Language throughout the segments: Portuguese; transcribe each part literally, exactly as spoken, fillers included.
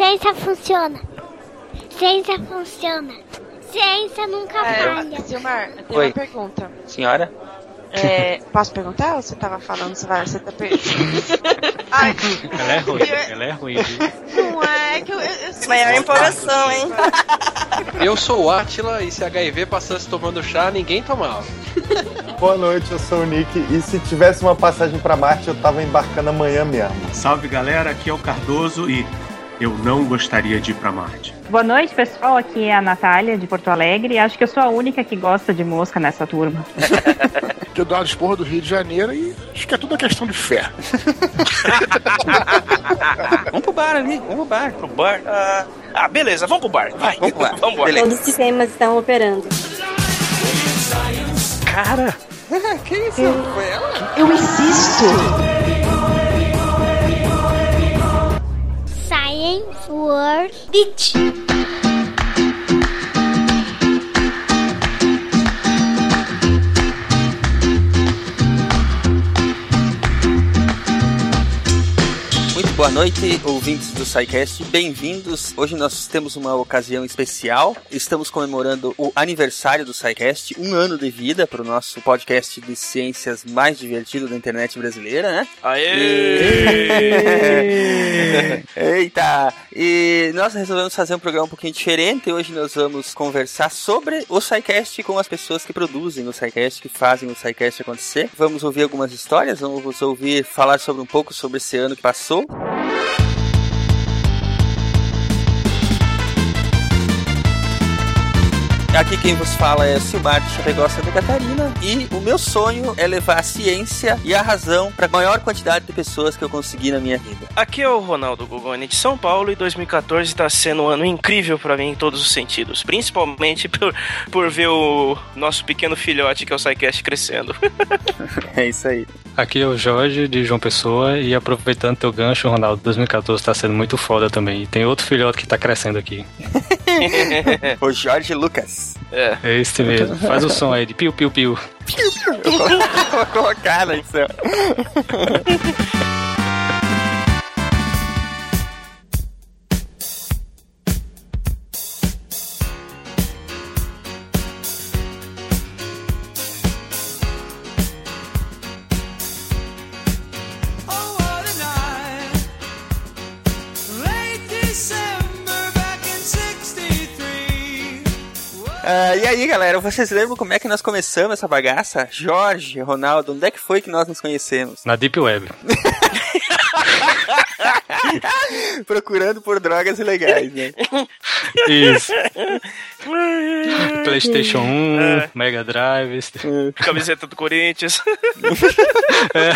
Ciência funciona. Ciência funciona. Ciência nunca é, falha. Silmar, eu tenho Oi. uma pergunta. Senhora? É, posso perguntar ou você tava falando? Você, vai, você tá perdendo? Ai, ela é ruim, ela é ruim. não é que eu... eu, eu Maior empolgação, hein? Eu sou o Átila e se H I V passasse tomando chá, ninguém tomava. Boa noite, eu sou o Nick. E se tivesse uma passagem pra Marte, eu tava embarcando amanhã mesmo. Salve galera, aqui é o Cardoso e eu não gostaria de ir pra Marte. Boa noite, pessoal. Aqui é a Natália, de Porto Alegre. Acho que eu sou a única que gosta de mosca nessa turma. Que eu dou as porra do Rio de Janeiro e acho que é tudo uma questão de fé. Vamos pro bar ali, vamos pro bar. Pro bar? Ah, ah beleza, vamos pro bar. Vai, vamos pro bar. Vamos embora. Todos os sistemas estão operando. Cara! Que isso? Eu... Foi ela? Eu insisto! Science World Beach. Boa noite, ouvintes do SciCast, bem-vindos. Hoje nós temos uma ocasião especial. Estamos comemorando o aniversário do SciCast, um ano de vida para o nosso podcast de ciências mais divertido da internet brasileira, né? Aê! E... Eita! E nós resolvemos fazer um programa um pouquinho diferente. Hoje nós vamos conversar sobre o SciCast com as pessoas que produzem o SciCast, que fazem o SciCast acontecer. Vamos ouvir algumas histórias, vamos ouvir falar sobre um pouco sobre esse ano que passou. Aqui quem vos fala é Silmar de Chapecó, Santa Catarina, e o meu sonho é levar a ciência e a razão para a maior quantidade de pessoas que eu conseguir na minha vida. Aqui é o Ronaldo Gogoni de São Paulo e dois mil e catorze está sendo um ano incrível para mim em todos os sentidos, principalmente por, por ver o nosso pequeno filhote que é o SciCast crescendo. É isso aí. Aqui é o Jorge de João Pessoa e aproveitando teu gancho, Ronaldo, dois mil e catorze tá sendo muito foda também. E tem outro filhote que tá crescendo aqui. O Jorge Lucas. É. É esse mesmo. Faz o som aí de piu, piu, piu. Piu, piu. Eu vou, vou colocar na edição. Uh, e aí, galera, vocês lembram como é que nós começamos essa bagaça? Jorge, Ronaldo, onde é que foi que nós nos conhecemos? Na Deep Web. Procurando por drogas ilegais, né? Isso. PlayStation um, é. Mega Drive. Camiseta do Corinthians. É.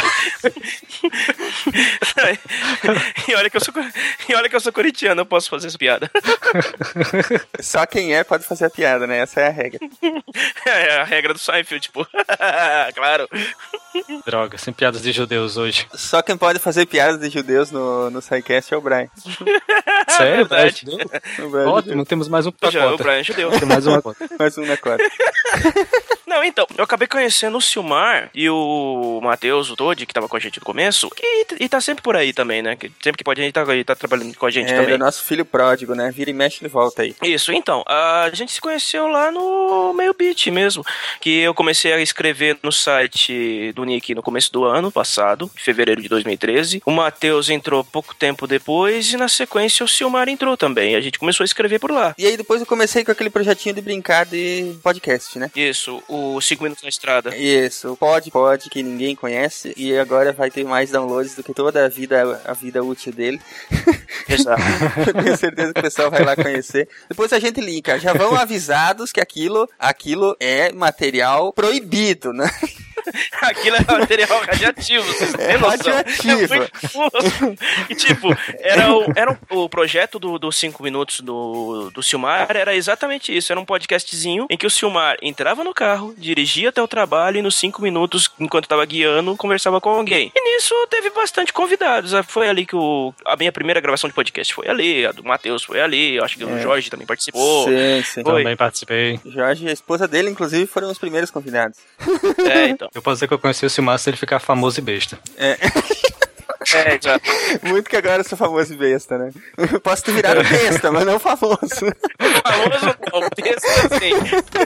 E olha que eu sou, e olha que eu sou corintiano, eu posso fazer essa piada. Só quem é pode fazer a piada, né? Essa é a regra. É a regra do Seinfeld, tipo. Claro. Droga, sem piadas de judeus hoje. Só quem pode fazer piadas de judeus no, no SciCast é o Brian. Sério? É o Brian Ótimo, judeu. Temos mais um pra Já, cota. O Brian é judeu. Tem mais uma cota. Mais um na cota. Não, então, eu acabei conhecendo o Silmar e o Matheus, o Todd, que tava com a gente no começo, e, e tá sempre por aí também, né? Que sempre que pode a gente tá, tá trabalhando com a gente é, também. É, nosso filho pródigo, né? Vira e mexe, ele volta aí. Isso, então, a gente se conheceu lá no Meio Beat mesmo, que eu comecei a escrever no site do Nick no começo do ano passado, em fevereiro de dois mil e treze. O Matheus entrou pouco tempo depois e na sequência o Silmar entrou também. A gente começou a escrever por lá. E aí depois eu comecei com aquele projetinho de brincar de podcast, né? Isso, o cinco minutos na estrada. Isso, o Pod Pod, que ninguém conhece, e agora vai ter mais downloads do que toda a vida, a vida útil dele. Exato. Eu tenho certeza que o pessoal vai lá conhecer. Depois a gente linka. Já vão avisados que aquilo, aquilo é material proibido, né? Aquilo é material radioativo, vocês têm é noção. Radioativo. É e tipo, era o, era o, o projeto dos do cinco minutos do, do Silmar era exatamente isso. Era um podcastzinho em que o Silmar entrava no carro, dirigia até o trabalho e nos cinco minutos, enquanto tava guiando, conversava com alguém. E nisso teve bastante convidados. Foi ali que o, a minha primeira gravação de podcast foi ali, a do Matheus foi ali, eu acho que é. o Jorge também participou. Sim, sim. Foi. Também participei. Jorge e a esposa dele, inclusive, foram os primeiros convidados. É, então. Eu posso dizer que eu conheci o Silmar se ele ficar famoso e besta. É. É, exato. Muito que agora eu sou famoso e besta, né? Eu posso ter virado besta, mas não famoso. Famoso não, besta sim.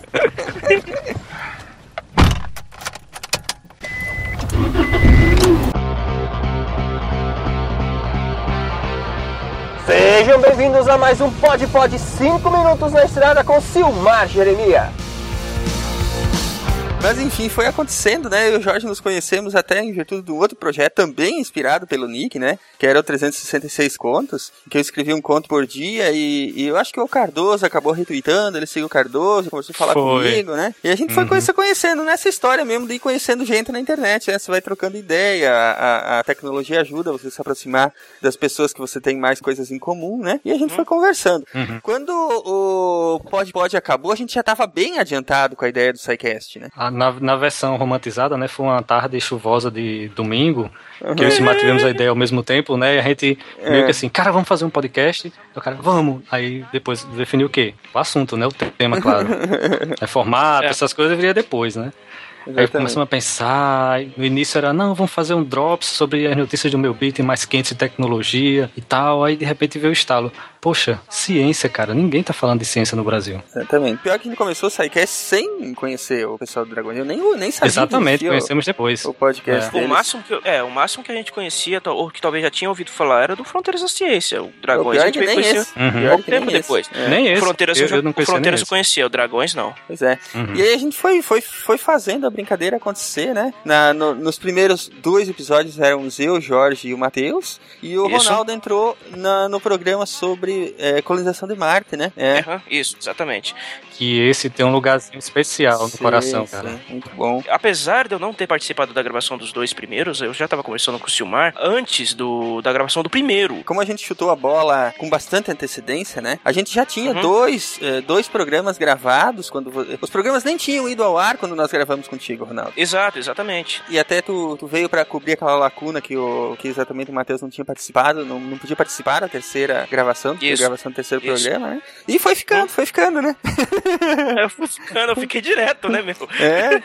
Sejam bem-vindos a mais um Pod Pod cinco minutos na estrada com Silmar Jeremias. Mas enfim, foi acontecendo, né? Eu e o Jorge nos conhecemos até em virtude de um outro projeto, também inspirado pelo Nick, né? Que era o trezentos e sessenta e seis Contos, que eu escrevia um conto por dia e, e eu acho que o Cardoso acabou retweetando, ele seguiu o Cardoso, começou a falar foi. comigo, né? E a gente foi uhum. se conhecendo nessa história mesmo de ir conhecendo gente na internet, né? Você vai trocando ideia, a, a tecnologia ajuda você a se aproximar das pessoas que você tem mais coisas em comum, né? E a gente uhum. foi conversando. Uhum. Quando o Pod Pod acabou, a gente já estava bem adiantado com a ideia do SciCast, né? Na, na versão romantizada, né, foi uma tarde chuvosa de domingo, uhum. que eu e o Silmar tivemos a ideia ao mesmo tempo, né, e a gente é. meio que assim, cara, vamos fazer um podcast? O cara, vamos. Aí depois definiu o quê? O assunto, né, o tema, claro. É formato, é. essas coisas viria depois, né. Exatamente. Aí começamos a pensar, no início era, não, vamos fazer um drops sobre as notícias do meu beat mais quentes de tecnologia e tal, aí de repente veio o estalo. Poxa, ciência, cara, ninguém tá falando de ciência no Brasil. Exatamente. Pior que a gente começou o SciCast sem conhecer o pessoal do Dragões, eu nem, eu nem sabia. Exatamente, conhecemos depois. O podcast é. O máximo que, é, o máximo que a gente conhecia, ou que talvez já tinha ouvido falar, era do Fronteiras da Ciência. O Dragões o a gente veio conhecer uhum. pouco tempo depois. É. Nem esse. Fronteiras eu, eu, já, eu não conhecia, Fronteiras eu conhecia, o Dragões não. Pois é. Uhum. E aí a gente foi, foi, foi fazendo a brincadeira acontecer, né? Na, no, nos primeiros dois episódios éramos eu, Jorge e o Matheus, e o Isso. Ronaldo entrou na, no programa sobre é, colonização de Marte, né? É. Uhum, isso, exatamente. Que esse tem um lugarzinho especial no sim, coração, cara. Sim, muito bom. Apesar de eu não ter participado da gravação dos dois primeiros, eu já estava conversando com o Silmar antes do, da gravação do primeiro. Como a gente chutou a bola com bastante antecedência, né? A gente já tinha uhum. dois, eh, dois programas gravados, quando os programas nem tinham ido ao ar quando nós gravamos contigo, Ronaldo. Exato, exatamente. E até tu, tu veio pra cobrir aquela lacuna que, o, que exatamente o Matheus não tinha participado, não, não podia participar da terceira gravação, da gravação do terceiro Isso. programa, né? E foi ficando, foi ficando, né? Eu fui ficando, eu fiquei direto, né, meu? É,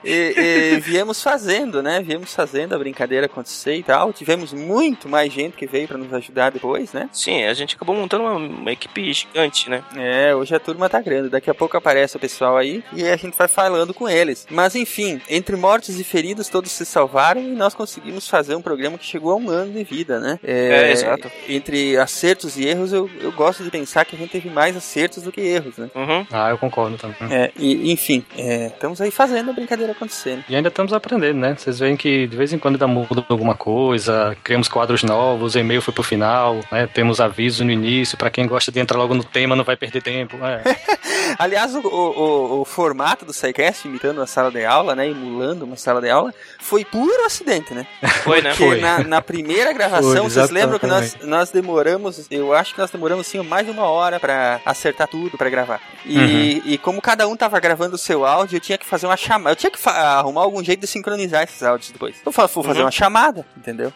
e, e viemos fazendo, né? Viemos fazendo a brincadeira acontecer e tal. Tivemos muito mais gente que veio pra nos ajudar depois, né? Sim, a gente acabou montando uma, uma equipe gigante, né? É, hoje a turma tá grande. Daqui a pouco aparece o pessoal aí e a gente vai falando com eles. Mas enfim, entre mortos e feridos, todos se salvaram e nós conseguimos fazer um programa que chegou a um ano de vida, né? É, é exato. Entre acertos e erros, eu, eu gosto de pensar que a gente teve mais acertos do que erros, né? Uhum. Ah, eu concordo também. É, e, enfim, é, estamos aí fazendo a brincadeira acontecer. E ainda estamos aprendendo, né? Vocês veem que de vez em quando ainda muda alguma coisa, criamos quadros novos, o e-mail foi pro final, né? Temos aviso no início, pra quem gosta de entrar logo no tema, não vai perder tempo. É. Aliás, o, o, o formato do SciCast, imitando a sala de aula, né? Emulando uma sala de aula, foi puro acidente, né? Foi, né? Porque Foi. Na, na primeira gravação, foi, vocês lembram que nós, nós demoramos, eu acho que nós demoramos assim, mais de uma hora pra acertar tudo, pra gravar. E, uhum. e como cada um tava gravando o seu áudio, eu tinha que fazer uma chamada. Eu tinha que arrumar algum jeito de sincronizar esses áudios depois. Eu vou fazer uhum. uma chamada, entendeu?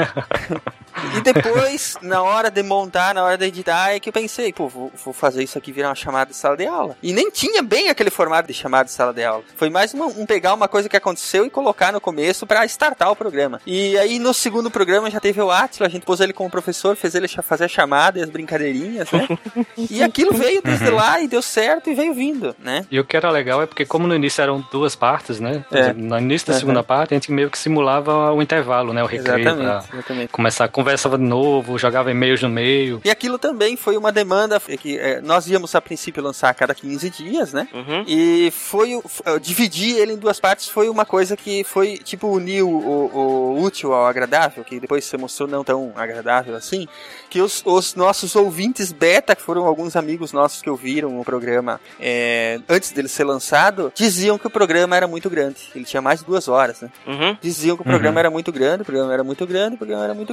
E depois, na hora de montar, na hora de editar, é que eu pensei, pô, vou, vou fazer isso aqui virar uma chamada de sala de aula. E nem tinha bem aquele formato de chamada de sala de aula. Foi mais uma, um pegar uma coisa que aconteceu e colocar no começo pra startar o programa. E aí, no segundo programa, já teve o Átila, a gente pôs ele como professor, fez ele fazer a chamada e as brincadeirinhas, né? E aquilo veio desde uhum. lá e deu certo e veio vindo, né? E o que era legal é porque, como no início eram duas partes, né? É. No início da uhum. segunda parte, a gente meio que simulava o intervalo, né? O recreio. Exatamente, pra exatamente. Começar a conversava de novo, jogava e-mails no meio. E aquilo também foi uma demanda que é, nós íamos a princípio lançar a cada quinze dias, né? Uhum. E foi, uh, dividir ele em duas partes foi uma coisa que foi, tipo, unir o, o, o útil ao agradável, que depois se mostrou não tão agradável assim, que os, os nossos ouvintes beta, que foram alguns amigos nossos que ouviram o programa é, antes dele ser lançado, diziam que o programa era muito grande. Ele tinha mais de duas horas, né? Uhum. Diziam que o programa uhum. era muito grande, o programa era muito grande, o programa era muito grande. O que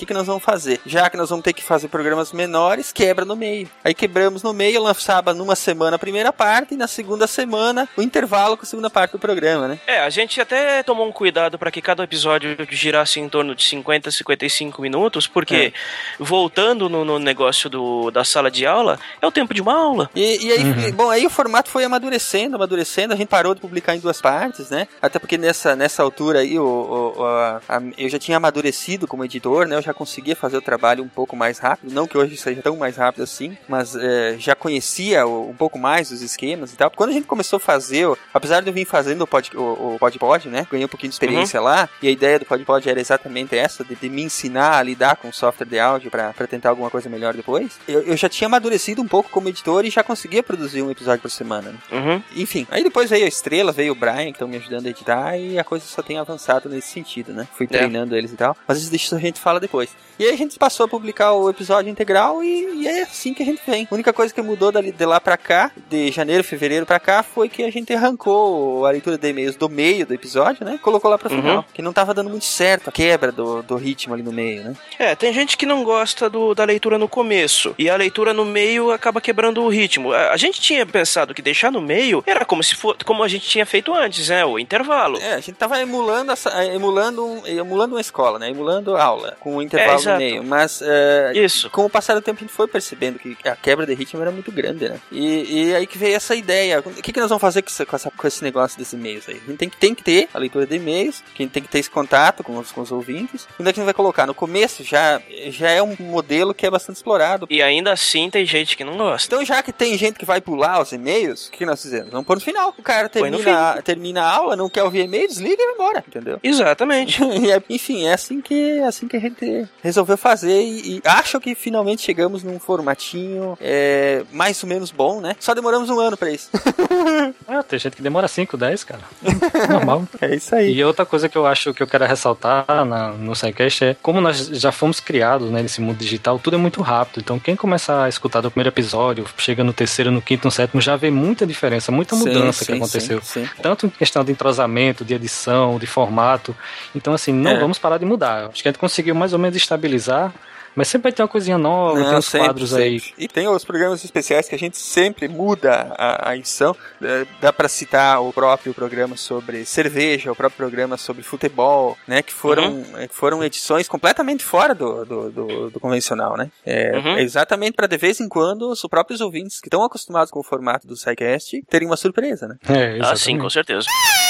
que nós vamos fazer? Já que nós vamos ter que fazer programas menores, quebra no meio. Aí quebramos no meio, eu lançava numa semana a primeira parte e na segunda semana o intervalo com a segunda parte do programa, né? É, a gente até tomou um cuidado para que cada episódio girasse em torno de cinquenta, cinquenta e cinco minutos, porque é. voltando no, no negócio do, da sala de aula, é o tempo de uma aula. E, e aí, uhum. bom, aí o formato foi amadurecendo, amadurecendo, a gente parou de publicar em duas partes, né? Até porque nessa, nessa altura aí, o, o, a, a, eu já tinha amadurecido como editor, né? Eu já conseguia fazer o trabalho um pouco mais rápido, não que hoje seja tão mais rápido assim, mas é, já conhecia o, um pouco mais os esquemas e tal. Quando a gente começou a fazer, apesar de eu vir fazendo o Pod, o, o Pod Pod, né? Ganhei um pouquinho de experiência uhum. lá, e a ideia do Pod Pod era exatamente essa, de, de me ensinar a lidar com software de áudio pra, pra tentar alguma coisa melhor depois. Eu, eu já tinha amadurecido um pouco como editor e já conseguia produzir um episódio por semana, né? Uhum. Enfim, aí depois veio a Estrela, veio o Brian, que estão me ajudando a editar, e a coisa só tem avançado nesse sentido, né? Fui treinando é. eles e tal, mas isso deixa a gente fala depois. E aí a gente passou a publicar o episódio integral e, e é assim que a gente vem. A única coisa que mudou dali, de lá pra cá, de janeiro, fevereiro pra cá, foi que a gente arrancou a leitura de e-mails do meio do episódio, né? Colocou lá pro final, uhum. que não tava dando muito certo a quebra do, do ritmo ali no meio, né? É, tem gente que não gosta do, da leitura no começo, e a leitura no meio acaba quebrando o ritmo. A, a gente tinha pensado que deixar no meio era como se for, como a gente tinha feito antes, né? O intervalo. É, a gente tava emulando, a, emulando, um, emulando uma escola, né? Emulando aula, com o intervalo é, no meio. Mas, uh, Isso. com o passar do tempo, a gente foi percebendo que a quebra de ritmo era muito grande, né? E, e aí que veio essa ideia. O que, que nós vamos fazer com, essa, com, essa, com esse negócio desses e-mails aí? A gente tem que, tem que ter a leitura de e-mails, que a gente tem que ter esse contato com os, com os ouvintes. Onde é que a gente vai colocar? No começo já, já é um modelo que é bastante explorado. E ainda assim tem gente que não gosta. Então, já que tem gente que vai pular os e-mails, o que nós fizemos? Vamos pôr no final. O cara termina, a, termina a aula, não quer ouvir e-mail, desliga e vai embora, entendeu? Exatamente. E é, enfim, é assim que, é assim que a gente resolveu fazer e, e acho que finalmente chegamos num formatinho é, mais ou menos bom, né? Só demoramos um ano pra isso. Ah, tem gente que demora cinco, dez, cara. Normal. É isso aí. E outra coisa que eu acho que eu quero ressaltar na, no SciCast é como nós já fomos criados, né, nesse mundo digital, tudo é muito rápido. Então quem começa a escutar do primeiro episódio, chega no terceiro, no quinto, no sétimo, já vê muita diferença, muita mudança sim, que sim, aconteceu. Sim, sim. Tanto em questão de entrosamento, de edição, de formato. Então assim, não é. vamos parar de mudar. Acho que a gente conseguiu mais ou menos estabilizar. Mas sempre vai ter uma coisinha nova, não, tem uns sempre, quadros sempre. aí. E tem os programas especiais que a gente sempre muda a, a edição. Dá pra citar o próprio programa sobre cerveja, o próprio programa sobre futebol, né? Que foram, uhum. que foram edições completamente fora do, do, do, do convencional, né? É, uhum. é exatamente para de vez em quando os próprios ouvintes que estão acostumados com o formato do SciCast terem uma surpresa, né? É, ah, sim, com certeza.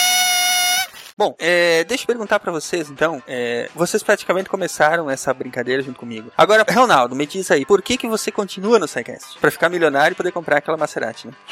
Bom, é, deixa eu perguntar pra vocês, então, é, vocês praticamente começaram essa brincadeira junto comigo. Agora, Ronaldo, me diz aí, por que que você continua no SciCast? Pra ficar milionário e poder comprar aquela Maserati, né?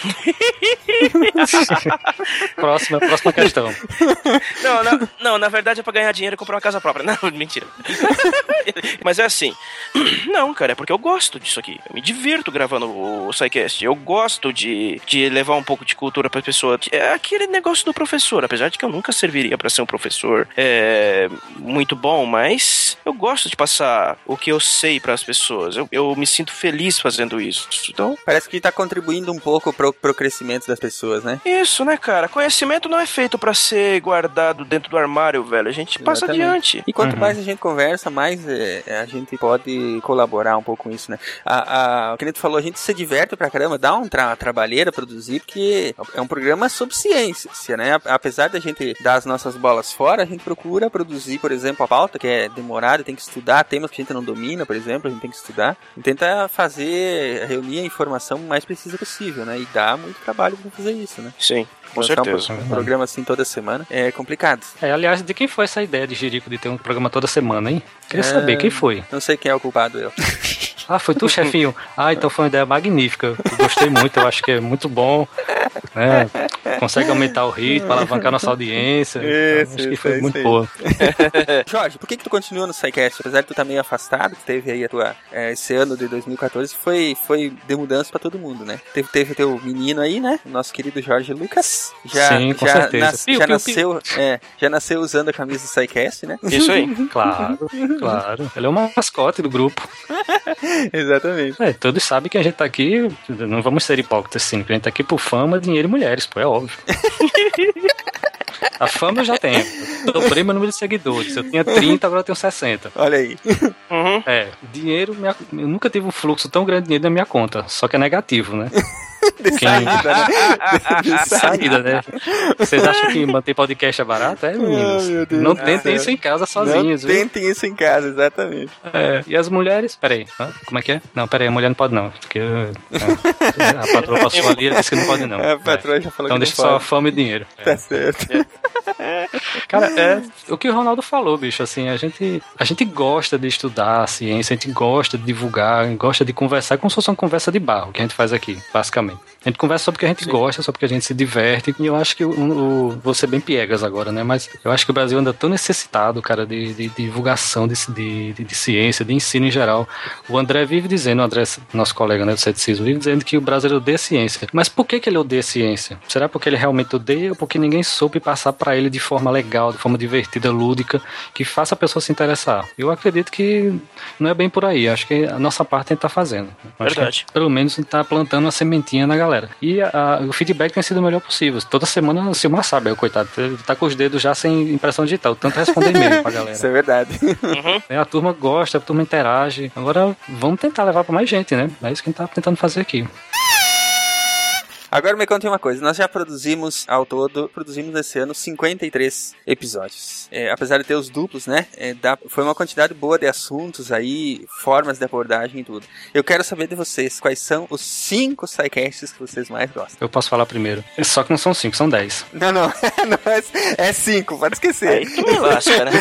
próxima, próxima questão. Não, não, não, na verdade é pra ganhar dinheiro e comprar uma casa própria. Não, mentira. Mas é assim, não, cara, é porque eu gosto disso aqui. Eu me divirto gravando o SciCast. Eu gosto de, de levar um pouco de cultura pra pessoa. É aquele negócio do professor, apesar de que eu nunca serviria para ser um professor é, muito bom, mas eu gosto de passar o que eu sei para as pessoas. Eu, eu me sinto feliz fazendo isso. Então, parece que tá contribuindo um pouco pro, pro crescimento das pessoas, né? Isso, né, cara? Conhecimento não é feito para ser guardado dentro do armário, velho. A gente passa Exatamente. adiante. E quanto uhum. mais a gente conversa, mais é, a gente pode colaborar um pouco com isso, né? A, a, o que a gente falou, a gente se diverte pra caramba, dá um tra trabalheira produzir, porque é um programa sobre ciência, né? Apesar da gente dar as nossas bolas fora, a gente procura produzir, por exemplo, a pauta, que é demorada, tem que estudar temas que a gente não domina, por exemplo, a gente tem que estudar, e tenta fazer, reunir a informação o mais precisa possível, né? E dá muito trabalho pra fazer isso, né? Sim, com Lançar certeza. Um, um programa assim toda semana é complicado. É, aliás, de quem foi essa ideia de Jerico de ter um programa toda semana, hein? Queria é... saber, quem foi? Não sei quem é o culpado, eu. Ah, foi tu, chefinho? Ah, então foi uma ideia magnífica. Eu gostei muito, eu acho que é muito bom. Né? Consegue aumentar o ritmo, alavancar nossa audiência. Isso, então, acho que foi isso, muito isso. boa. Jorge, por que que tu continua no SciCast? Apesar de tu estar meio afastado, que teve aí a tua, é, esse ano de dois mil e quatorze, foi, foi de mudança pra todo mundo, né? Teve, teve o teu menino aí, né? O nosso querido Jorge Lucas. Já, Sim, com já certeza. Nas, piu, já, piu, nasceu, piu. É, já nasceu usando a camisa do SciCast, né? Isso aí. Claro, claro. Ele é uma mascote do grupo. Exatamente. É, todos sabem que a gente tá aqui, não vamos ser hipócritas, sim, que a gente tá aqui por fama, dinheiro e mulheres, pô, é óbvio. A fama eu já tenho. Eu dobrei meu número de seguidores. Eu tinha trinta, agora eu tenho sessenta. Olha aí. Uhum. É, dinheiro, minha, eu nunca tive um fluxo tão grande de dinheiro na minha conta. Só que é negativo, né? De Quem... saída, né? De saída, né? Vocês acham que manter podcast é barato? É, meninos. Oh, não tentem isso em casa sozinhos. Não tentem isso em casa, exatamente. É, e as mulheres... Peraí, hã? Como é que é? Não, peraí, a mulher não pode não. Porque é, a patroa passou ali e disse que não pode não. A patroa é. já falou Então que deixa não só pode. a fama e dinheiro. Tá é. certo. Cara, é o que o Ronaldo falou, bicho, assim, a gente, a gente gosta de estudar a ciência, a gente gosta de divulgar, gosta de conversar, como se fosse uma conversa de bar, o que a gente faz aqui, basicamente. A gente conversa só porque a gente Sim. gosta, só porque a gente se diverte, e eu acho que, o, o, vou ser bem piegas agora, né, mas eu acho que o Brasil anda tão necessitado, cara, de, de, de divulgação de, de, de, de ciência, de ensino em geral. O André vive dizendo, o André, nosso colega, né, do ceticismo, vive dizendo que o Brasil odeia ciência. Mas por que que ele odeia ciência? Será porque ele realmente odeia ou porque ninguém soube passar pra ele de forma legal, de forma divertida, lúdica, que faça a pessoa se interessar? Eu acredito que não é bem por aí. Acho que a nossa parte a gente tá fazendo. Acho Verdade. Que, pelo menos a gente tá plantando uma sementinha na galera. E a, a, o feedback tem sido o melhor possível. Toda semana o Silmar sabe, aí, o coitado, ele tá com os dedos já sem impressão digital. Tanto responder e-mail pra galera. Isso é verdade. Uhum. A turma gosta, a turma interage. Agora vamos tentar levar pra mais gente, né? É isso que a gente tá tentando fazer aqui. Agora me conte uma coisa, nós já produzimos ao todo, produzimos esse ano cinquenta e três episódios. É, apesar de ter os duplos, né, é, dá, foi uma quantidade boa de assuntos aí, formas de abordagem e tudo. Eu quero saber de vocês, quais são os cinco sidecasts que vocês mais gostam? Eu posso falar primeiro. Só que não são cinco, são dez. Não, não, não é, é cinco, pode esquecer. Aí tu me lasca, né?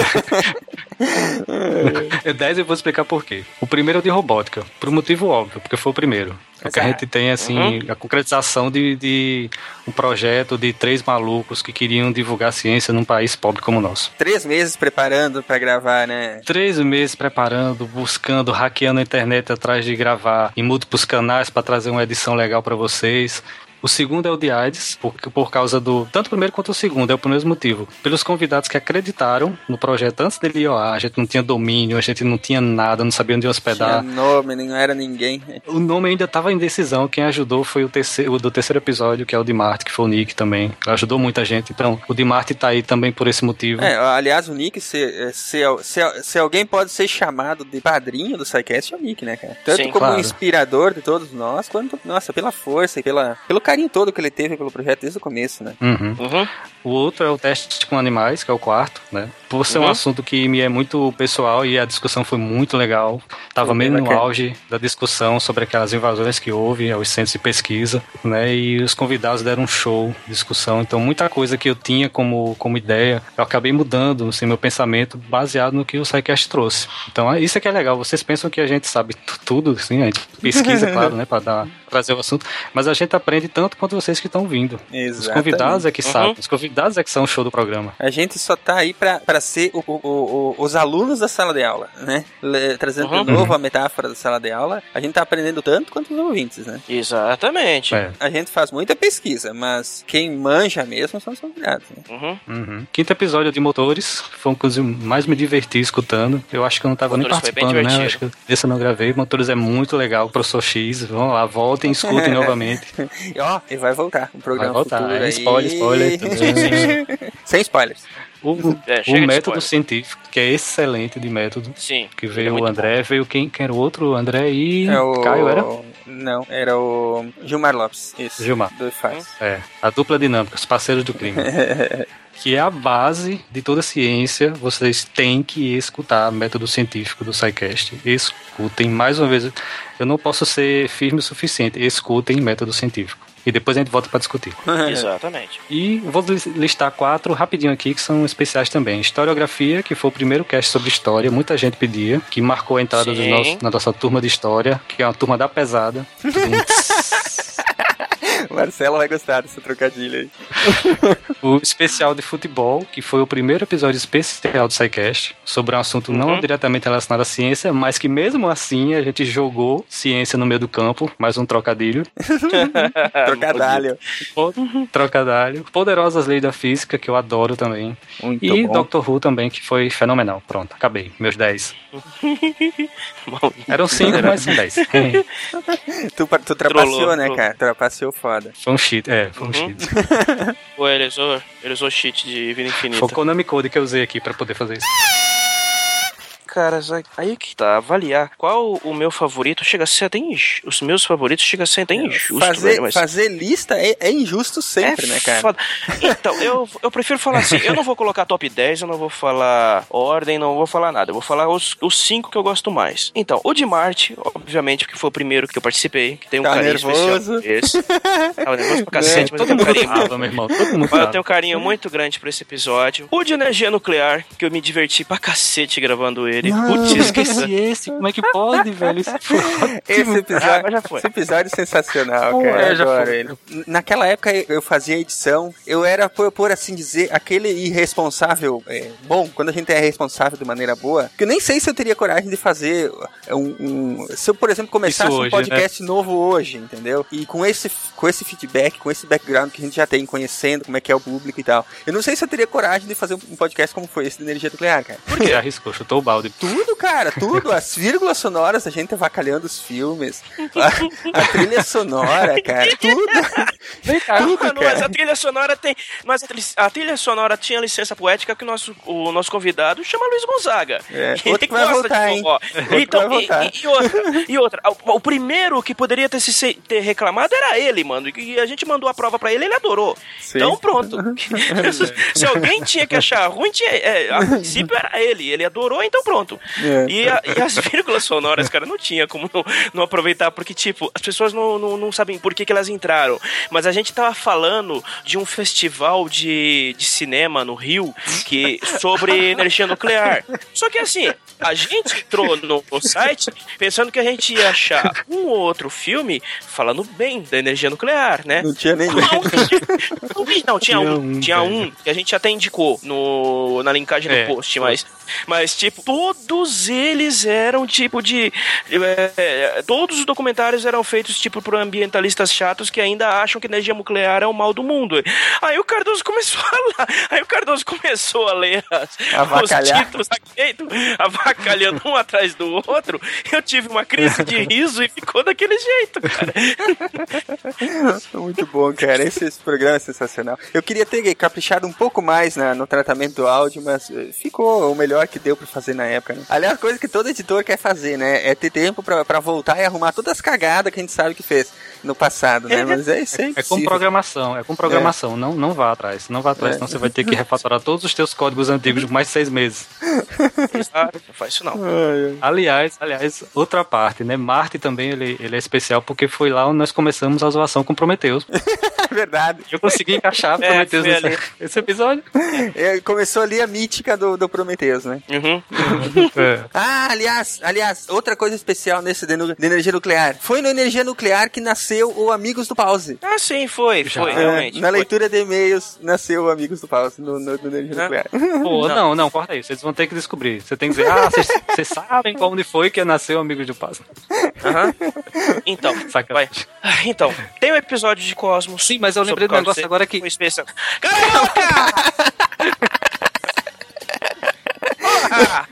É dez e eu vou explicar por quê. O primeiro é o de robótica, por um motivo óbvio, porque foi o primeiro. Porque a gente tem, assim, uhum. a concretização de, de um projeto de três malucos que queriam divulgar ciência num país pobre como o nosso. Três meses preparando pra gravar, né? Três meses preparando, buscando, hackeando a internet atrás de gravar em múltiplos canais pra trazer uma edição legal pra vocês. O segundo é o de AIDS, por, por causa do... Tanto o primeiro quanto o segundo, é o mesmo motivo. Pelos convidados que acreditaram no projeto antes dele ir ao ar, a gente não tinha domínio, a gente não tinha nada, não sabia onde hospedar. Não tinha nome, não era ninguém. O nome ainda estava em decisão, quem ajudou foi o, terceiro, o do terceiro episódio, que é o de Marte, que foi o Nick também. Ajudou muita gente, então o de Marte tá aí também por esse motivo. É, aliás, o Nick, se, se, se, se alguém pode ser chamado de padrinho do SciCast, é o Nick, né, cara? Tanto Sim, como claro. inspirador de todos nós, quanto, nossa, pela força e pela, pelo carinho todo que ele teve pelo projeto desde o começo, né? Uhum. Uhum. O outro é o teste com animais, que é o quarto, né? Por ser uhum. um assunto que me é muito pessoal e a discussão foi muito legal. Tava mesmo no auge da discussão sobre aquelas invasões que houve aos centros de pesquisa, né? E os convidados deram um show de discussão. Então, muita coisa que eu tinha como, como ideia, eu acabei mudando, assim, meu pensamento baseado no que o SciCast trouxe. Então, isso é que é legal. Vocês pensam que a gente sabe tudo, assim, a gente pesquisa, claro, né? Pra dar, trazer o assunto. Mas a gente aprende tanto quanto vocês que estão vindo. Exatamente. Os convidados é que uhum. sabem. Os convidados é que são o show do programa. A gente só tá aí pra, pra ser o, o, o, os alunos da sala de aula, né? Le, trazendo uhum. de novo a metáfora da sala de aula. A gente tá aprendendo tanto quanto os ouvintes, né? Exatamente. É. A gente faz muita pesquisa, mas quem manja mesmo são os convidados, né? Uhum. Uhum. Quinto episódio de Motores. Foi um que eu mais me diverti escutando. Eu acho que eu não tava Motores nem participando, né? Eu acho que esse eu não gravei. Motores é muito legal. Professor X, vão lá, voltem, escutem novamente. E ó, e vai voltar. Um programa vai voltar. futuro É, aí. spoiler, spoiler. Sem spoilers. O, é, o método científico, que é excelente de método. Sim. Que veio o André, bom. veio quem, quem era o outro? O André e é o... Caio, era? Não, era o Gilmar Lopes. Isso. Gilmar. Do Faz. É, a dupla dinâmica, os parceiros do crime. Que é a base de toda a ciência. Vocês têm que escutar o método científico do SciCast. Escutem, mais uma vez. Eu não posso ser firme o suficiente. Escutem método científico. E depois a gente volta para discutir. Exatamente. E vou listar quatro rapidinho aqui, que são especiais também. Historiografia, que foi o primeiro cast sobre história, muita gente pedia, que marcou a entrada dos nossos, na nossa turma de história, que é uma turma da pesada. O Marcelo vai gostar desse trocadilho aí. O especial de futebol, que foi o primeiro episódio especial do SciCast, sobre um assunto uhum. não diretamente relacionado à ciência, mas que mesmo assim a gente jogou ciência no meio do campo, mais um trocadilho. Trocadalho. Trocadalho. Poderosas Leis da Física, que eu adoro também. Muito e bom. Doctor Who também, que foi fenomenal. Pronto, acabei. Meus dez. Eram cinco, mas são dez. tu, tu trapaceou, né, cara? Trapaceou. trapaceou foda. Foi um cheat, é, foi um Uhum. cheat. Pô, ele usou, ele usou cheat de vida infinita. Foi o Konami Code que eu usei aqui pra poder fazer isso. Cara, aí que tá, avaliar qual o meu favorito chega a ser até injusto. Os meus favoritos chega a ser até injusto, fazer, velho, mas... fazer lista é, é injusto sempre, é né, cara? Foda. Então, eu, eu prefiro falar assim, eu não vou colocar top dez, eu não vou falar ordem, não vou falar nada, eu vou falar os, os cinco que eu gosto mais. Então, o de Marte, obviamente, porque foi o primeiro que eu participei, que tem um tá carinho nervoso. especial. Esse. Tava nervoso pra cacete, mas eu Todo tenho um mundo carinho tava, meu irmão, todo mundo Mas eu tava. tenho um carinho muito grande por esse episódio. O de energia nuclear, que eu me diverti pra cacete gravando ele. Putz, esqueci. Esse, como é que pode, velho? Isso foi Esse episódio, Ah, já foi. esse episódio é sensacional, Pô, cara. é, Eu já adoro foi. ele. Naquela época eu fazia edição, eu era, por, por assim dizer, aquele irresponsável. É, bom, quando a gente é responsável de maneira boa, que eu nem sei se eu teria coragem de fazer um. um se eu, por exemplo, começasse Isso um hoje, podcast novo hoje, entendeu? E com esse, com esse feedback, com esse background que a gente já tem, conhecendo como é que é o público e tal, eu não sei se eu teria coragem de fazer um podcast como foi esse de energia nuclear, cara. Por quê? Arriscou, chutou o balde. Tudo, cara, tudo. As vírgulas sonoras, a gente avacalhando os filmes. A, a trilha sonora, cara, tudo. Vem cá, tudo, mano, cara. mas a trilha sonora tem. Mas a trilha, a trilha sonora tinha licença poética que o nosso, o nosso convidado chama Luiz Gonzaga. É, Ele outro que vai gosta voltar, de hein? forró. Outro Então, que vai e, voltar. e, e outra, e outra o, o primeiro que poderia ter, se, ter reclamado era ele, mano. E a gente mandou a prova pra ele, ele adorou. Sim. Então pronto. Se alguém tinha que achar ruim, tinha, é, a princípio era ele. Ele adorou, então pronto. É. E, a, e as vírgulas sonoras, cara, não tinha como não, não aproveitar, porque, tipo, as pessoas não, não, não sabem por que, que elas entraram. Mas a gente tava falando de um festival de, de cinema no Rio que, sobre energia nuclear. Só que assim, a gente entrou no, no site pensando que a gente ia achar um ou outro filme falando bem da energia nuclear, né? Não tinha nenhum. Não, não, tinha um, um, tinha velho. um que a gente até indicou no, na linkagem É, do post, foi. mas, mas, tipo, todos eles eram tipo de. É, todos os documentários eram feitos, tipo, por ambientalistas chatos que ainda acham que energia nuclear é o mal do mundo. Aí o Cardoso começou a Aí o Cardoso começou a ler as, os Avacalhar. títulos, avacalhando um atrás do outro. Eu tive uma crise de riso e ficou daquele jeito, cara. Muito bom, cara. Esse, esse programa é sensacional. Eu queria ter caprichado um pouco mais na, no tratamento do áudio, mas eh, ficou o melhor que deu pra fazer na época, né? Aliás, coisa que todo editor quer fazer, né? É ter tempo pra, pra voltar e arrumar todas as cagadas que a gente sabe que fez no passado, né? Mas é isso aí. É com programação, é com programação. Não, não vá atrás. Não vá atrás, É. senão você vai ter que refatorar todos os teus códigos antigos por mais seis meses. Exato, não faz isso não. Aliás, aliás, outra parte, né? Marte também ele, ele é especial porque foi lá onde nós começamos a zoação com Prometheus. É verdade. Eu consegui encaixar É, Prometheus foi nesse, ali. nesse episódio. É, começou ali a mítica do, do Prometheus, né? Uhum. É. Ah, aliás, aliás, outra coisa especial nesse de, nu- de energia nuclear. Foi no energia nuclear que nasceu o Amigos do Pause. Ah, sim, foi, foi, É, realmente. na foi. leitura de e-mails nasceu o Amigos do Pause no, no, no energia Né? nuclear. Pô, Não. não, não, corta isso. Vocês vão ter que descobrir. Você tem que dizer, ah, vocês- vocês sabem onde foi que nasceu o Amigo de Paz. Aham. Então, vai. Sacanagem. Ah, Então, tem um episódio de Cosmos. Sim, mas eu lembrei do sobre negócio Cosmos, agora que- foi especial. Caraca! Porra!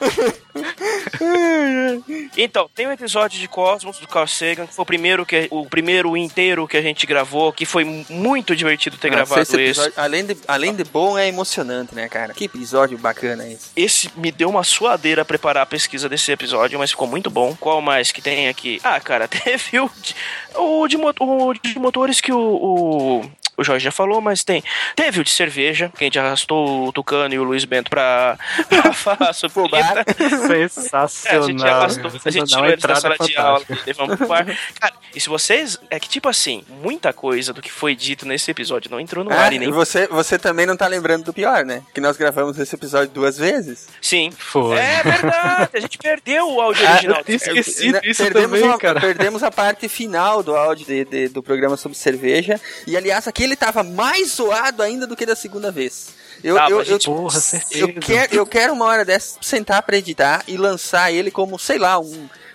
Então, tem um episódio de Cosmos do Carl Sagan, que foi o primeiro, que, o primeiro inteiro que a gente gravou, que foi muito divertido ter Nossa, gravado esse esse. episódio, além, de, além de bom, é emocionante, né, cara? Que episódio bacana esse. Esse me deu uma suadeira preparar a pesquisa desse episódio, mas ficou muito bom. Qual mais que tem aqui? Ah, cara, teve o de, o de, mo- o de motores que o, o, o Jorge já falou, mas tem. Teve o de cerveja, que a gente arrastou o Tucano e o Luiz Bento pra, pra falar sobre Pro bar. É, a gente arrastou, a gente tirou eles da sala de aula, fantástica. levamos pro bar. Cara, e se vocês. É que, tipo assim, muita coisa do que foi dito nesse episódio não entrou no Ah, ar e nem. e você, você também não tá lembrando do pior, né? Que nós gravamos esse episódio duas vezes. Sim. Foi. É verdade, a gente perdeu o áudio Ah, original. eu tinha esquecido Na- isso perdemos também, uma- cara. Perdemos a parte final do áudio de- de- do programa sobre cerveja. E, aliás, aqui ele tava mais zoado ainda do que da segunda vez. Eu, Tava, eu, eu, gente, porra, eu, certeza. quero, eu quero uma hora dessa sentar pra editar e lançar ele como, sei lá, um,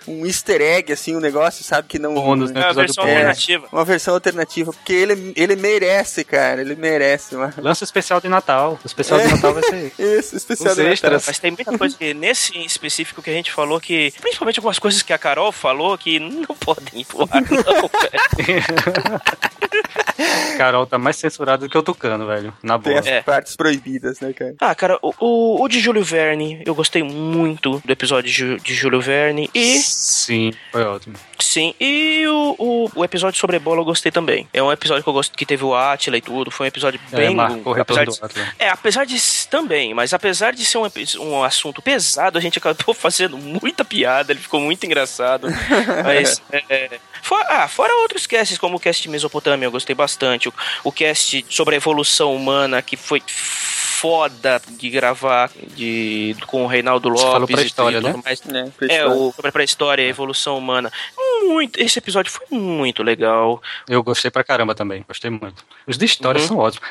um easter egg, assim, um negócio, sabe, que não... Bônus, né? É a versão é, alternativa. Uma versão alternativa, porque ele, ele merece, cara, ele merece. Uma... Lança especial de Natal. O especial É. de Natal vai ser Isso, especial os de extras. Natal. Mas tem muita coisa que, nesse em específico que a gente falou, que principalmente algumas coisas que a Carol falou que não podem ir pro ar, não, velho. Carol tá mais censurado do que o Tucano, velho. Na Tem boa. as É. partes proibidas, né, cara? Ah, cara, o, o, o de Júlio Verne, eu gostei muito do episódio de, Ju- de Júlio Verne. E, Sim, foi ótimo. sim, e o, o, o episódio sobre Ebola eu gostei também. É um episódio que eu gosto, que teve o Átila e tudo. Foi um episódio É, bem... marcou o apesar retorno de, do Átila. é, apesar de também, mas apesar de ser um, epi- um assunto pesado, a gente acabou fazendo muita piada, ele ficou muito engraçado. Mas, é, for, ah, fora outros casts, como o cast de Mesopotâmia, eu gostei bastante. O, o cast sobre a evolução humana, que foi foda de gravar de, com o Reinaldo Lopes. Você falou pra história, e tudo né? mais. É, É, o sobre a pré-história e a evolução humana. Muito, esse episódio foi muito legal. Eu gostei pra caramba também, gostei muito. Os de história Uhum. são ótimos.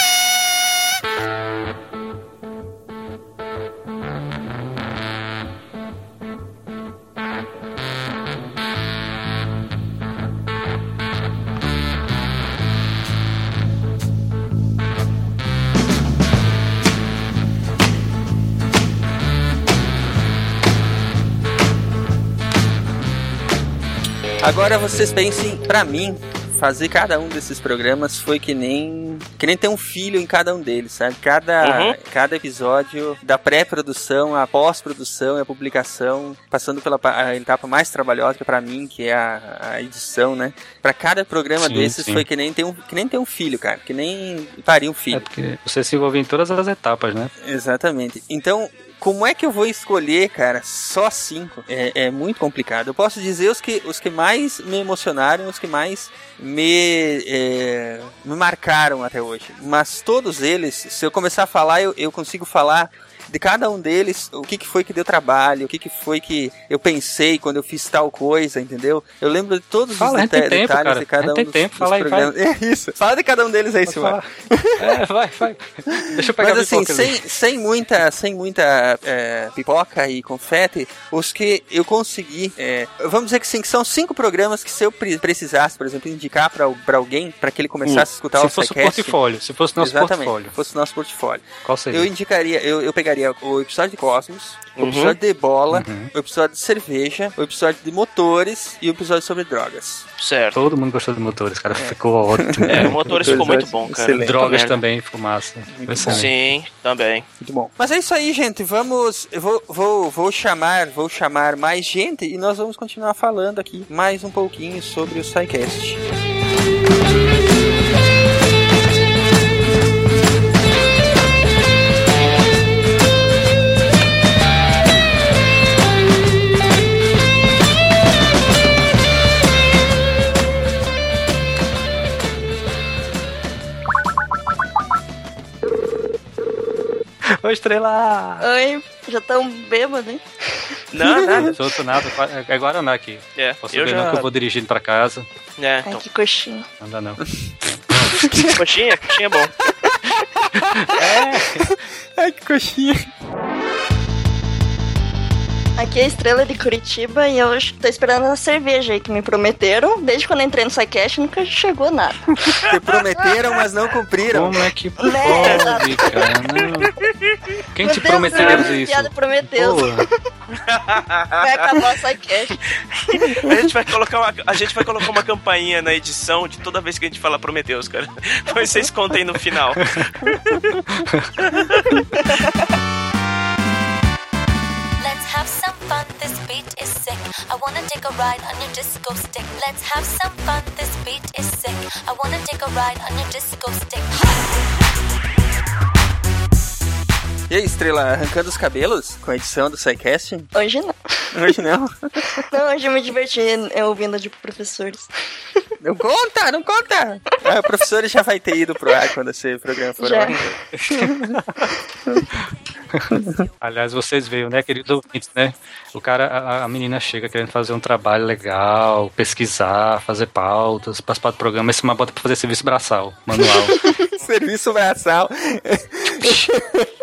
Agora vocês pensem, pra mim, fazer cada um desses programas foi que nem que nem ter um filho em cada um deles, sabe? Cada, Uhum. cada episódio, da pré-produção, a pós-produção e a publicação, passando pela pa- a etapa mais trabalhosa pra mim, que é a, a edição, né? Pra cada programa Sim, desses sim. foi que nem ter um que nem ter um filho, cara, que nem parir um É filho. porque você se envolve em todas as etapas, né? Exatamente. Então, como é que eu vou escolher, cara, só cinco? É, é muito complicado. Eu posso dizer os que, os que mais me emocionaram, os que mais me, é, me marcaram até hoje. Mas todos eles, se eu começar a falar, eu, eu consigo falar de cada um deles, o que, que foi que deu trabalho, o que, que foi que eu pensei quando eu fiz tal coisa, entendeu? Eu lembro de todos Fala, os a gente deta- tem tempo, detalhes cara. de cada A gente um tem dos, tempo, dos fala aí, programas. É isso. Fala de cada um deles aí, Pode Silmar. falar. É, vai, vai. Deixa eu pegar Mas a assim, pipoca sem, ali. sem muita, sem muita é, pipoca e confete, os que eu consegui, é, vamos dizer que sim, que são cinco programas que se eu pre- precisasse, por exemplo, indicar pra, pra alguém, pra que ele começasse a escutar Se o fosse o SciCast, portfólio, se fosse nosso exatamente, portfólio. se fosse nosso portfólio. Qual seria? Eu indicaria, eu, eu pegaria o episódio de Cosmos, o Uhum. episódio de Ebola, Uhum. o episódio de cerveja, o episódio de motores e o episódio sobre drogas. Certo. Todo mundo gostou de motores, cara. Ficou ótimo. É, o Motores ficou muito bom, cara. Excelente. Drogas Merda. também ficou massa. Foi excelente. Sim, também. Muito bom. Mas é isso aí, gente. Vamos. Eu vou, vou, vou chamar, vou chamar mais gente e nós vamos continuar falando aqui mais um pouquinho sobre o SciCast. Ô, Estrela! Oi, já tão bêbado, hein? Não, nada. Sou outro nada, é Guaraná aqui. É, Posso eu ver já... não que eu vou dirigindo pra casa. É, Ai, então. que coxinha. Não dá não. Coxinha? Coxinha é bom. Ai, que coxinha. Aqui é a Estrela de Curitiba e eu tô esperando a cerveja aí que me prometeram. Desde quando eu entrei no SciCast nunca chegou nada. Te prometeram, mas não cumpriram. Como é que pode, Né? cara? Não. Quem Meu te Deus, prometeu a isso? piada prometeu. Pô, Vai acabar o SciCast. A gente vai colocar uma, a gente vai colocar uma campainha na edição de toda vez que a gente falar Prometeus, cara. Depois vocês contem no final. Let's have some fun, this beat is sick. I wanna take a ride on your disco stick. Let's have some fun, this beat is sick. I wanna take a ride on your disco stick. E aí, Estrela, arrancando os cabelos com a edição do SciCast? Hoje não. Hoje não. Não, hoje eu me diverti eu ouvindo de professores. Não conta, não conta! Ah, o professor já vai ter ido pro ar quando esse programa for Já. ao ar. aliás, vocês veem, né, queridos ouvintes, né? O cara, a, a menina chega querendo fazer um trabalho legal, pesquisar, fazer pautas, participar do programa, esse uma bota pra fazer serviço braçal, manual. Serviço braçal.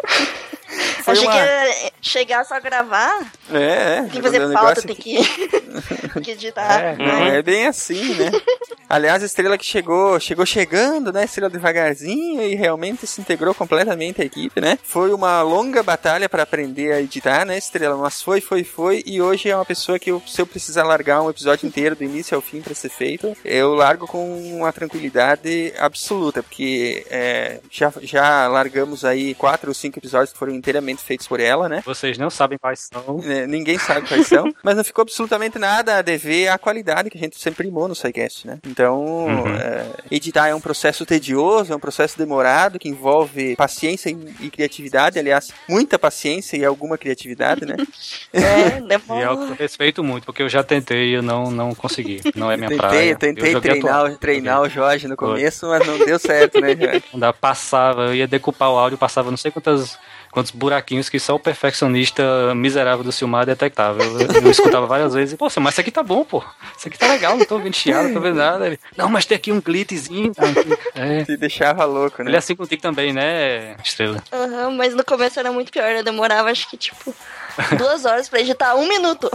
Foi Achei uma... que ia chegar só gravar. É, é. Tem que fazer o pauta, negócio tem aqui- que que editar. É, não é bem assim, né? Aliás, a Estrela que chegou, chegou chegando, né? Estrela devagarzinho e realmente se integrou completamente à equipe, né? Foi uma longa batalha para aprender a editar, né, Estrela? Mas foi, foi, foi. E hoje é uma pessoa que eu, se eu precisar largar um episódio inteiro do início ao fim para ser feito, eu largo com uma tranquilidade absoluta, porque é, já, já largamos aí quatro ou cinco episódios que foram inteiramente feitos por ela, né? Vocês não sabem quais são. É, ninguém sabe quais são, mas não ficou absolutamente nada a dever à qualidade que a gente sempre primou no SciCast, né? Então, uhum. é, editar é um processo tedioso, é um processo demorado, que envolve paciência e, e criatividade, aliás, muita paciência e alguma criatividade, né? É, e é o que eu respeito muito, porque eu já tentei e eu não, não consegui. Não é minha tentei, praia. Eu tentei eu treinar, treinar o Jorge no começo, mas não deu certo, né, Jorge? Ainda passava, eu ia decupar o áudio, passava não sei quantas... quantos buraquinhos que só o perfeccionista miserável do Silmar detectava. Eu, eu, eu escutava várias vezes, pô, mas isso aqui tá bom, pô. Isso aqui tá legal, não tô ouvindo chiado, não tô vendo nada. Ele, não, mas tem aqui um glitchzinho. Tá? É. Se deixava louco, né? Ele é assim contigo também, né, Estrela? Aham, uhum, mas no começo era muito pior, eu demorava acho que, tipo, duas horas pra editar um minuto.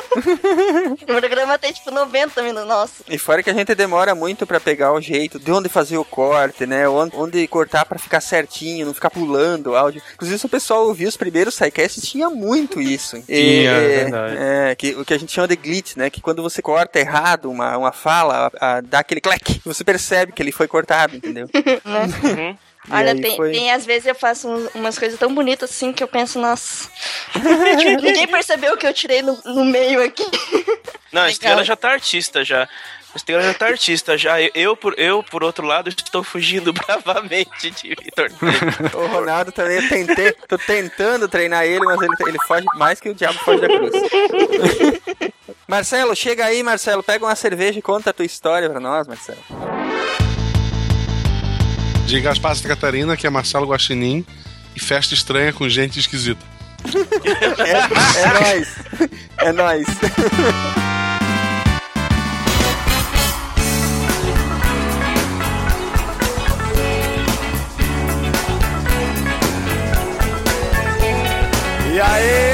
O programa tem, tipo, noventa minutos, nossa. E fora que a gente demora muito pra pegar o jeito de onde fazer o corte, né? Onde, onde cortar pra ficar certinho, não ficar pulando o áudio. Inclusive, se o pessoal ouvir os primeiros SciCasts, tinha muito isso. Tinha, e, é verdade. É, que, o que a gente chama de glitch, né? Que quando você corta errado uma, uma fala, a, a, dá aquele clack, você percebe que ele foi cortado, entendeu? Uhum. Olha, tem, foi... tem às vezes eu faço umas coisas tão bonitas assim que eu penso, nossa. Tipo, ninguém percebeu que eu tirei no, no meio aqui. Não, a Estrela já tá artista já. A Estrela já tá artista já. Eu, eu, por, eu, por outro lado, estou fugindo bravamente de Vitor. O Ronaldo também, eu tentei, tô tentando treinar ele, mas ele, ele foge mais que o diabo foge da cruz. Marcelo, chega aí, Marcelo, pega uma cerveja e conta a tua história pra nós, Marcelo. De Gaspar Santa Catarina, que é Marcelo Guaxinim, e festa estranha com gente esquisita. É, é nóis. É nóis. E aí?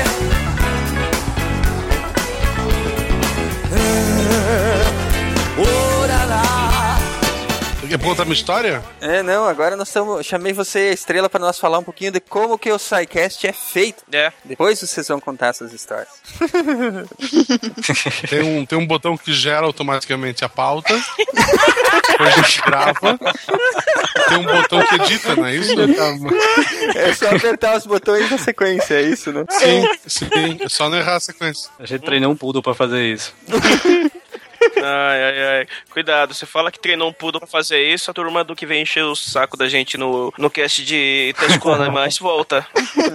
Quer contar uma história? É, não, agora nós estamos. Chamei você, Estrela, para nós falar um pouquinho de como que o SciCast é feito. É. Depois vocês vão contar essas histórias. Tem um, tem um botão que gera automaticamente a pauta. Depois a gente grava. Tem um botão que edita, não é isso? É só apertar os botões na sequência, é isso, né? Sim, sim. É só não errar a sequência. A gente treinou um poodle pra fazer isso. Ai, ai, ai. Cuidado, você fala que treinou um poodle pra fazer isso, a turma do que vem encher o saco da gente no, no cast de Tescona, mas volta.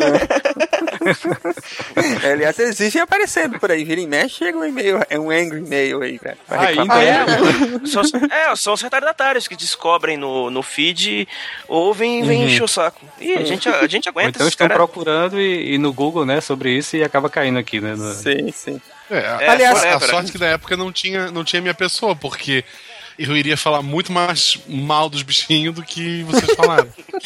É, aliás, eles vivem aparecendo por aí, vira e mexe, chega um e-mail, é um angry e-mail aí, cara. Ah, ainda é? São, é, são os retardatários que descobrem no, no feed, ouvem e vêm uhum. encher o saco. E a gente, a gente aguenta. Ou então estão cara... procurando e, e no Google, né, sobre isso e acaba caindo aqui, né? No... Sim, sim. É, aliás, a, a sorte que na época não tinha, não tinha minha pessoa, porque eu iria falar muito mais mal dos bichinhos do que vocês falaram.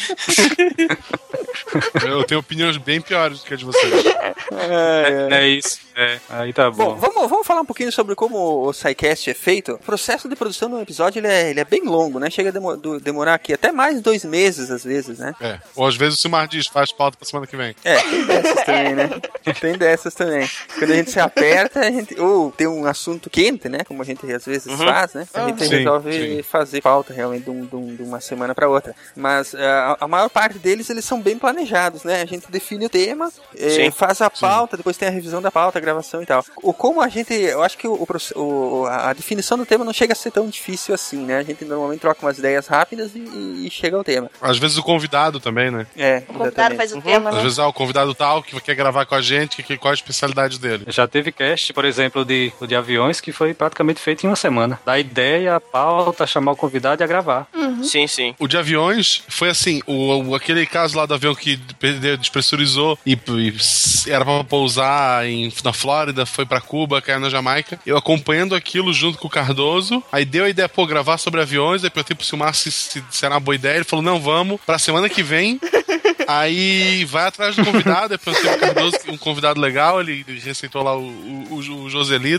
Eu tenho opiniões bem piores do que a de vocês. É, é. é isso. É. Aí tá bom. Bom, vamos, vamos falar um pouquinho sobre como o SciCast é feito. O processo de produção de um episódio ele é, ele é bem longo, né? Chega a demo, do, demorar aqui até mais de dois meses, às vezes, né? É. Ou às vezes o Silmar diz, faz pauta pra semana que vem. É, tem dessas também, né? Tem dessas também. Quando a gente se aperta, a gente, ou tem um assunto quente, né? Como a gente às vezes uhum. faz, né? A gente sim, resolve sim. fazer pauta realmente de, um, de, um, de uma semana pra outra. Mas uh, a, a maior parte deles, eles são bem planejados, né? A gente define o tema, eh, faz a pauta, sim. depois tem a revisão da pauta, a gravação e tal. O como a gente, eu acho que o, o, a definição do tema não chega a ser tão difícil assim, né? A gente normalmente troca umas ideias rápidas e, e chega ao tema. Às vezes o convidado também, né? É, o convidado faz o tema, né? Às vezes ah, o convidado tal que quer gravar com a gente, que, qual a especialidade dele. Já teve cast, por exemplo, de, de aviões que foi praticamente feito em uma semana. Da ideia, a pauta, chamar o convidado e a gravar. Uhum. Sim, sim. O de aviões foi assim, o, o, aquele caso lá do avião que despressurizou e, e era pra pousar em, na Flórida, foi pra Cuba, caiu na Jamaica. Eu acompanhando aquilo junto com o Cardoso, aí deu a ideia, pô, gravar sobre aviões, aí perguntei pro Silmar se, se, se era uma boa ideia, ele falou, não, vamos, pra semana que vem. Aí vai atrás do convidado, aí perguntei pro Cardoso, um convidado legal, ele receitou lá o, o, o Joselito.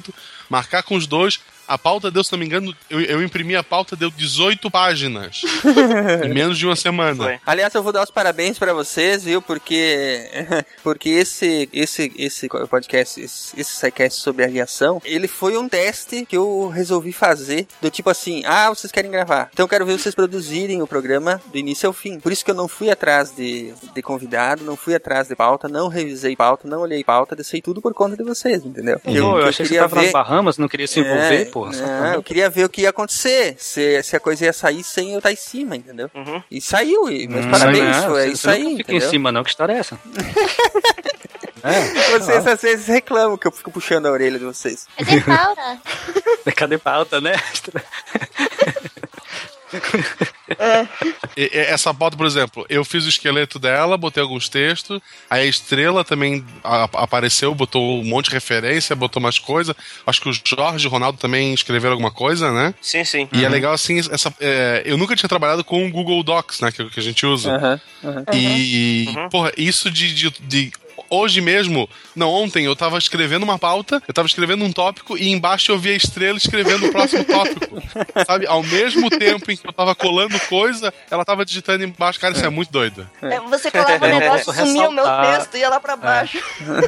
marcar com os dois. A pauta deu, se não me engano, eu, eu imprimi a pauta, deu dezoito páginas. Em menos de uma semana. Foi. Aliás, eu vou dar os parabéns pra vocês, viu? Porque, porque esse, esse, esse podcast, esse, esse SciCast sobre aviação, ele foi um teste que eu resolvi fazer, do tipo assim, ah, vocês querem gravar. Então eu quero ver vocês produzirem o programa do início ao fim. Por isso que eu não fui atrás de, de convidado, não fui atrás de pauta, não revisei pauta, não olhei pauta, deixei tudo por conta de vocês, entendeu? Eu, eu, eu achei que você tava ver... nas Bahamas, não queria se envolver, é, pô. É, eu queria ver o que ia acontecer, se, se a coisa ia sair sem eu estar em cima, entendeu? Uhum. E saiu, e meus hum, parabéns, não, foi isso aí, não fica em cima não, que história é essa? É, vocês ah. às vezes reclamam que eu fico puxando a orelha de vocês. Cadê pauta? Cadê pauta, né? É. E, essa pauta, por exemplo, eu fiz o esqueleto dela, botei alguns textos, aí a Estrela também a, apareceu, botou um monte de referência, botou mais coisa. Acho que o Jorge e o Ronaldo também escreveram alguma coisa, né? Sim, sim. E uhum. é legal assim, essa, é, eu nunca tinha trabalhado com o Google Docs, né, que, que a gente usa. Uhum, uhum. E, uhum. porra, isso de, de, de hoje mesmo, não, ontem eu tava escrevendo uma pauta, eu tava escrevendo um tópico e embaixo eu vi a Estrela escrevendo o próximo tópico. Sabe? Ao mesmo tempo em que eu tava colando coisa, ela tava digitando embaixo. Cara, isso é muito doido. É, você colava o negócio, sumia o meu texto e ia lá pra baixo.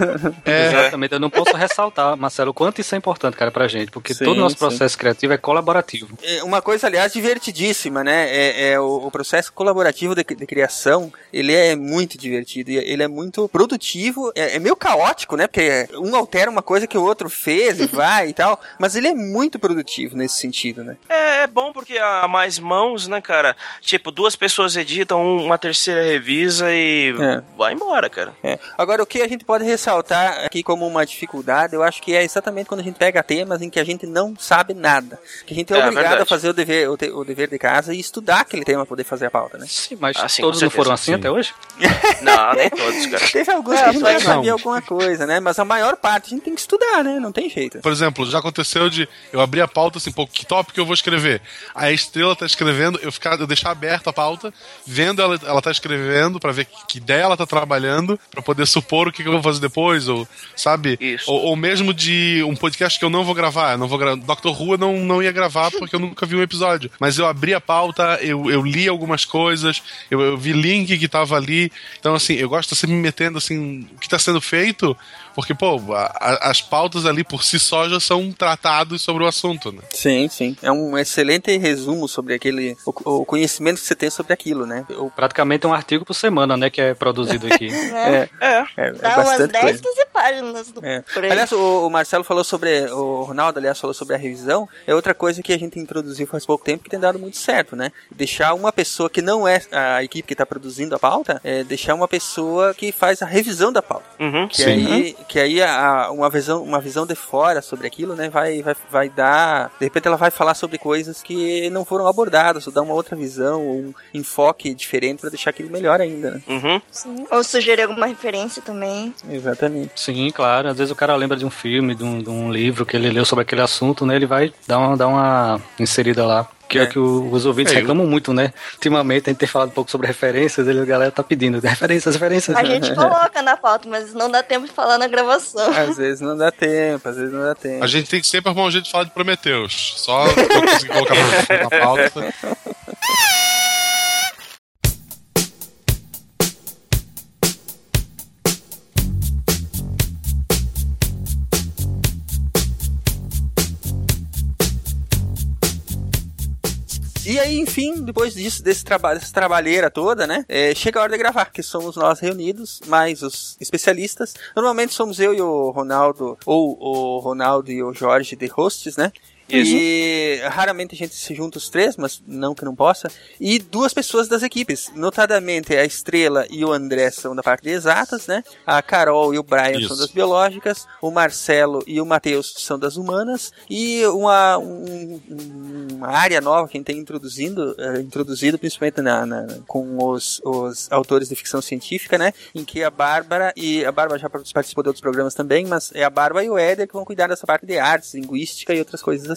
É. É. Exatamente, eu não posso ressaltar, Marcelo, o quanto isso é importante, cara, pra gente, porque sim, todo o nosso processo sim. criativo é colaborativo. É uma coisa, aliás, divertidíssima, né? É, é o, o processo colaborativo de, de criação, ele é muito divertido, ele é muito produtivo. É, é meio caótico, né? Porque um altera uma coisa que o outro fez e vai e tal, mas ele é muito produtivo nesse sentido, né? É, é bom porque há mais mãos, né, cara? Tipo, duas pessoas editam, uma terceira revisa e é. vai embora, cara. É. Agora, o que a gente pode ressaltar aqui como uma dificuldade, eu acho que é exatamente quando a gente pega temas em que a gente não sabe nada. Que a gente é, é obrigado verdade. a fazer o dever, o, te, o dever de casa e estudar aquele tema pra poder fazer a pauta, né? Sim, mas ah, sim, todos não foram assim sim. até hoje? Não, nem todos, cara. Teve alguns é, que a gente vai saber alguma coisa, né? Mas a maior parte a gente tem que estudar, né? Não tem jeito. Por exemplo, já aconteceu de eu abrir a pauta assim, pô, que tópico eu vou escrever? Aí a Estrela tá escrevendo, eu, ficar, eu deixar aberta a pauta, vendo ela, ela tá escrevendo pra ver que, que ideia ela tá trabalhando, pra poder supor o que, que eu vou fazer depois, ou, sabe? Isso. Ou, ou mesmo de um podcast que eu não vou gravar. Eu não vou gra... doutor Who eu não, não ia gravar porque eu nunca vi um episódio. Mas eu abri a pauta, eu, eu li algumas coisas, eu, eu vi link que tava ali. Então, assim, eu gosto de sempre me metendo, assim, o que tá sendo feito, porque, pô, a, a, as pautas ali por si só já são tratados sobre o assunto, né? Sim, sim. É um excelente resumo sobre aquele, o, o conhecimento que você tem sobre aquilo, né? O... Praticamente um artigo por semana, né, que é produzido aqui. é. É. é. Dá é umas dez, quinze páginas do é. Aliás, o, o Marcelo falou sobre, o Ronaldo, aliás, falou sobre a revisão. É outra coisa que a gente introduziu faz pouco tempo que tem dado muito certo, né? Deixar uma pessoa que não é a equipe que está produzindo a pauta, é deixar uma pessoa que faz a revisão da pauta. Uhum. Que Sim. aí, que aí a, uma, visão, uma visão de fora sobre aquilo, né, vai, vai, vai dar... De repente ela vai falar sobre coisas que não foram abordadas, ou dar uma outra visão, ou um enfoque diferente para deixar aquilo melhor ainda, né? Uhum. Sim. Ou sugerir alguma referência também. Exatamente. Sim, claro. Às vezes o cara lembra de um filme, de um, de um livro que ele leu sobre aquele assunto, né, ele vai dar uma, dar uma inserida lá. Que é, é que o, os ouvintes é, reclamam eu... muito, né? Ultimamente a gente tem falado um pouco sobre referências, e a galera tá pedindo referências, referências. A gente coloca na pauta, mas não dá tempo de falar na gravação. Às vezes não dá tempo, às vezes não dá tempo. A gente tem que sempre arrumar um jeito de falar de Prometheus. Só eu conseguir colocar na pauta. E aí, enfim, depois disso, desse trabalho, dessa trabalheira toda, né, é, chega a hora de gravar, que somos nós reunidos, mais os especialistas. Normalmente somos eu e o Ronaldo, ou o Ronaldo e o Jorge de hosts, né? Isso. E raramente a gente se junta os três, mas não que não possa. E duas pessoas das equipes, notadamente a Estrela e o André são da parte de exatas, né? A Carol e o Brian Isso. são das biológicas, o Marcelo e o Matheus são das humanas, e uma, um, uma área nova que a gente tem introduzindo, uh, introduzido principalmente na, na, com os, os autores de ficção científica, né? Em que a Bárbara, e a Bárbara já participou de outros programas também, mas é a Bárbara e o Éder que vão cuidar dessa parte de artes, linguística e outras coisas assim.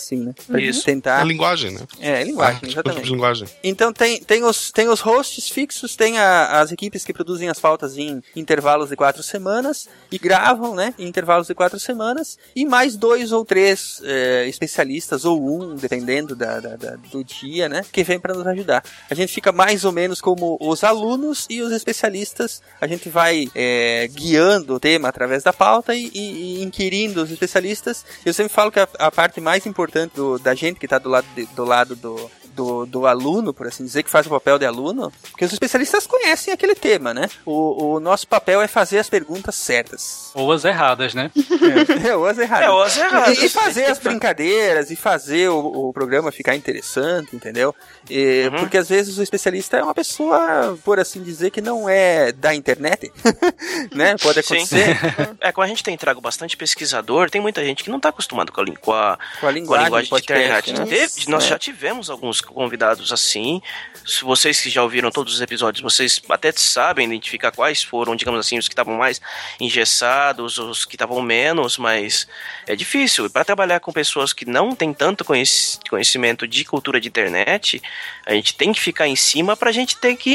assim, né? Pra Isso. tentar... É linguagem, né? É, é linguagem, ah, exatamente. De linguagem. Então tem, tem, os, tem os hosts fixos, tem a, as equipes que produzem as pautas em intervalos de quatro semanas e gravam, né, em intervalos de quatro semanas, e mais dois ou três é, especialistas, ou um, dependendo da, da, da, do dia, né, que vem para nos ajudar. A gente fica mais ou menos como os alunos e os especialistas, a gente vai é, guiando o tema através da pauta e, e, e inquirindo os especialistas. Eu sempre falo que a, a parte mais importante do, da gente que está do lado, de, do, lado do, do, do aluno, por assim dizer, que faz o papel de aluno, porque os especialistas conhecem aquele tema, né? O, o nosso papel é fazer as perguntas certas. Ou as erradas, né? É, é ou as erradas. É, ou as erradas. E, e fazer as brincadeiras, e fazer o, o programa ficar interessante, entendeu? E, uhum. Porque às vezes o especialista é uma pessoa, por assim dizer, que não é da internet, né? Pode acontecer. Sim. É, quando a gente tem trago bastante pesquisador, tem muita gente que não está acostumado com a, com a, com a linguagem, com a linguagem de internet. Né? Teve, nós é. já tivemos alguns convidados assim. Se vocês que já ouviram todos os episódios, vocês até sabem identificar quais foram, digamos assim, os que estavam mais engessados, os que estavam menos, mas é difícil. Para trabalhar com pessoas que não têm tanto conhecimento de cultura de internet, a gente tem que ficar em cima para a gente ter que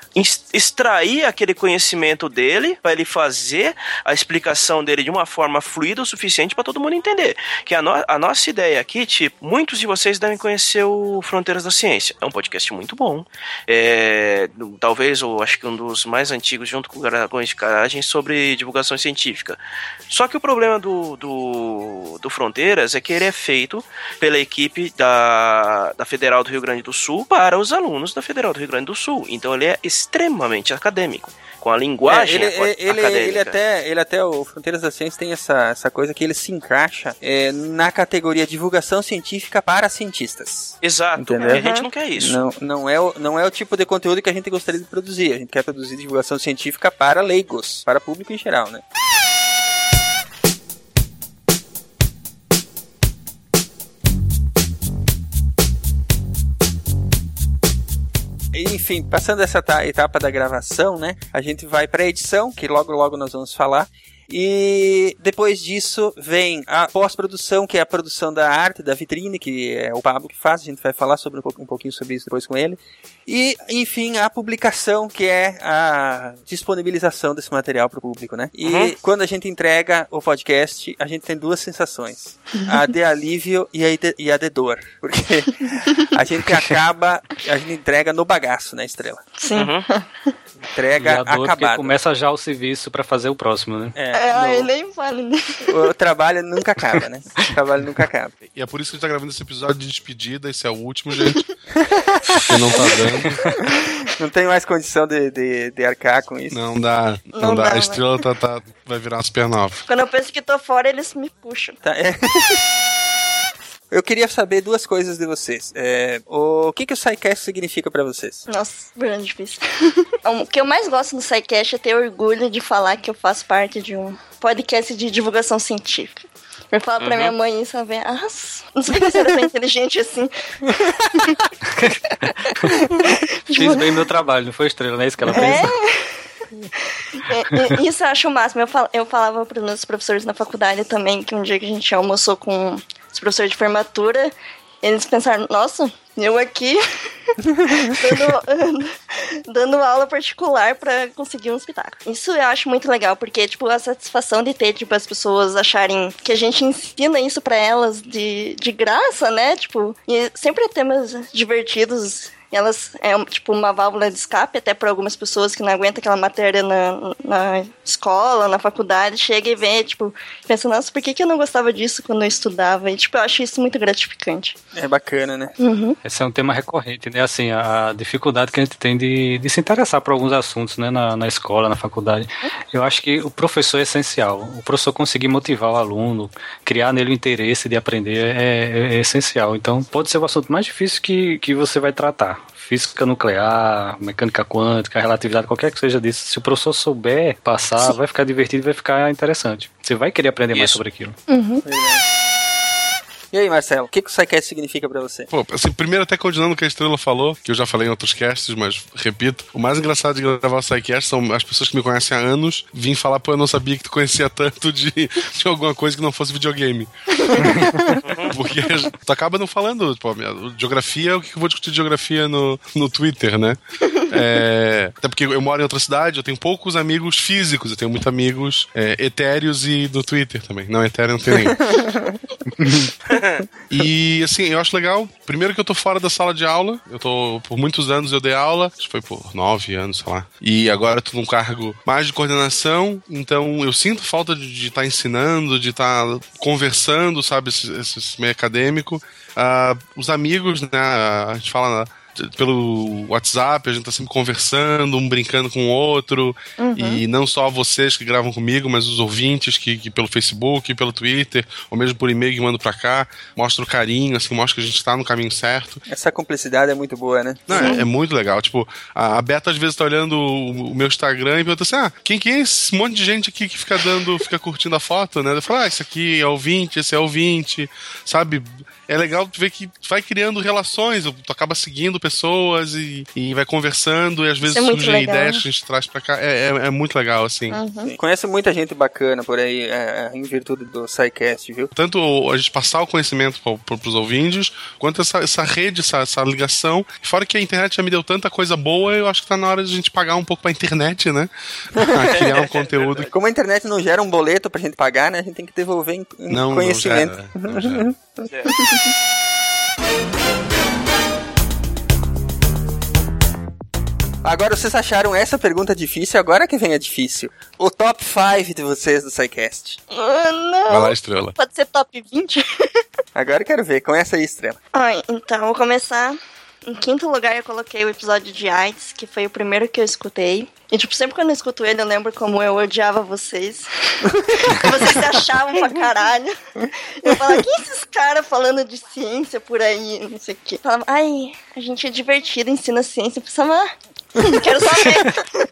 extrair aquele conhecimento dele, para ele fazer a explicação dele de uma forma fluida o suficiente para todo mundo entender. Que a, no- a nossa ideia aqui, tipo, muitos de vocês devem conhecer o Fronteiras da Ciência. É um podcast muito bom. É, talvez, eu acho que um dos mais antigos, junto com o Dragões de Garagem, sobre divulgação científica. Só que o problema do, do, do Fronteiras é que ele é feito pela equipe da, da Federal do Rio Grande do Sul para os alunos da Federal do Rio Grande do Sul. Então ele é extremamente acadêmico, com a linguagem é, ele, ele, acadêmica. Ele até, ele até, o Fronteiras da Ciência tem essa, essa coisa que ele se encaixa é, na categoria divulgação científica para cientistas. Exato, entendeu? E a gente não quer isso. Não, não, é o, não é o tipo de conteúdo que a gente gostaria de produzir. A gente quer produzir divulgação científica para leigos, para público em geral, né? Enfim, passando essa etapa da gravação, né, a gente vai para a edição, que logo logo nós vamos falar. E depois disso vem a pós-produção, que é a produção da arte, da vitrine, que é o Pablo que faz, a gente vai falar sobre um pouquinho sobre isso depois com ele. E, enfim, a publicação, que é a disponibilização desse material para o público, né? E uhum. quando a gente entrega o podcast, a gente tem duas sensações. A de alívio e a de, e a de dor. Porque a gente acaba, a gente entrega no bagaço, né, Estrela? Sim. Uhum. Entrega acabado. Começa já o serviço para fazer o próximo, né? É, é ele nem fala, né? O trabalho nunca acaba, né? O trabalho nunca acaba. E é por isso que a gente tá gravando esse episódio de despedida. Esse é o último, gente. Porque não tá dando. Não tem mais condição de, de, de arcar com isso. Não dá. Não, não dá. dá. A Estrela tá, tá, vai virar uma supernova. Quando eu penso que tô fora, eles me puxam. Tá, é. Eu queria saber duas coisas de vocês. É, o que, que o SciCast significa pra vocês? Nossa, grande difícil. O que eu mais gosto do SciCast é ter orgulho de falar que eu faço parte de um podcast de divulgação científica. Eu falo pra uhum. minha mãe isso, ela vem, ah, não sabia que você era tão inteligente assim. Fiz bem meu trabalho, não foi, Estrela, não é isso que ela é? pensa? É, isso eu acho o máximo. Eu, fal, eu falava para os meus professores na faculdade também, que um dia que a gente almoçou com os professores de formatura, eles pensaram, nossa, eu aqui dando, dando aula particular para conseguir um espetáculo. Isso eu acho muito legal, porque tipo, a satisfação de ter tipo, as pessoas acharem que a gente ensina isso para elas de, de graça, né? Tipo, e sempre é temas divertidos. E elas é tipo uma válvula de escape até para algumas pessoas que não aguentam aquela matéria na, na escola, na faculdade, chega e vê, tipo, pensa, nossa, por que, que eu não gostava disso quando eu estudava? E tipo, eu acho isso muito gratificante. É bacana, né? Uhum. Esse é um tema recorrente, né? Assim, a dificuldade que a gente tem de, de se interessar por alguns assuntos, né? Na, na escola, na faculdade. Eu acho que o professor é essencial. O professor conseguir motivar o aluno, criar nele o interesse de aprender é, é, é essencial. Então, pode ser o assunto mais difícil que, que você vai tratar. Física nuclear, mecânica quântica, relatividade, qualquer que seja disso. Se o professor souber passar, Sim. vai ficar divertido e vai ficar interessante. Você vai querer aprender Isso. mais sobre aquilo. Uhum. E aí, Marcelo, o que, que o SciCast significa pra você? Pô, assim, primeiro até continuando o que a Estrela falou, que eu já falei em outros casts, mas repito, o mais engraçado de gravar o SciCast são as pessoas que me conhecem há anos, vim falar, pô, eu não sabia que tu conhecia tanto de, de alguma coisa que não fosse videogame. Porque tu acaba não falando, pô, minha, geografia, o que eu vou discutir de geografia no, no Twitter, né? É, até porque eu moro em outra cidade, eu tenho poucos amigos físicos, eu tenho muitos amigos é, etéreos e no Twitter também. Não, etéreo não tem nenhum. E assim, eu acho legal, primeiro que eu tô fora da sala de aula, eu tô, por muitos anos eu dei aula, acho que foi por nove anos, sei lá, e agora eu tô num cargo mais de coordenação, então eu sinto falta de estar tá ensinando, de estar tá conversando, sabe, esse, esse meio acadêmico. Uh, os amigos, né, a gente fala pelo WhatsApp, a gente tá sempre conversando, um brincando com o outro, uhum. E não só vocês que gravam comigo, mas os ouvintes que, que pelo Facebook, pelo Twitter, ou mesmo por e-mail que mandam pra cá, mostra o carinho, assim, mostra que a gente tá no caminho certo. Essa cumplicidade é muito boa, né? Não, é, é muito legal. Tipo, a Beta às vezes tá olhando o, o meu Instagram e pergunta assim, ah, quem, quem é esse monte de gente aqui que fica dando, fica curtindo a foto, né? Eu falo, ah, esse aqui é ouvinte, esse é ouvinte, sabe? É legal ver que vai criando relações, tu acaba seguindo pessoas e, e vai conversando e às vezes é surgem ideias que a gente traz pra cá. É, é, é muito legal, assim. Uhum. Conhece muita gente bacana por aí, é, em virtude do SciCast, viu? Tanto a gente passar o conhecimento pro, pro, pros ouvintes, quanto essa, essa rede, essa, essa ligação. Fora que a internet já me deu tanta coisa boa, eu acho que tá na hora de a gente pagar um pouco pra internet, né? Pra criar um conteúdo. Como a internet não gera um boleto pra gente pagar, né? A gente tem que devolver em, em não, conhecimento. Não gera, não gera. Agora vocês acharam essa pergunta difícil, agora que vem a difícil. O top cinco de vocês do SciCast. Ah, não. Vai lá, Estrela. Pode ser top vinte? Agora eu quero ver, começa aí, Estrela. Ai, então, vou começar. Em quinto lugar eu coloquei o episódio de AIDS, que foi o primeiro que eu escutei. E, tipo, sempre quando eu escuto ele, eu lembro como eu odiava vocês. Vocês se achavam pra caralho. Eu falava, quem é esses caras falando de ciência por aí, não sei o quê. Falava, ai, a gente é divertido, ensina ciência. Eu pensava, ah, quero saber.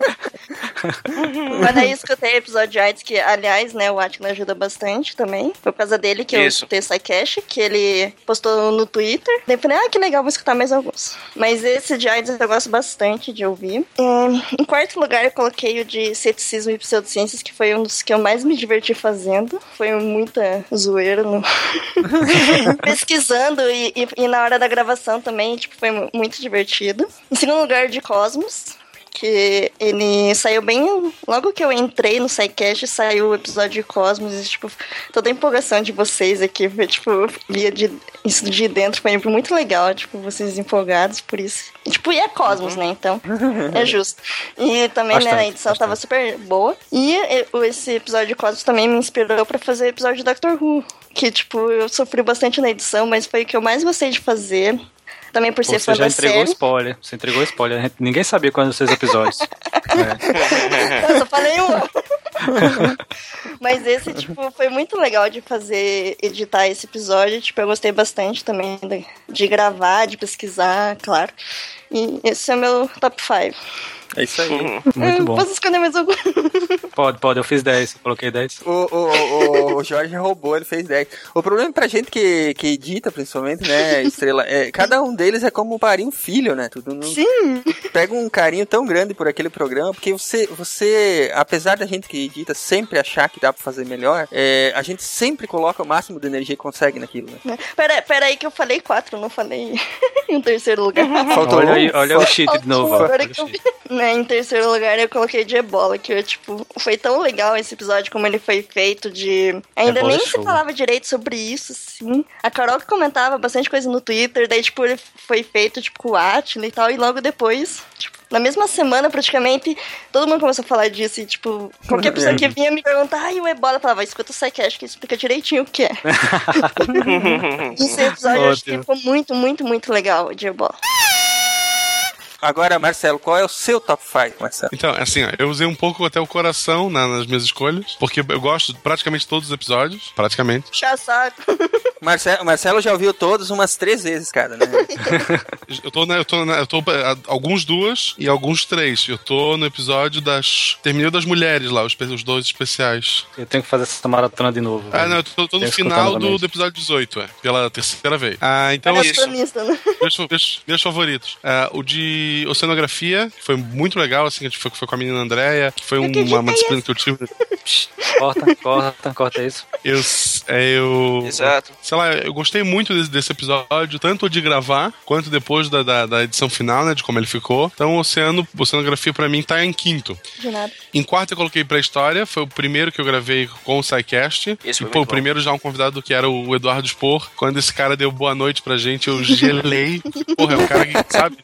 Mas daí eu escutei o episódio de AIDS, que, aliás, né, o Atila ajuda bastante também. Foi por causa dele que Isso. eu escutei o SciCast, que ele postou no Twitter. Daí eu falei, ah, que legal, vou escutar mais alguns. Mas esse de AIDS eu gosto bastante de ouvir. Em quarto lugar eu coloquei o de ceticismo e pseudociências, que foi um dos que eu mais me diverti fazendo. Foi muita zoeira no... pesquisando e, e, e na hora da gravação também, tipo, foi muito divertido. Em segundo lugar, de Cosmos, que ele saiu bem... Logo que eu entrei no SciCast, saiu o episódio de Cosmos e, tipo, toda a empolgação de vocês aqui, foi, tipo, via de, isso de dentro, foi muito legal, tipo, vocês empolgados por isso. E, tipo, e é Cosmos, né, então é justo. E também, bastante, né, a edição bastante. Tava super boa. E esse episódio de Cosmos também me inspirou pra fazer o episódio de Doctor Who, que, tipo, eu sofri bastante na edição, mas foi o que eu mais gostei de fazer. Também por ser fã da série. Você já entregou spoiler. Você entregou spoiler. Ninguém sabia quais eram os seus episódios. É. Eu só falei um. Mas esse, tipo, foi muito legal de fazer, editar esse episódio. Tipo, eu gostei bastante também de, de gravar, de pesquisar, claro. E esse é o meu top cinco. É isso aí. Muito bom. Posso escolher mais algum? Pode, pode. Eu fiz dez. Eu coloquei dez. O, o, o, o Jorge roubou, ele fez dez. O problema pra gente que, que edita, principalmente, né, Estrela, é, cada um deles é como parir um filho, né? Tudo não, Sim. Pega um carinho tão grande por aquele programa, porque você, você apesar da gente que edita sempre achar que dá pra fazer melhor, é, a gente sempre coloca o máximo de energia que consegue naquilo, né? Pera, pera aí que eu falei quatro, não falei em terceiro lugar. Faltou olha aí, olha o cheat de novo. Agora que eu vi. Né, em terceiro lugar eu coloquei de Ebola, que eu, tipo, foi tão legal esse episódio como ele foi feito de... Ainda Ebola nem show. Se falava direito sobre isso, assim. A Carol que comentava bastante coisa no Twitter, daí, tipo, ele foi feito, tipo, com o Atila e tal, e logo depois, tipo, na mesma semana, praticamente, todo mundo começou a falar disso, e, tipo, qualquer pessoa que vinha me perguntar, ai, o Ebola, eu falava, escuta o SciCast que explica direitinho o que é. Esse episódio, oh, eu acho que ficou muito, muito, muito legal, de Ebola. Agora, Marcelo, qual é o seu top cinco, Marcelo? Então, assim, ó, eu usei um pouco até o coração na, nas minhas escolhas, porque eu gosto de praticamente todos os episódios, praticamente. Já sabe. Marcelo, Marcelo já ouviu todos umas três vezes, cara, né? eu tô, na, eu tô, na, eu tô a, alguns duas e alguns três. Eu tô no episódio das... Terminei das mulheres lá, os, os dois especiais. Eu tenho que fazer essa maratona de novo. Ah, velho. não, eu tô, tô no final do, do episódio dezoito, é, pela terceira vez. Ah, então... É isso. Lista, né? meus, meus, meus favoritos. Ah, o de oceanografia, que foi muito legal, assim, que foi, foi com a menina Andréia, que foi um, uma, uma disciplina que eu tive... Corta, corta, corta isso. Eu... É, eu Exato. Sei lá, eu gostei muito desse, desse episódio, tanto de gravar, quanto depois da, da, da edição final, né, de como ele ficou. Então, o Oceano, Oceanografia pra mim tá em quinto. De nada. Em quarto eu coloquei Pré-História, foi o primeiro que eu gravei com o SciCast. Esse e, foi pô, o bom. primeiro já um convidado que era o Eduardo Spor. Quando esse cara deu boa noite pra gente, eu gelei. Porra, é um cara que, sabe?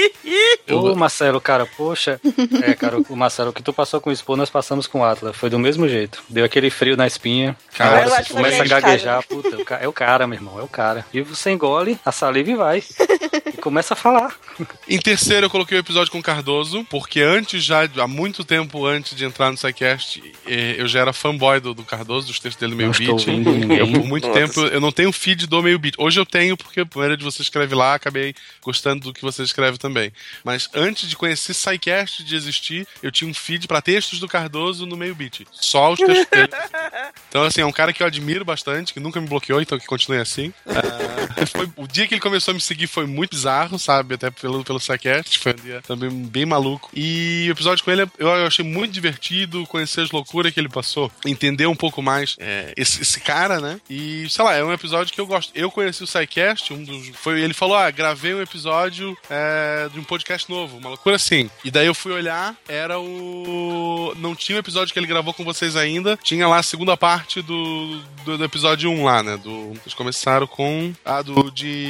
Ô, eu... Marcelo, cara, poxa. É, cara, o Marcelo, o que tu passou com o Spor, nós passamos com o Atlas. Foi do mesmo jeito. Deu aquele frio na espinha. Cara, você começa a gaguejar, puta, é o cara, meu irmão, é o cara. E você engole a saliva e vai. E começa a falar. Em terceiro eu coloquei o episódio com o Cardoso, porque antes já, há muito tempo antes de entrar no SciCast, eu já era fanboy do, do Cardoso, dos textos dele do Meio Beat. Eu, por muito Nossa. tempo, eu não tenho feed do Meio Beat. Hoje eu tenho, porque a primeira de você escreve lá, acabei gostando do que você escreve também. Mas antes de conhecer SciCast, de existir, eu tinha um feed pra textos do Cardoso no Meio Beat. Só os textos dele. Então, assim, é um cara que eu admiro bastante, que nunca me bloqueou, então que continue assim. Uh, foi, o dia que ele começou a me seguir foi muito bizarro, sabe? Até pelo, pelo SciCast, foi um dia também bem maluco. E o episódio com ele eu, eu achei muito divertido, conhecer as loucuras que ele passou, entender um pouco mais é, esse, esse cara, né? E, sei lá, é um episódio que eu gosto. Eu conheci o SciCast, um dos... Foi, ele falou, ah, gravei um episódio é, de um podcast novo, uma loucura assim. E daí eu fui olhar, era o... Não tinha o episódio que ele gravou com vocês ainda, tinha lá a segunda parte do, do, do episódio um lá, né? Do, eles começaram com a do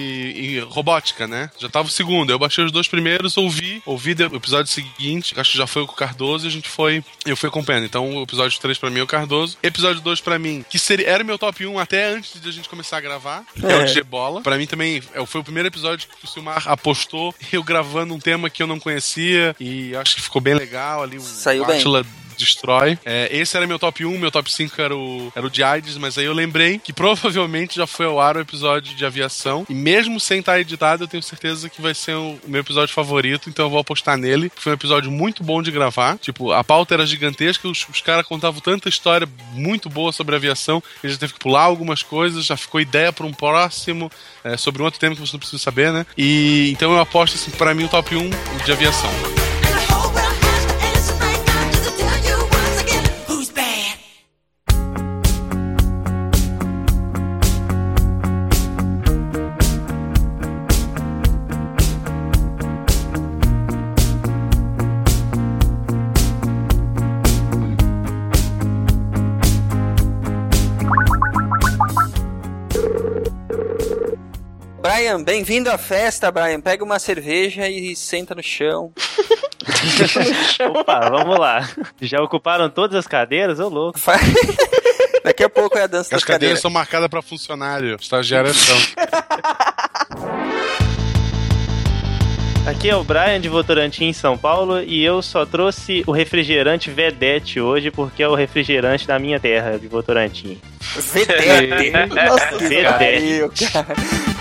de robótica, né? Já tava o segundo, eu baixei os dois primeiros, ouvi, ouvi o episódio seguinte, acho que já foi com o Cardoso e a gente foi, eu fui acompanhando. Então o episódio três pra mim é o Cardoso, episódio dois pra mim, que seria, era meu top um até antes de a gente começar a gravar, que é, é o de Ebola. Pra mim também foi o primeiro episódio que o Silmar apostou, eu gravando um tema que eu não conhecia e acho que ficou bem legal ali. O Saiu bem. Destrói. É, esse era meu top um, meu top cinco era o, era o de AIDS, mas aí eu lembrei que provavelmente já foi ao ar o episódio de aviação, e mesmo sem estar editado, eu tenho certeza que vai ser o meu episódio favorito, então eu vou apostar nele. Foi um episódio muito bom de gravar, tipo, a pauta era gigantesca, os, os caras contavam tanta história muito boa sobre aviação, que a gente teve que pular algumas coisas, já ficou ideia para um próximo, é, sobre um outro tema que você não precisa saber, né? E então eu aposto, assim, pra mim o top um de aviação. Brian, bem-vindo à festa, Brian. Pega uma cerveja e senta no chão. Opa, vamos lá. Já ocuparam todas as cadeiras? Ô, louco. Daqui a pouco é a dança das cadeiras. As cadeiras são marcadas para funcionário. Estagiário são. Aqui é o Brian de Votorantim, São Paulo, e eu só trouxe o refrigerante Vedete hoje porque é o refrigerante da minha terra, de Votorantim. Vedete? Nossa, Vedete. Cara.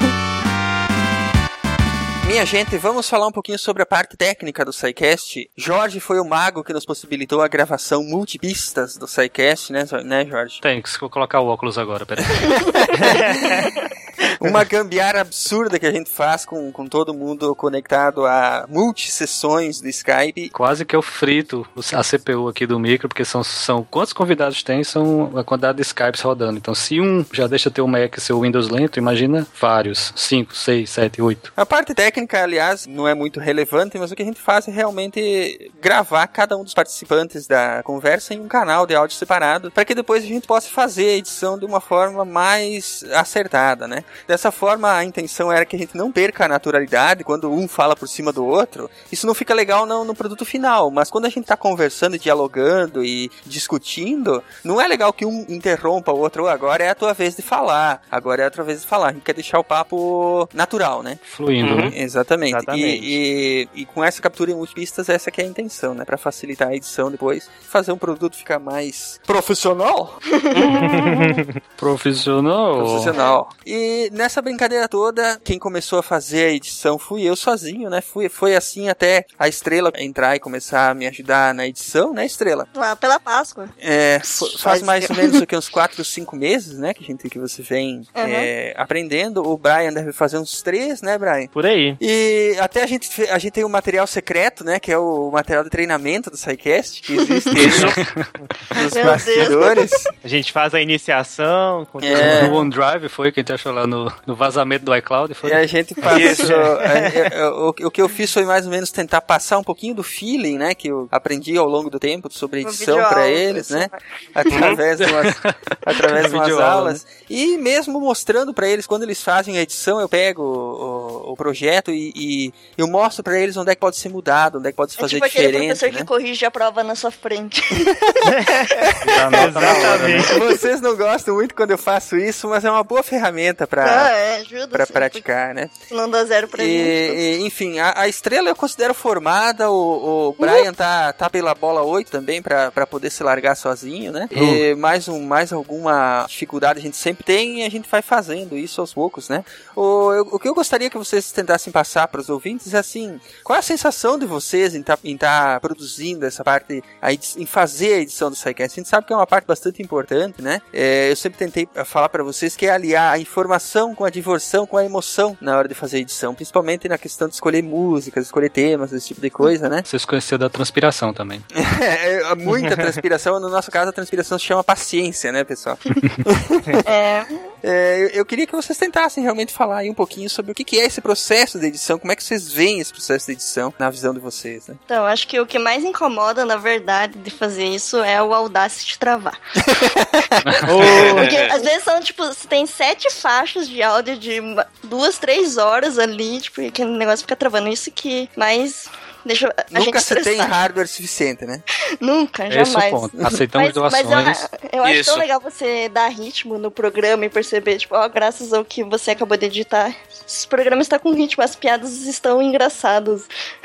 Minha gente, vamos falar um pouquinho sobre a parte técnica do SciCast. Jorge foi o mago que nos possibilitou a gravação multipistas do SciCast, né, né Jorge? Tem que colocar o óculos agora, peraí. Uma gambiarra absurda que a gente faz com, com todo mundo conectado a multi-sessões do Skype. Quase que eu frito a C P U aqui do micro, porque são, são quantos convidados tem, são a quantidade de Skypes rodando. Então, se um já deixa ter o Mac e seu Windows lento, imagina vários, cinco, seis, sete, oito. A parte técnica, aliás, não é muito relevante, mas o que a gente faz é realmente gravar cada um dos participantes da conversa em um canal de áudio separado, para que depois a gente possa fazer a edição de uma forma mais acertada, né? Dessa forma, a intenção era que a gente não perca a naturalidade quando um fala por cima do outro. Isso não fica legal no, no produto final, mas quando a gente tá conversando, dialogando e discutindo, não é legal que um interrompa o outro. Agora é a tua vez de falar, agora é a tua vez de falar. A gente quer deixar o papo natural, né? Fluindo, uhum. né? Exatamente. Exatamente. E, e, e com essa captura em multipistas, essa que é a intenção, né? Pra facilitar a edição depois, fazer um produto ficar mais profissional. Profissional. Profissional. E nessa brincadeira toda, quem começou a fazer a edição fui eu sozinho, né? Fui, foi assim até a Estrela entrar e começar a me ajudar na edição, né, Estrela? Lá pela Páscoa. É, f- faz mais ou menos o que uns quatro, cinco meses, né, que a gente que você vem Uhum. é, aprendendo. O Brian deve fazer uns três, né, Brian? Por aí. E até a gente, a gente tem um material secreto, né, que é o material de treinamento do SciCast, que existe nos Meu bastidores. A gente faz a iniciação. Com É. No OneDrive foi que a gente achou lá no, no vazamento do iCloud. Foi. E a gente passou. é, é, o, o que eu fiz foi mais ou menos tentar passar um pouquinho do feeling, né, que eu aprendi ao longo do tempo sobre edição para eles, né, através de umas, através de umas Videoaula, aulas. Né? E mesmo mostrando para eles, quando eles fazem a edição, eu pego o, o, o projeto e, e eu mostro para eles onde é que pode ser mudado, onde é que pode se É fazer tipo aquele diferente. professor né? que corrige a prova na sua frente. Exatamente. Vocês não gostam muito quando eu faço isso, mas é uma boa ferramenta para Ah, é, ajuda, para sim, praticar, né? Não dá zero pra E, gente. e, enfim, a, a Estrela eu considero formada, o, o Brian tá, tá pela bola oito também pra, pra poder se largar sozinho, né? Uhum. E mais, um, mais alguma dificuldade a gente sempre tem e a gente vai fazendo isso aos poucos, né? O, eu, o que eu gostaria que vocês tentassem passar pros ouvintes é assim, qual é a sensação de vocês em tá, em tá produzindo essa parte, a edi- em fazer a edição do SciCast? A gente sabe que é uma parte bastante importante, né? É, eu sempre tentei falar pra vocês que é aliar a informação com a diversão, com a emoção na hora de fazer a edição, principalmente na questão de escolher músicas, escolher temas, esse tipo de coisa, né? Vocês conheceram da transpiração também. É, muita transpiração, no nosso caso a transpiração se chama paciência, né, pessoal? É. É, eu, eu queria que vocês tentassem realmente falar aí um pouquinho sobre o que, que é esse processo de edição, como é que vocês veem esse processo de edição na visão de vocês, né? Então, acho que o que mais incomoda, na verdade, de fazer isso é o Audacity travar. Porque às vezes são, tipo, você tem sete faixas de áudio de uma- duas, três horas ali, tipo, e aquele negócio fica travando. Isso que mais deixa a Nunca gente você tem estressar. hardware suficiente, né? Nunca, Esse é o jamais. ponto. Aceitamos mas, mas doações. eu, eu acho Isso. tão legal você dar ritmo no programa e perceber, tipo, ó, graças ao que você acabou de editar, esse programa está com ritmo, as piadas estão engraçadas.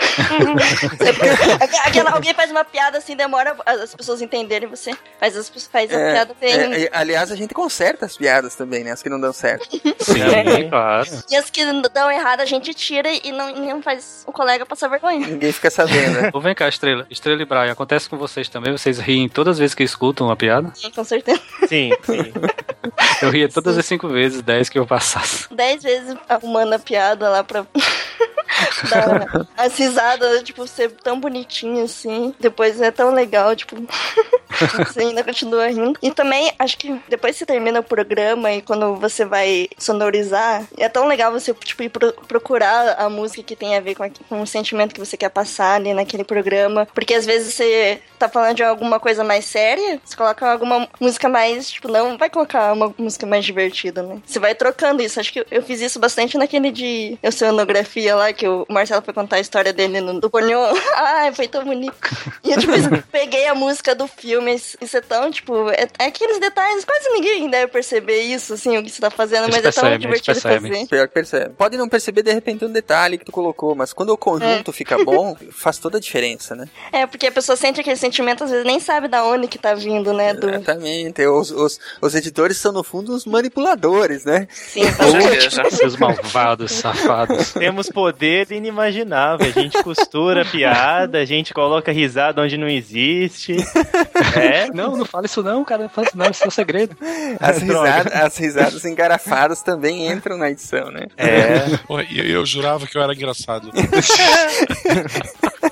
Aquela, alguém faz uma piada assim, demora as pessoas entenderem você, mas as pessoas faz a É, piada bem. é, é, aliás, a gente conserta as piadas também, né? As que não dão certo. Sim, É. claro. E as que dão errado a gente tira e não, e não faz o colega passar vergonha. Ninguém fica sabendo, né? Ô, vem cá, Estrela. Estrela e Brian, acontece com vocês também? Vocês riem todas as vezes que escutam uma piada? Com certeza. Sim, sim. Eu ria todas as cinco vezes, dez que eu passasse. Dez vezes arrumando a piada lá pra dar as risadas, tipo, ser tão bonitinho assim. Depois é tão legal, tipo, você ainda continua rindo. E também, acho que depois que você termina o programa e quando você vai sonorizar, é tão legal você, tipo, ir pro- procurar a música que tem a ver com, a- com o sentimento que você quer passar ali naquele programa. Porque às vezes você tá falando de alguma coisa mais séria, você coloca alguma música mais, tipo, não vai colocar uma música mais divertida, né? Você vai trocando isso. Acho que eu, eu fiz isso bastante naquele de oceanografia lá, que o Marcelo foi contar a história dele no, do Ponyo. Ai, foi tão bonito. E eu, tipo, peguei a música do filme. Isso é tão, tipo, é, é aqueles detalhes, quase ninguém deve perceber isso, assim, o que você tá fazendo, Eles mas é tão percebem, divertido eles percebem. fazer. Pior que percebe. Pode não perceber de repente um detalhe que tu colocou, mas quando o conjunto É. fica bom, faz toda a diferença, né? É, porque a pessoa sente aquele sentimento, às vezes nem sabe da onde que tá vindo, né? Do... Exatamente. Os, os, os editores são, no fundo, os manipuladores, né? Sim, Seus malvados, safados. Temos poder inimaginável. A gente costura piada, a gente coloca risada onde não existe. É? Não, não fala isso não, cara. Não fala isso não, isso é um segredo. As, Droga. risadas, as risadas engarafadas também entram na edição, né? É. Pô, e eu, eu jurava que eu era engraçado.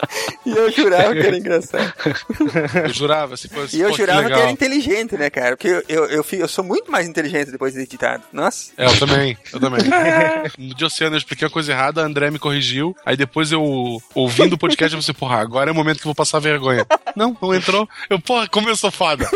E eu jurava que era engraçado. Eu jurava, se fosse. E eu pô, jurava que, que era inteligente, né, cara? Porque eu, eu, eu, fico, eu sou muito mais inteligente depois de editado. Nossa. É, eu também, eu também. No de Oceano eu expliquei uma coisa errada, a André me corrigiu, aí depois eu, ouvindo o podcast, eu pensei, porra, agora é o momento que eu vou passar vergonha. Não, não entrou. Eu, porra, como eu sou foda.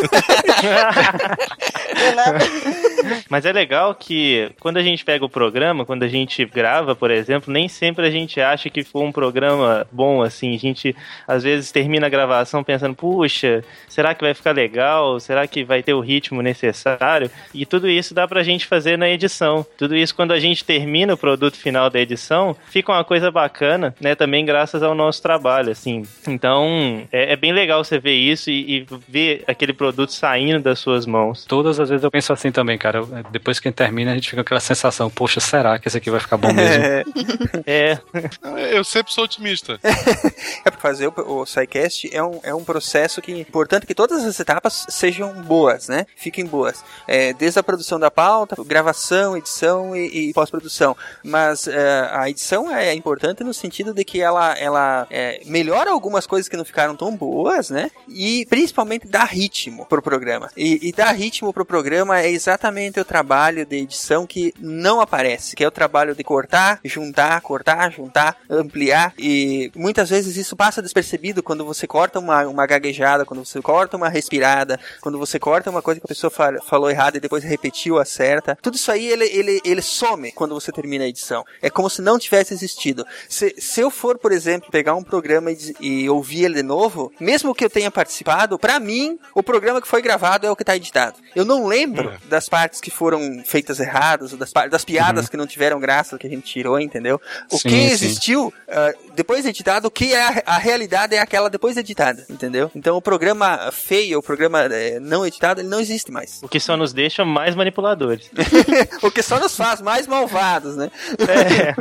Mas é legal que quando a gente pega o programa, quando a gente grava, por exemplo, nem sempre a gente acha que foi um programa bom, assim. A gente, às vezes, termina a gravação pensando, puxa, será que vai ficar legal? Será que vai ter o ritmo necessário? E tudo isso dá pra gente fazer na edição. Tudo isso, quando a gente termina o produto final da edição, fica uma coisa bacana, né? Também graças ao nosso trabalho, assim. Então, é, é bem legal você ver isso e, e ver aquele produto saindo das suas mãos. Todas as vezes eu penso assim também, cara. Depois que termina, a gente fica com aquela sensação, poxa, será que esse aqui vai ficar bom mesmo? É. Eu sempre sou otimista. É porque fazer o, o SciCast é um, é um processo que é importante que todas as etapas sejam boas, né? Fiquem boas. É, desde a produção da pauta, gravação, edição e, e pós-produção. Mas é, a edição é importante no sentido de que ela, ela é, melhora algumas coisas que não ficaram tão boas, né? E principalmente dá ritmo pro programa. E, e dar ritmo pro programa é exatamente o trabalho de edição que não aparece, que é o trabalho de cortar, juntar, cortar, juntar, ampliar, e muitas vezes isso passa despercebido quando você corta uma, uma gaguejada, quando você corta uma respirada, quando você corta uma coisa que a pessoa fa- falou errado e depois repetiu a certa. Tudo isso aí, ele, ele, ele some quando você termina a edição. É como se não tivesse existido. Se, se eu for, por exemplo, pegar um programa e, e ouvir ele de novo, mesmo que eu tenha participado, pra mim, o programa que foi gravado é o que tá editado. Eu não lembro é. das partes que foram feitas erradas, das, das piadas uhum. que não tiveram graça, que a gente tirou, entendeu? O sim, que existiu, uh, depois de editado, o que é a, a realidade é aquela depois de editada, entendeu? Então o programa feio, o programa é, não editado, ele não existe mais. O que só nos deixa mais manipuladores. O que só nos faz mais malvados, né? É.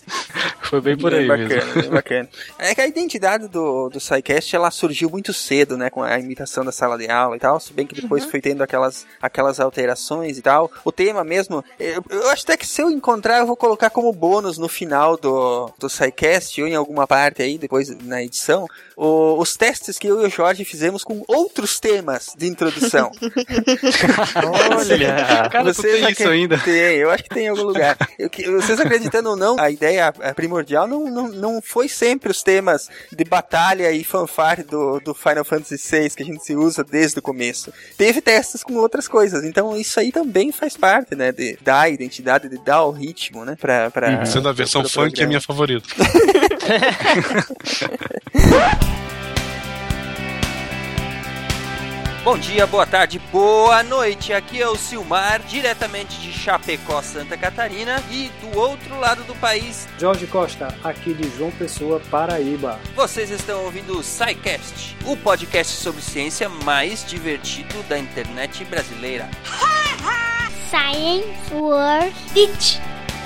Foi bem por aí bem bacana, mesmo. Bem bacana. É que a identidade do, do SciCast, ela surgiu muito cedo, né? Com a imitação da sala de aula e tal, se bem que depois uhum. foi tendo aquelas, aquelas alterações e tal. O tema mesmo, eu, eu acho até que se eu encontrar, eu vou colocar como bônus no final do, do SciCast ou em alguma parte aí, depois na edição, o, os testes que eu e o Jorge fizemos com outros temas de introdução. Olha, cara, tu tem isso ainda. Tem, eu acho que tem em algum lugar. Eu, vocês acreditando ou não, a ideia primordial não, não, não foi sempre os temas de batalha e fanfare do, do Final Fantasy seis que a gente se usa desde o começo. Teve testes com outras coisas, então isso aí também faz parte, né, de dar a identidade, de dar o ritmo, né, pra... pra uhum. Sendo a versão funk programa. É minha favorita. Bom dia, boa tarde, boa noite. Aqui é o Silmar, diretamente de Chapecó, Santa Catarina, e do outro lado do país, Jorge Costa, aqui de João Pessoa, Paraíba. Vocês estão ouvindo o SciCast, o podcast sobre ciência mais divertido da internet brasileira. Science World Beach.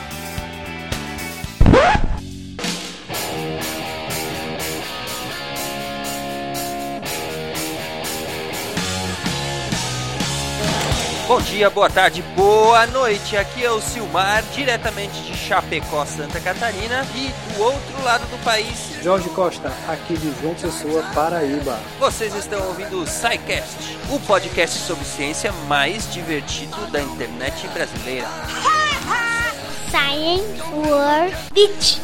Bom dia, boa tarde, boa noite. Aqui é o Silmar, diretamente de Chapecó, Santa Catarina, e do outro lado do país, Jorge Costa, aqui de João Pessoa, Paraíba. Vocês estão ouvindo o SciCast, o podcast sobre ciência mais divertido da internet brasileira. Science World Beach.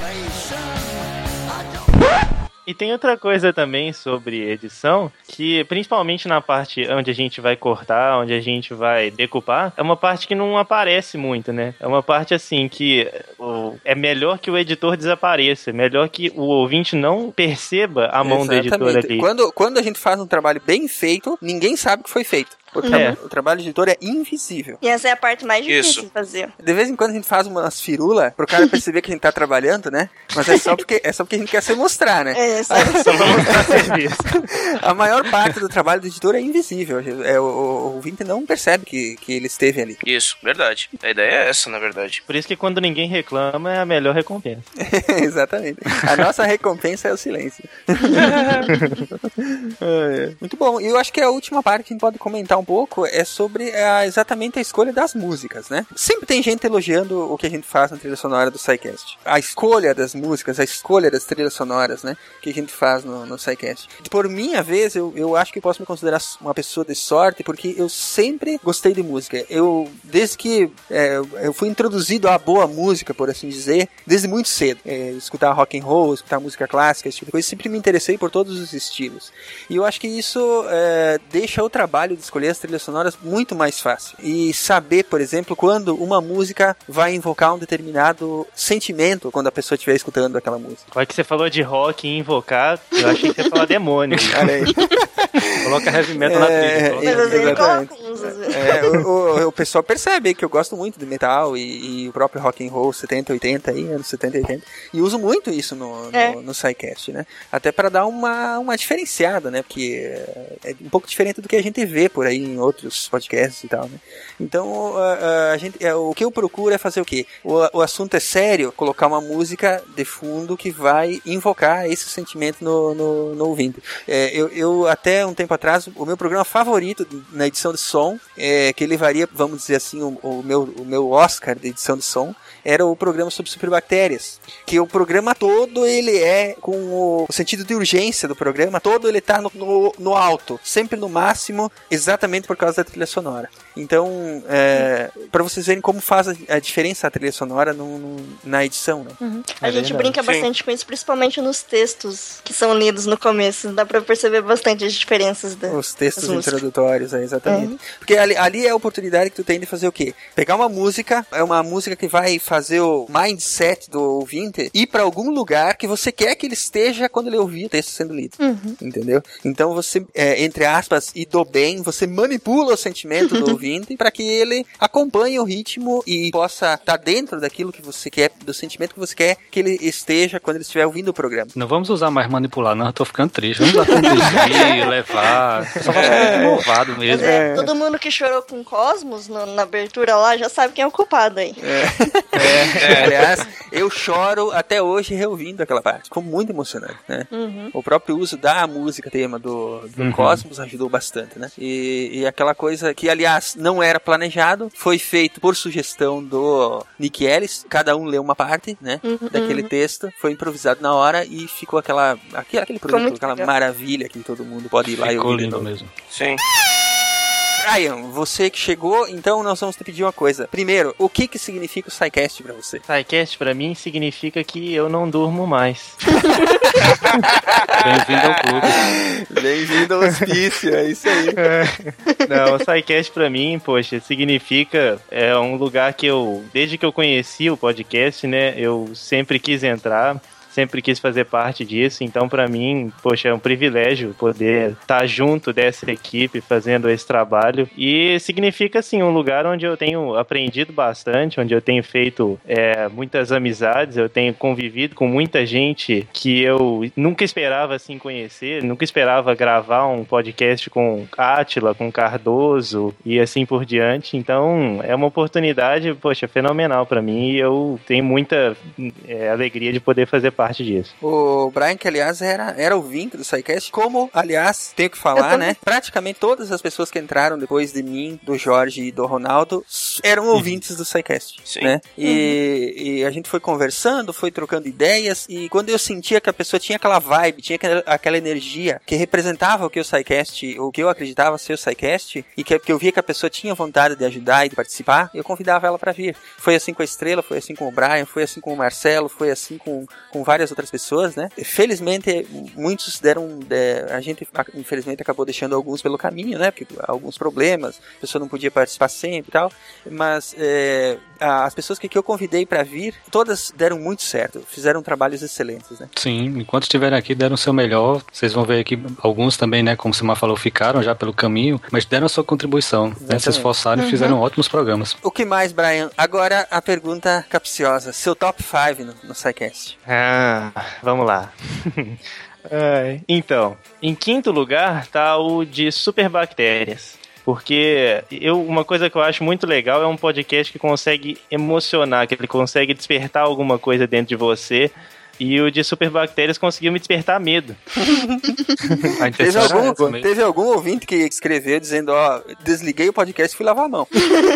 E tem outra coisa também sobre edição, que principalmente na parte onde a gente vai cortar, onde a gente vai decupar, é uma parte que não aparece muito, né? É uma parte assim que é melhor que o editor desapareça, é melhor que o ouvinte não perceba a mão Exatamente. do editor ali. Quando, quando a gente faz um trabalho bem feito, ninguém sabe que foi feito. O, tra- é. o trabalho de editor é invisível. E essa é a parte mais difícil Isso. de fazer. De vez em quando a gente faz umas firulas pro cara perceber que a gente tá trabalhando, né? Mas é só porque, é só porque a gente quer se mostrar, né? É, só, só pra mostrar serviço. A maior parte do trabalho do editor é invisível. É, o, o ouvinte não percebe que, que ele esteve ali. Isso, verdade. A ideia é essa, na verdade. Por isso que quando ninguém reclama, é a melhor recompensa. Exatamente. A nossa recompensa é o silêncio. é, é. Muito bom. E eu acho que é a última parte que a gente pode comentar um pouco é sobre a, exatamente a escolha das músicas, né? Sempre tem gente elogiando o que a gente faz na trilha sonora do SciCast. A escolha das músicas, a escolha das trilhas sonoras, né? Que a gente faz no, no SciCast. Por minha vez, eu, eu acho que posso me considerar uma pessoa de sorte, porque eu sempre gostei de música. Eu, desde que é, eu fui introduzido à boa música, por assim dizer, desde muito cedo. É, escutar rock and roll, escutar música clássica, esse tipo de coisa, sempre me interessei por todos os estilos. E eu acho que isso é, deixa o trabalho de escolher as trilhas sonoras muito mais fácil. E saber, por exemplo, quando uma música vai invocar um determinado sentimento quando a pessoa estiver escutando aquela música. Olha que você falou de rock e invocar, eu achei que você ia falar demônio. Coloca heavy metal é, na trilha. É, o, o, o pessoal percebe que eu gosto muito de metal e, e o próprio rock and roll setenta, oitenta, aí, anos setenta e oitenta. E uso muito isso no, no, é. no SciCast, né? Até para dar uma, uma diferenciada, né? Porque é um pouco diferente do que a gente vê por aí em outros podcasts e tal, né? Então, a, a gente, é, o que eu procuro é fazer o quê? O, o assunto é sério, colocar uma música de fundo que vai invocar esse sentimento no, no, no ouvinte. É, eu, eu, até um tempo atrás, o meu programa favorito na edição de som, é, que levaria, vamos dizer assim, o, o, meu, o meu Oscar de edição de som, era o programa sobre superbactérias. Que o programa todo, ele é com o, o sentido de urgência do programa, todo ele tá no, no, no alto, sempre no máximo, exatamente por causa da trilha sonora. Então, é, para vocês verem como faz a, a diferença a trilha sonora no, no, na edição, né? Uhum. A é gente brinca Sim. bastante com isso, principalmente nos textos que são lidos no começo. Dá pra perceber bastante as diferenças da, os textos introdutórios, é, exatamente. Uhum. Porque ali, ali é a oportunidade que tu tem de fazer o quê? Pegar uma música, é uma música que vai fazer o mindset do ouvinte ir pra algum lugar que você quer que ele esteja quando ele ouvir o texto sendo lido. Uhum. Entendeu? Então você, é, entre aspas, e do bem, você manipula o sentimento do ouvinte para que ele acompanhe o ritmo e possa estar tá dentro daquilo que você quer, do sentimento que você quer que ele esteja quando ele estiver ouvindo o programa. Não vamos usar mais manipular, não, eu tô ficando triste. Vamos usar conduzir, levar. Só vai ficar muito malvado mesmo. É, todo mundo que chorou com Cosmos no, na abertura lá já sabe quem é o culpado aí. É. É, é, aliás, eu choro até hoje reouvindo aquela parte. Ficou muito emocionante, né? Uhum. O próprio uso da música tema do, do uhum. Cosmos ajudou bastante, né? E, e aquela coisa que, aliás, não era planejado, foi feito por sugestão do Nick Ellis, cada um leu uma parte, né? Uhum. Daquele texto, foi improvisado na hora e ficou aquela, aquele, aquele produto, aquela legal. Maravilha que todo mundo pode ir lá ficou e ouvir. Lindo mesmo. Sim. Brian, você que chegou, então nós vamos te pedir uma coisa. Primeiro, o que que significa o SciCast pra você? SciCast pra mim significa que eu não durmo mais. Bem-vindo ao clube. Bem-vindo ao hospício, é isso aí. Não, o SciCast pra mim, poxa, significa, é um lugar que eu, desde que eu conheci o podcast, né, eu sempre quis entrar. Sempre quis fazer parte disso, então pra mim, poxa, é um privilégio poder estar junto dessa equipe fazendo esse trabalho e significa, assim, um lugar onde eu tenho aprendido bastante, onde eu tenho feito é, muitas amizades, eu tenho convivido com muita gente que eu nunca esperava, assim, conhecer, nunca esperava gravar um podcast com Átila, com Cardoso e assim por diante, então é uma oportunidade, poxa, fenomenal pra mim e eu tenho muita é, alegria de poder fazer parte disso. O Brian, que aliás era, era ouvinte do SciCast, como, aliás, tenho que falar, né? Praticamente todas as pessoas que entraram depois de mim, do Jorge e do Ronaldo, eram ouvintes do SciCast, Sim. né? E, uhum. e a gente foi conversando, foi trocando ideias, e quando eu sentia que a pessoa tinha aquela vibe, tinha aquela, aquela energia que representava o que o SciCast, o que eu acreditava ser o SciCast, e que, que eu via que a pessoa tinha vontade de ajudar e de participar, eu convidava ela pra vir. Foi assim com a Estrela, foi assim com o Brian, foi assim com o Marcelo, foi assim com, com várias outras pessoas, né? Felizmente, muitos deram... É, a gente, infelizmente, acabou deixando alguns pelo caminho, né? Porque alguns problemas, a pessoa não podia participar sempre e tal, mas é, as pessoas que, que eu convidei pra vir, todas deram muito certo, fizeram trabalhos excelentes, né? Sim, enquanto estiverem aqui, deram o seu melhor, vocês vão ver aqui, alguns também, né? Como o Simar falou, ficaram já pelo caminho, mas deram a sua contribuição, né? Se esforçaram e uhum. fizeram ótimos programas. O que mais, Brian? Agora, a pergunta capciosa, seu top cinco no, no SciCast. Ah, vamos lá. é, então, em quinto lugar tá o de superbactérias. Porque eu, uma coisa que eu acho muito legal é um podcast que consegue emocionar, que ele consegue despertar alguma coisa dentro de você e o de superbactérias conseguiu me despertar medo. teve, algum, teve algum ouvinte que escreveu dizendo, ó, desliguei o podcast e fui lavar a mão.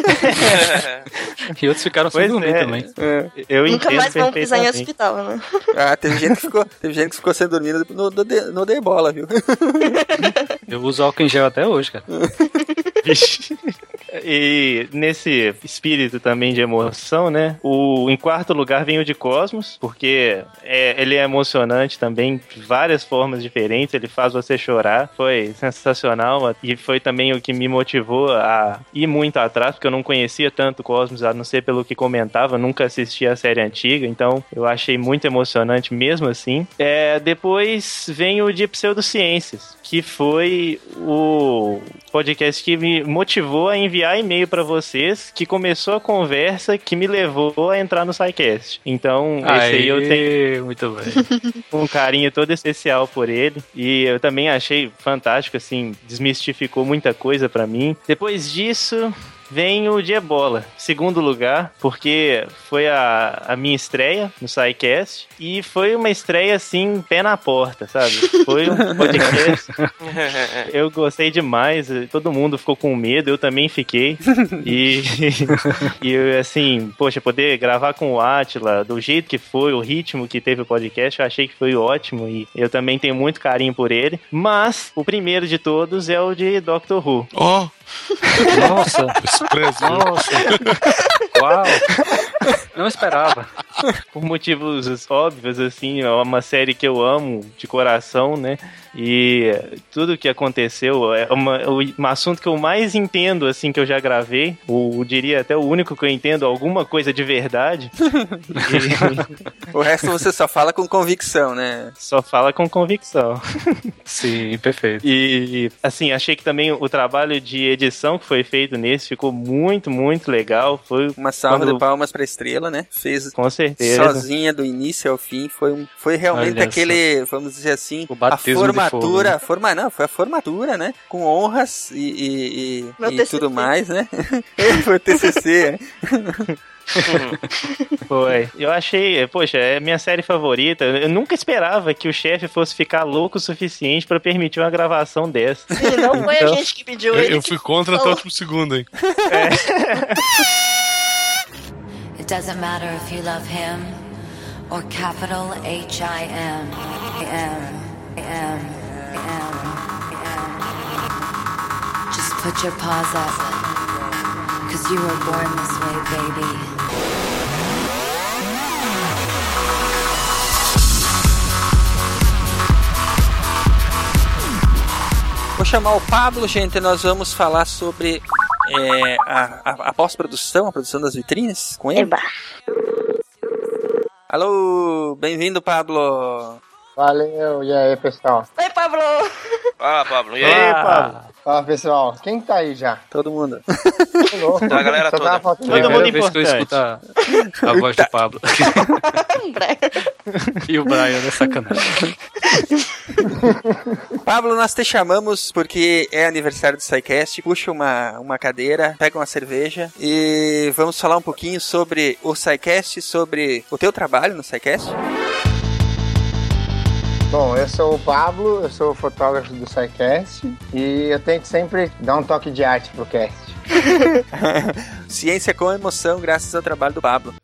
E outros ficaram sem dormir é. também. É. Eu Nunca mais vão pisar em hospital, né? Ah, teve gente que ficou, teve gente que ficou sem dormir no, no, no de bola, viu? Eu uso álcool em gel até hoje, cara. E nesse espírito também de emoção, né? O, em quarto lugar vem o de Cosmos, porque é, ele é emocionante também, de várias formas diferentes, ele faz você chorar. Foi sensacional e foi também o que me motivou a ir muito atrás, porque eu não conhecia tanto Cosmos, a não ser pelo que comentava, nunca assisti a série antiga, então eu achei muito emocionante mesmo assim. É, depois vem o de Pseudociências, que foi o podcast que me motivou a enviar e-mail pra vocês, que começou a conversa que me levou a entrar no SciCast. Então, Aê, esse aí eu tenho muito bem. um carinho todo especial por ele. E eu também achei fantástico, assim, desmistificou muita coisa pra mim. Depois disso, vem o de Ebola, segundo lugar, porque foi a, a minha estreia no SciCast e foi uma estreia assim, pé na porta, sabe? Foi um podcast. Eu gostei demais, todo mundo ficou com medo, eu também fiquei. E, e assim, poxa, poder gravar com o Átila, do jeito que foi, o ritmo que teve o podcast, eu achei que foi ótimo e eu também tenho muito carinho por ele. Mas o primeiro de todos é o de Doctor Who. Oh! Nossa! Nossa! Uau! Não esperava. Por motivos óbvios, assim, é uma série que eu amo de coração, né? E tudo que aconteceu é uma, um assunto que eu mais entendo, assim, que eu já gravei. O, eu diria até o único que eu entendo alguma coisa de verdade. E... o resto você só fala com convicção, né? Só fala com convicção. Sim, perfeito. E, assim, achei que também o trabalho de edição que foi feito nesse ficou muito, muito legal. Foi uma salva quando... de palmas pra Estrela, né? Fez com certeza. Sozinha do início ao fim. Foi, um, foi realmente Olha aquele, só. vamos dizer assim, o batismo a formatura. Fogo, né? Forma, não, foi a formatura, né? Com honras e, e, e, e tudo mais, né? Foi o T C C. Foi. Eu achei, poxa, é minha série favorita. Eu nunca esperava que o chefe fosse ficar louco o suficiente pra permitir uma gravação dessa. Sim, não foi então, a gente que pediu. Eu, eu fui contra até o último segundo, hein? É. It doesn't matter if you love him or capital H I M. M, M, M, M. Just put your paws up, 'cause you were born this way, baby. Vou chamar o Pablo, gente, nós vamos falar sobre é, a, a, a pós-produção, a produção das vitrines com ele. Eba. Alô, bem-vindo, Pablo. Valeu, e aí, pessoal? Oi, Pablo! Fala, Pablo, e aí? aí, Pablo? Fala, pessoal. Quem tá aí já? Todo mundo. Louco. A galera Só toda. Todo mundo importante. Que eu escuto a, a voz do Pablo. E o Brian, né? Sacanagem. Pablo, nós te chamamos porque é aniversário do SciCast. Puxa uma, uma cadeira, pega uma cerveja e vamos falar um pouquinho sobre o SciCast, sobre o teu trabalho no SciCast. Bom, eu sou o Pablo, eu sou o fotógrafo do SciCast e eu tento sempre dar um toque de arte pro cast. Ciência com emoção, graças ao trabalho do Pablo.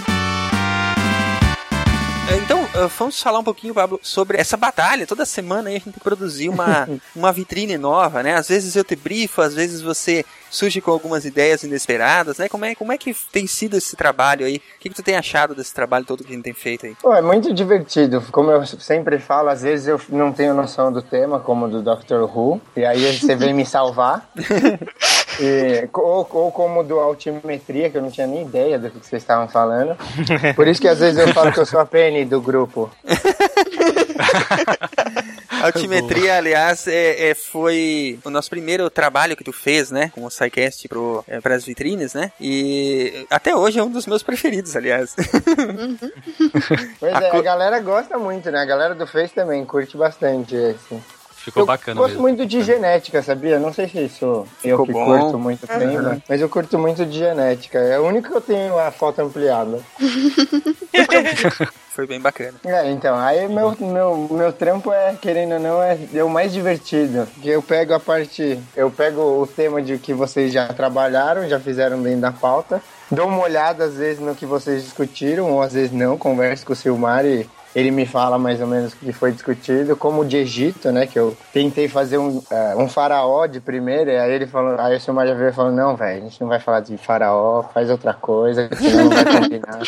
Então, vamos falar um pouquinho, Pablo, sobre essa batalha. Toda semana aí a gente produzir uma, uma vitrine nova, né? Às vezes eu te brifo, às vezes você surge com algumas ideias inesperadas, né? Como é, como é que tem sido esse trabalho aí? O que, que tu tem achado desse trabalho todo que a gente tem feito aí? Pô, é muito divertido. Como eu sempre falo, às vezes eu não tenho noção do tema, como do Doctor Who, e aí você vem me salvar. E, ou, ou como do Altimetria, que eu não tinha nem ideia do que vocês estavam falando. Por isso que às vezes eu falo que eu sou a Penny do grupo. Altimetria, aliás, é, é, foi o nosso primeiro trabalho que tu fez, né? Com o SciCast pro, é, para as vitrines, né? E até hoje é um dos meus preferidos, aliás. Uhum. Pois a é, co... a galera gosta muito, né? A galera do Face também curte bastante esse. Ficou eu bacana gosto mesmo. muito de genética, sabia? Não sei se isso Ficou eu que bom. curto muito bem, uhum. Mas eu curto muito de genética. É o único que eu tenho a foto ampliada. Foi bem bacana. É, então, aí meu, meu, meu trampo é, querendo ou não, é, é o mais divertido. Porque eu pego a parte, eu pego o tema de que vocês já trabalharam, já fizeram dentro da pauta, dou uma olhada às vezes no que vocês discutiram, ou às vezes não, converso com o Silmar e ele me fala mais ou menos o que foi discutido, como de Egito, né, que eu tentei fazer um, uh, um faraó de primeira, e aí ele falou, aí o Silmar já veio e falou, não, velho, a gente não vai falar de faraó, faz outra coisa, senão não vai combinar.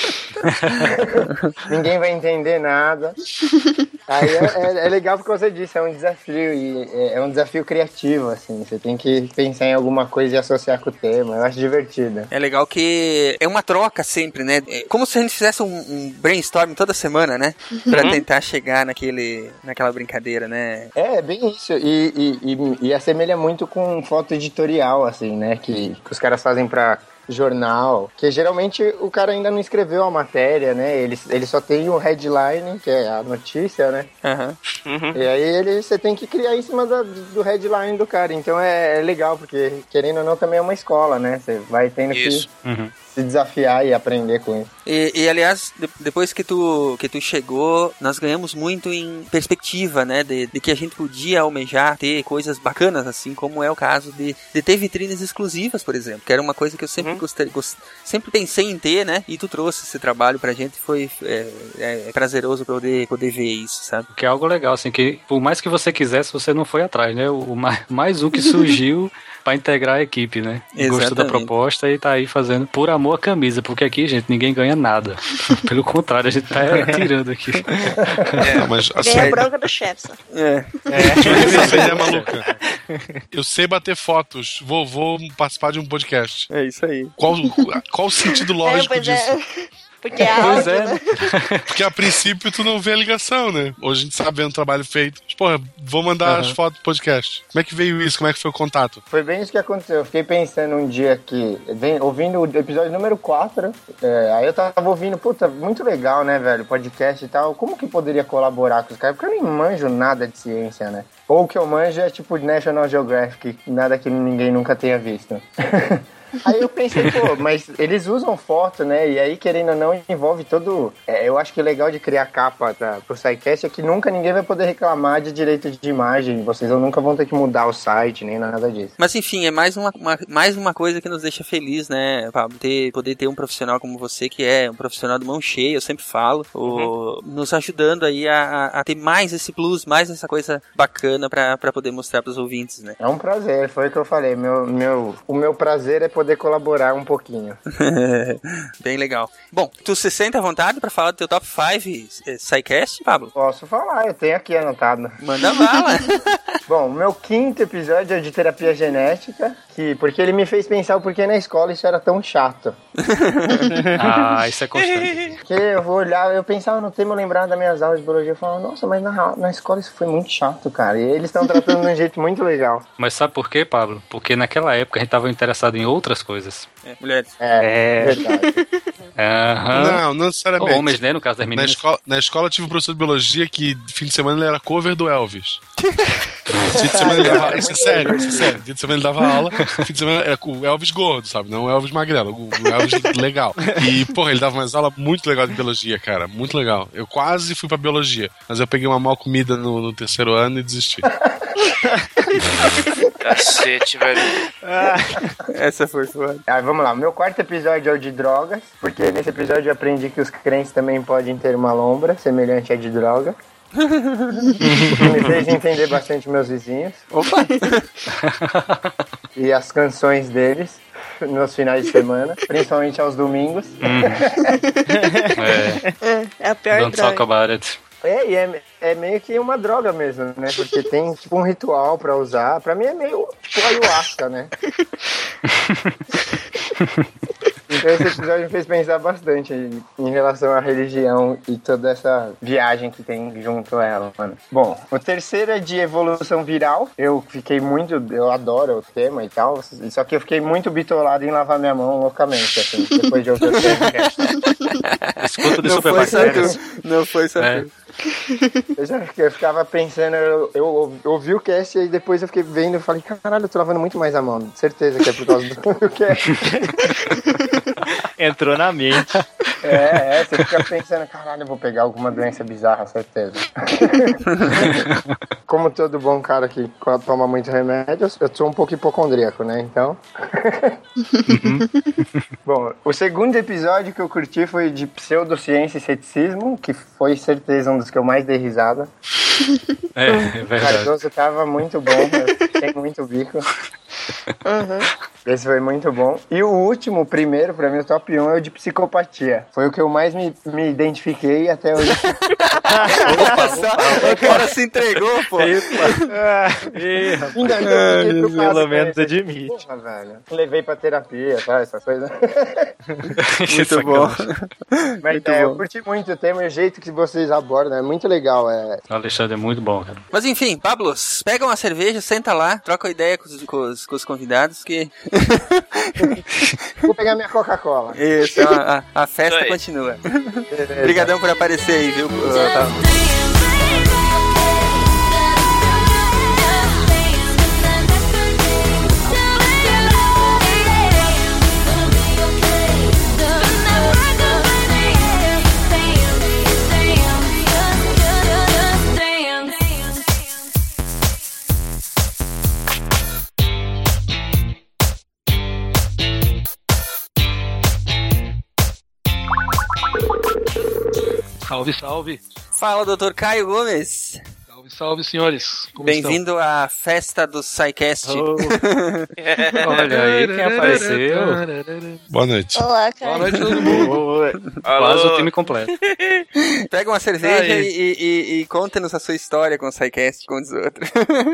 Ninguém vai entender nada. Aí é, é, é legal porque você disse, é um desafio, e é, é um desafio criativo, assim, você tem que pensar em alguma coisa e associar com o tema, eu acho divertido. É legal que é uma troca sempre, né, é como se a gente fizesse um, um brainstorm toda semana, né, pra uhum. tentar chegar naquele, naquela brincadeira, né. É, é bem isso, e, e, e, e assemelha muito com foto editorial, assim, né, que, que os caras fazem pra jornal, que geralmente o cara ainda não escreveu a matéria, né? Ele, ele só tem o headline, que é a notícia, né? Uhum. Uhum. E aí ele, você tem que criar em cima do, do headline do cara. Então é, é legal, porque querendo ou não também é uma escola, né? Você vai tendo isso. que uhum. se desafiar e aprender com isso. E, e aliás, de, depois que tu, que tu chegou, nós ganhamos muito em perspectiva, né? De, de que a gente podia almejar ter coisas bacanas, assim, como é o caso de, de ter vitrines exclusivas, por exemplo, que era uma coisa que eu sempre, uhum. gostei, gost, sempre pensei em ter, né? E tu trouxe esse trabalho pra gente, foi é, é, é prazeroso poder, poder ver isso, sabe? Que é algo legal, assim, que por mais que você quisesse, você não foi atrás, né? O, mais, mais um que surgiu pra integrar a equipe, né? Gostou da proposta e tá aí fazendo por amor à camisa, porque aqui, gente, ninguém ganha nada. Pelo contrário, a gente tá tirando aqui. É, mas assim, ganha a bronca do chefe, só. É. É. é maluca. Eu sei bater fotos, vou, vou participar de um podcast. É isso aí. Qual, qual o sentido lógico é, disso? É. Porque é áudio, pois é, né? Porque a princípio tu não vê a ligação, né? Hoje a gente sabe vendo o trabalho feito. Mas, porra, vou mandar uhum. as fotos do podcast. Como é que veio isso? Como é que foi o contato? Foi bem isso que aconteceu. Eu fiquei pensando um dia que, vem, ouvindo o episódio número quatro, é, aí eu tava ouvindo, puta, muito legal, né, velho, podcast e tal. Como que poderia colaborar com os caras? Porque eu nem manjo nada de ciência, né? Ou o que eu manjo é tipo National Geographic, nada que ninguém nunca tenha visto. Aí eu pensei, pô, mas eles usam foto, né? E aí, querendo ou não, envolve todo... É, eu acho que o legal de criar capa tá, pro SciCast é que nunca ninguém vai poder reclamar de direito de imagem. Vocês nunca vão ter que mudar o site, nem nada disso. Mas enfim, é mais uma, uma, mais uma coisa que nos deixa feliz, né, Pablo? Ter, poder ter um profissional como você, que é um profissional de mão cheia, eu sempre falo, uhum. o, nos ajudando aí a, a ter mais esse plus, mais essa coisa bacana pra, pra poder mostrar pros ouvintes, né? É um prazer, foi o que eu falei. Meu, meu, o meu prazer é poder poder colaborar um pouquinho. Bem legal. Bom, tu se sente à vontade pra falar do teu top cinco SciCast, Pablo? Posso falar, eu tenho aqui anotado. Manda bala. Bom, o meu quinto episódio é de terapia genética, que, porque ele me fez pensar o porquê na escola isso era tão chato. Ah, isso é constante. Porque eu vou olhar, eu pensava no tema, eu lembrava das minhas aulas de biologia, eu falava, nossa, mas na, na escola isso foi muito chato, cara. E eles estão tratando de um jeito muito legal. Mas sabe por quê, Pablo? Porque naquela época a gente tava interessado em outras coisas. É, mulheres. É, é verdade. Uhum. Não, não necessariamente. Homens, né, no caso das meninas. Na escola, na escola eu tive um professor de biologia que fim de semana ele era cover do Elvis. Fim de semana ele dava, isso é sério, isso é sério. Fim de semana ele dava aula, fim de semana era o Elvis gordo, sabe? Não o Elvis magrelo, o Elvis legal. E, porra, ele dava umas aulas muito legal de biologia, cara. Muito legal. Eu quase fui pra biologia, mas eu peguei uma mal comida no, no terceiro ano e desisti. Cacete, velho. Ah, essa foi foda. Ah, vamos lá, meu quarto episódio é o de drogas, porque nesse episódio eu aprendi que os crentes também podem ter uma lombra semelhante à de droga. Que me fez entender bastante meus vizinhos. Opa! E as canções deles nos finais de semana, principalmente aos domingos. Hum. É, é a pior Don't droga. talk about it. É, e é, é meio que uma droga mesmo, né? Porque tem tipo um ritual pra usar. Pra mim é meio tipo ayahuasca, né? Então esse episódio me fez pensar bastante em relação à religião e toda essa viagem que tem junto a ela, mano. Bom, o terceiro é de evolução viral. Eu fiquei muito... Eu adoro o tema e tal, só que eu fiquei muito bitolado em lavar minha mão loucamente, assim, depois de ouvir o podcast. Escuta de Não super foi só bactérias. tu. Não foi só É. tu. Eu já eu ficava pensando, eu, eu ouvi o cast e depois eu fiquei vendo e falei, caralho, eu tô lavando muito mais a mão. Certeza que é por causa do, do cast. Entrou na mente. É, é, você fica pensando, caralho, eu vou pegar alguma doença bizarra, certeza. Como todo bom cara que toma muito remédio, eu sou um pouco hipocondríaco, né? Então. Bom, o segundo episódio que eu curti foi de pseudociência e ceticismo, que foi certeza um dos que eu mais dei risada. É, é verdade. O Cardoso tava muito bom, eu fiquei muito bico. Uhum. Esse foi muito bom. E o último, o primeiro, pra mim, o top um é o de psicopatia. Foi o que eu mais me, me identifiquei até hoje. O cara se entregou, pô. Ainda não pelo menos admite. Porra, velho. Levei pra terapia, tá? Essa coisa. Muito bom. Mas Muito é, bom. eu curti muito o tema e o jeito que vocês abordam. É muito legal. É... O Alexandre é muito bom, cara. Mas enfim, Pablos, pega uma cerveja, senta lá, troca uma ideia com os, com os, com os convidados, que... Vou pegar minha Coca-Cola. Isso, a, a, a festa continua. Obrigadão por aparecer aí, viu? Salve, salve. Fala, doutor Caio Gomes. Salve, salve, senhores. Bem-vindo à festa do SciCast. Oh. Olha aí quem apareceu. Boa noite. Olá, Caio. Boa noite, todo mundo. Quase o time completo. Pega uma cerveja e, e, e, e conta-nos a sua história com o SciCast, com os outros.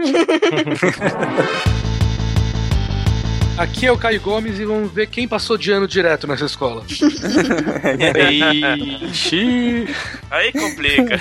Aqui é o Caio Gomes e vamos ver quem passou de ano direto nessa escola. Ixi. Aí complica.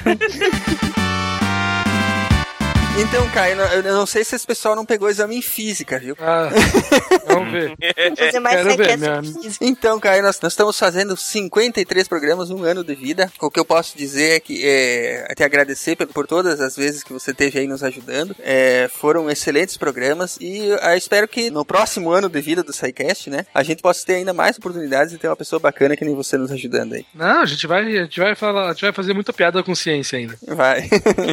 Então, Caio, eu não sei se esse pessoal não pegou exame em física, viu? Ah, vamos ver. Vamos fazer mais Quero ver, minha... Então, Caio, nós, nós estamos fazendo cinquenta e três programas, um ano de vida. O que eu posso dizer é que é, é te agradecer por, por todas as vezes que você esteve aí nos ajudando. É, foram excelentes programas e eu espero que no próximo ano de vida do SciCast, né, a gente possa ter ainda mais oportunidades de ter uma pessoa bacana que nem você nos ajudando aí. Não, a gente vai, a gente vai falar, a gente vai fazer muita piada com ciência ainda. Vai.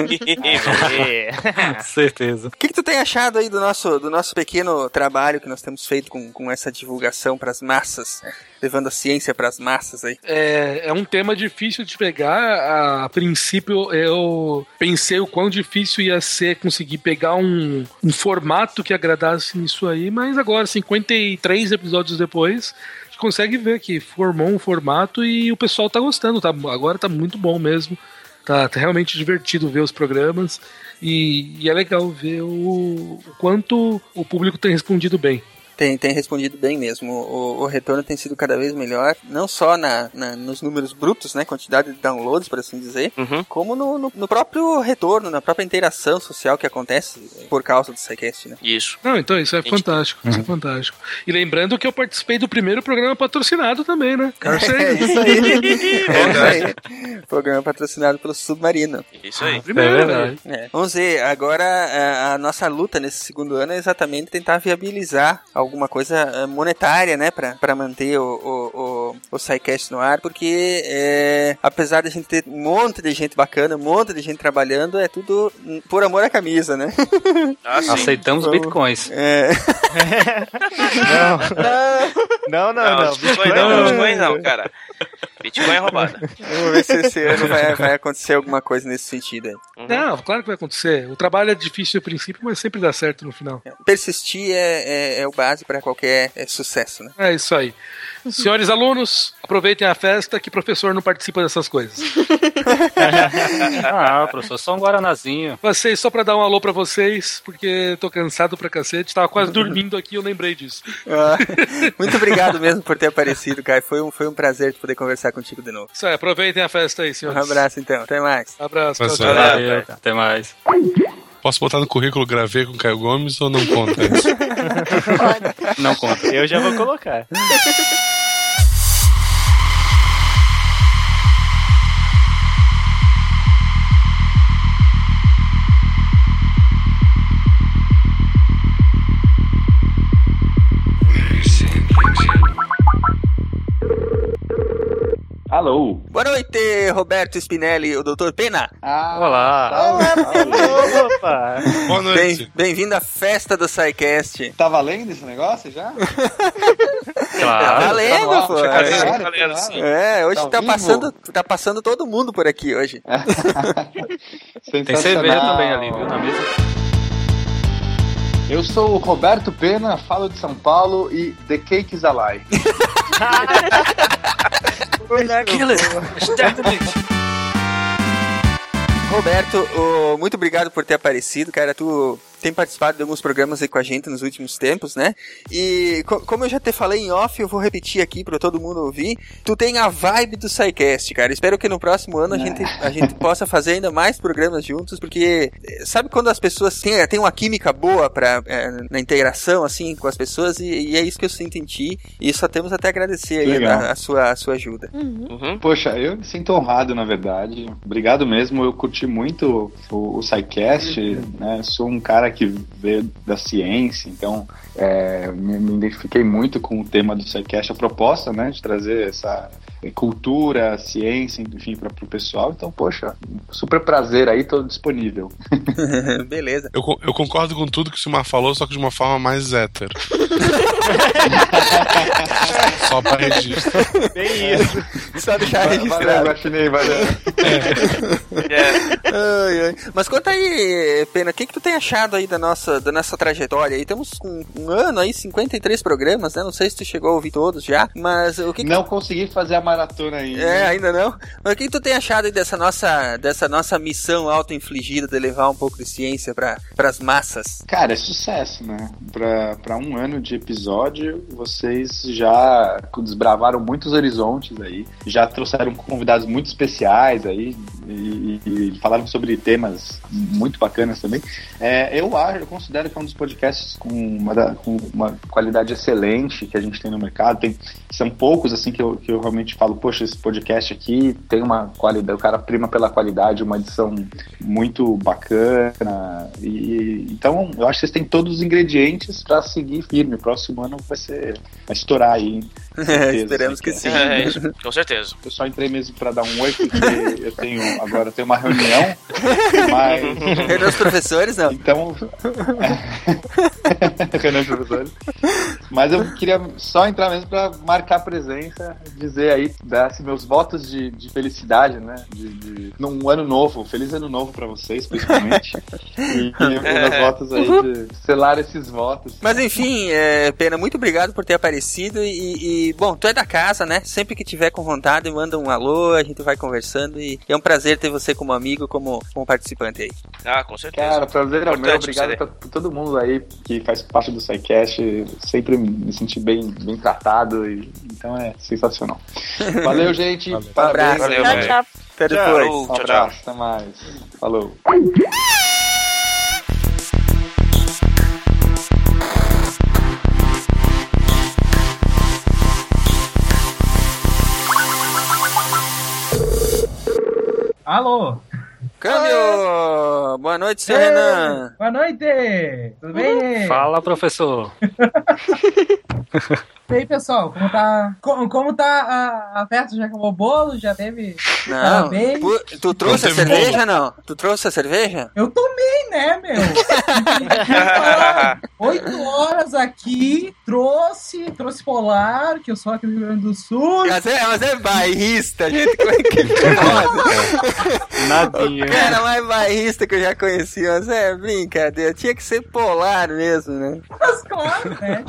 Certeza. O que, que tu tem achado aí do nosso, do nosso pequeno trabalho que nós temos feito com, com essa divulgação para as massas, levando a ciência para as massas aí? É, é um tema difícil de pegar. A, a princípio, eu pensei o quão difícil ia ser conseguir pegar um, um formato que agradasse nisso aí, mas agora, cinquenta e três episódios depois, a gente consegue ver que formou um formato e o pessoal tá gostando. Tá, agora tá muito bom mesmo. Tá, tá realmente divertido ver os programas. E, e é legal ver o, o quanto o público tem respondido bem. Tem, tem respondido bem mesmo. O, o retorno tem sido cada vez melhor, não só na, na, nos números brutos, né, quantidade de downloads, por assim dizer, uhum. como no, no, no próprio retorno, na própria interação social que acontece por causa do SciCast, né? Isso. Não, então isso é Gente. fantástico, uhum. isso é fantástico. E lembrando que eu participei do primeiro programa patrocinado também, né? É isso aí. É isso aí. Programa patrocinado pelo Submarino. Isso aí. Ah, primeiro, é verdade. É. Vamos ver, agora a, a nossa luta nesse segundo ano é exatamente tentar viabilizar alguma coisa monetária, né, pra, pra manter o, o, o, o SciCast no ar, porque é, apesar de a gente ter um monte de gente bacana, um monte de gente trabalhando, é tudo por amor à camisa, né? Ah, aceitamos então, bitcoins. É. Não, não, não. Não, não, Bitcoin não, não, Bitcoin não, cara. Bitcoin é roubada. Vamos ver se esse ano vai, vai acontecer alguma coisa nesse sentido aí. Uhum. Não, claro que vai acontecer. O trabalho é difícil no princípio, mas sempre dá certo no final. Persistir é, é, é o base para qualquer é, sucesso, né? É isso aí. Senhores alunos, aproveitem a festa que o professor não participa dessas coisas. Ah, professor, só um guaranazinho. Passei só pra dar um alô pra vocês, porque tô cansado pra cacete. Tava quase dormindo aqui, eu lembrei disso. Ah, muito obrigado mesmo por ter aparecido, Caio. Foi um, foi um prazer poder conversar contigo de novo. Isso aí, aproveitem a festa aí, senhores. Um abraço então, até mais. Abraço, tchau, tchau. Valeu, até mais. Posso botar no currículo gravei com Caio Gomes ou não conta isso? Não conta. Eu já vou colocar. Alô. Boa noite, Roberto Spinelli, o doutor Pena. Ah, olá. Olá, opa. Boa noite. Bem, bem-vindo à festa do SciCast. Tá valendo esse negócio já? Claro. Tá valendo, tá pô. Tá é, valendo, valendo, sim. é, hoje tá, tá, passando, tá passando todo mundo por aqui hoje. Tem cerveja também ali, viu, na mesa. Eu sou o Roberto Pena, falo de São Paulo e The Cake is a Lie. Roberto, oh, muito obrigado por ter aparecido, cara. Tu tem participado de alguns programas aí com a gente nos últimos tempos, né? E co- como eu já te falei em off, eu vou repetir aqui pra todo mundo ouvir. Tu tem a vibe do SciCast, cara. Espero que no próximo ano a gente, a gente possa fazer ainda mais programas juntos, porque sabe quando as pessoas têm, têm uma química boa pra, é, na integração, assim, com as pessoas, e, e é isso que eu sinto em ti, e só temos até a agradecer aí a, a, sua, a sua ajuda. Uhum. Poxa, eu me sinto honrado, na verdade. Obrigado mesmo, eu curti muito o, o SciCast, né? Sou um cara que veio da ciência, então é, me, me identifiquei muito com o tema do SciCast, a proposta, né, de trazer essa cultura, ciência, enfim, para o pessoal. Então, poxa, super prazer aí, tô disponível. Beleza. Eu, eu concordo com tudo que o Silmar falou, só que de uma forma mais hétero. Só para registro. Bem isso. Só deixar registrado. Valeu, Guaxinim, valeu. É. Ai, ai. Mas conta aí, Pena, o que, que tu tem achado aí da nossa, da nossa trajetória? Aí temos um, um ano aí, cinquenta e três programas, né? Não sei se tu chegou a ouvir todos já, mas o que, que Não tu... consegui fazer a maratona ainda. É, ainda não. Mas o que, que tu tem achado aí dessa nossa, dessa nossa missão auto-infligida de levar um pouco de ciência para as massas? Cara, é sucesso, né? Pra, pra um ano de episódio, vocês já desbravaram muitos horizontes aí, já trouxeram convidados muito especiais aí e, e falaram sobre temas muito bacanas também. É, eu acho, eu considero que é um dos podcasts com uma, com uma qualidade excelente que a gente tem no mercado. Tem, são poucos assim que eu, que eu realmente falo, poxa, esse podcast aqui tem uma qualidade, o cara prima pela qualidade, uma edição muito bacana. E então eu acho que vocês têm todos os ingredientes para seguir firme. O próximo ano vai ser, vai estourar aí. É, esperamos que sim. É, com certeza. Eu só entrei mesmo para dar um oi, porque eu tenho agora eu tenho uma reunião, mas... Reunião dos professores, não? Então... Reunião dos professores. Mas eu queria só entrar mesmo para marcar a presença, dizer aí, dar assim, meus votos de, de felicidade, né? De, de, num ano novo, feliz ano novo para vocês, principalmente. E, e meus votos aí de selar esses votos. Mas enfim, é, Pena, muito obrigado por ter aparecido e, e, bom, tu é da casa, né? Sempre que tiver com vontade, manda um alô, a gente vai conversando e é um prazer ter você como amigo, como, como participante aí. Ah, com certeza. Cara, prazer é meu, obrigado pra, pra todo mundo aí que faz parte do SciCast, sempre me senti bem, bem tratado, e, então é sensacional. Valeu, gente, Valeu. parabéns. Um abraço. Valeu, tchau, tchau. Até depois. Um Tchau, abraço, tchau. até mais. Falou. Alô? Câmbio! Boa noite, seu Ei, Renan. Boa noite! Tudo bem? Fala, professor. E aí, pessoal, como tá, como, como tá a, a festa? Já acabou o bolo? Já teve Não, parabéns? pu- tu trouxe a cerveja, não? Tu trouxe a cerveja? Eu tomei, né, meu? Oito horas aqui, trouxe, trouxe Polar, que eu sou aqui do Rio Grande do Sul. Mas é, mas é bairrista, gente, como é que ele pode? Nadinha. O cara mais bairrista que eu já conheci, mas é brincadeira, tinha que ser Polar mesmo, né? Mas claro, né?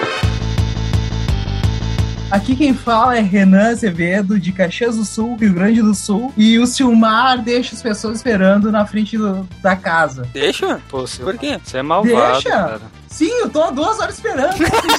Aqui quem fala é Renan Azevedo, de Caxias do Sul, Rio Grande do Sul. E o Silmar deixa as pessoas esperando na frente do, da casa. Deixa? Pô, Por quê? Você é malvado, Deixa? cara. Sim, eu tô há duas horas esperando.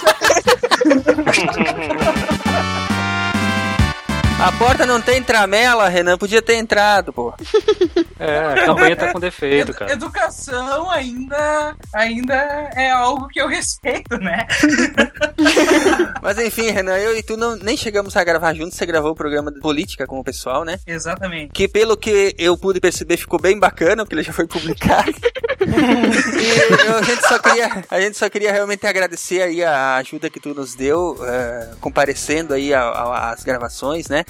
A porta não tem tramela, Renan, podia ter entrado, pô. É, a campanha tá com defeito, cara. Educação ainda, ainda é algo que eu respeito, né? Mas enfim, Renan, eu e tu não, nem chegamos a gravar juntos, você gravou o programa de política com o pessoal, né? Exatamente. Que pelo que eu pude perceber ficou bem bacana, porque ele já foi publicado. E eu, a, gente só queria, a gente só queria realmente agradecer aí a ajuda que tu nos deu, uh, comparecendo aí às gravações, né?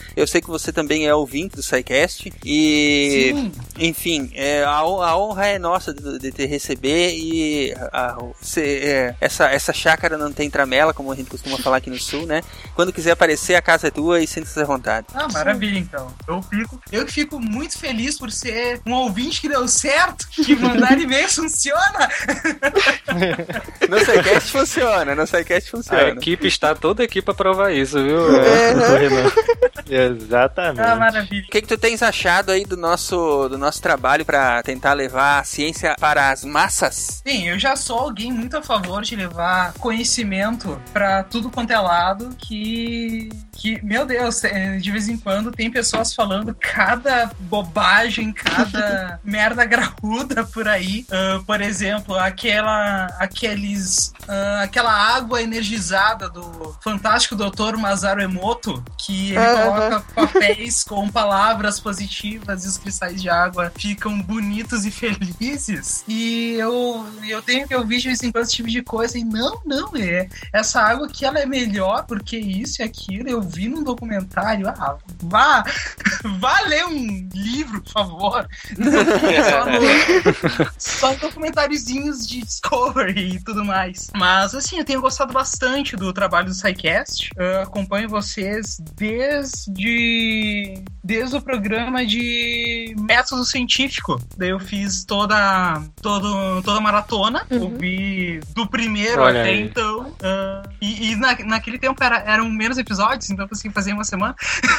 Eu sei que você também é ouvinte do SciCast e, Sim. enfim, é, a, a honra é nossa de, de te receber e a, se, é, essa, essa chácara não tem tramela, como a gente costuma falar aqui no Sul, né? Quando quiser aparecer, a casa é tua e sinta-se à vontade. Ah, maravilha, então. Eu fico, eu fico muito feliz por ser um ouvinte que deu certo, que mandar e-mail funciona. No SciCast funciona, no SciCast funciona. A equipe está toda aqui pra provar isso, viu? É. Exatamente. Ah, maravilha. O que, que tu tens achado aí do nosso, do nosso trabalho pra tentar levar a ciência para as massas? Sim, eu já sou alguém muito a favor de levar conhecimento pra tudo quanto é lado, que... que, meu Deus, de vez em quando tem pessoas falando cada bobagem, cada merda graúda por aí. Uh, por exemplo, aquela, aqueles, uh, aquela água energizada do fantástico doutor Masaru Emoto, que ele uhum. coloca papéis com palavras positivas e os cristais de água ficam bonitos e felizes. E eu, eu tenho que ouvir de vez em quando esse tipo de coisa e não, não, é. Essa água aqui ela é melhor porque isso e aquilo. Eu vi num documentário. Ah, vá, vá ler um livro, por favor. Só, no, só documentáriozinhos de Discovery e tudo mais. Mas, assim, eu tenho gostado bastante do trabalho do SciCast. Eu acompanho vocês desde, desde o programa de método científico. Daí eu fiz toda, todo, toda a maratona. Uhum. Eu vi do primeiro Olha até aí. então. Uh, e e na, naquele tempo era, eram menos episódios, então eu consegui fazer em uma semana.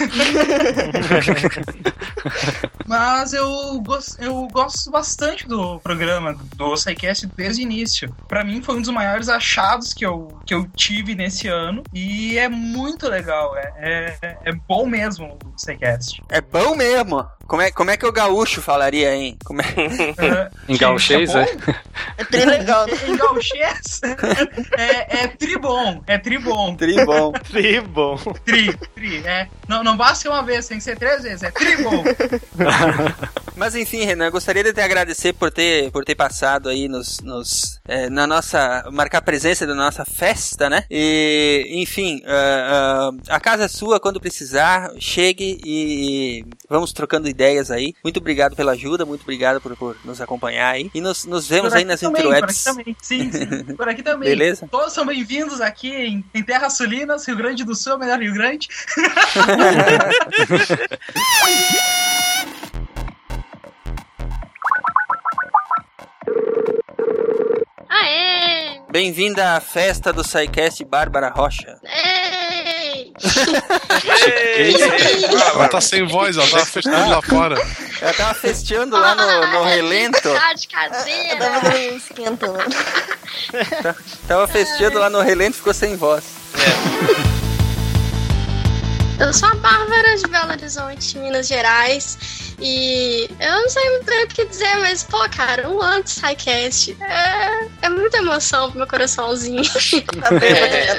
Mas eu, gost, eu gosto bastante do programa, do SciCast desde o início. Pra mim foi um dos maiores achados que eu, que eu tive nesse ano. E é muito legal. É, é, é bom mesmo o SciCast. É bom mesmo? Como é, como é que o gaúcho falaria, hein? Como é... uh, em gauchês, é? É tri legal. Em gauchês é, é tribom. É tribom. Tribom. Tribom. Tri, tri, é. Não, não basta ser uma vez, tem que ser três vezes. É tribom. Mas enfim, Renan, eu gostaria de te agradecer por ter, por ter passado aí nos, nos, é, na nossa, marcar presença da nossa festa, né? E, enfim, uh, uh, a casa é sua, quando precisar, chegue e vamos trocando ideias aí. Muito obrigado pela ajuda, muito obrigado por, por nos acompanhar aí. E nos, nos vemos aí nas interwebs. Por aqui também, sim, sim. Por aqui também. Beleza? Todos são bem-vindos aqui em, em Terras Sulinas, Rio Grande do Sul, melhor Rio Grande. Aê! Bem-vinda à festa do SciCast, Bárbara Rocha. Ei! Ei! Ela tá sem voz, ela tava festando lá fora. Ela tava festeando lá no, no relento. Tá de cadeira. Tava esquentando. Tava festeando lá no relento e ficou sem voz. É. Eu sou a Bárbara de Belo Horizonte, Minas Gerais. E eu não sei muito bem o que dizer, mas, pô, cara, um ano de SciCast é, é muita emoção pro meu coraçãozinho. Tá bem, é.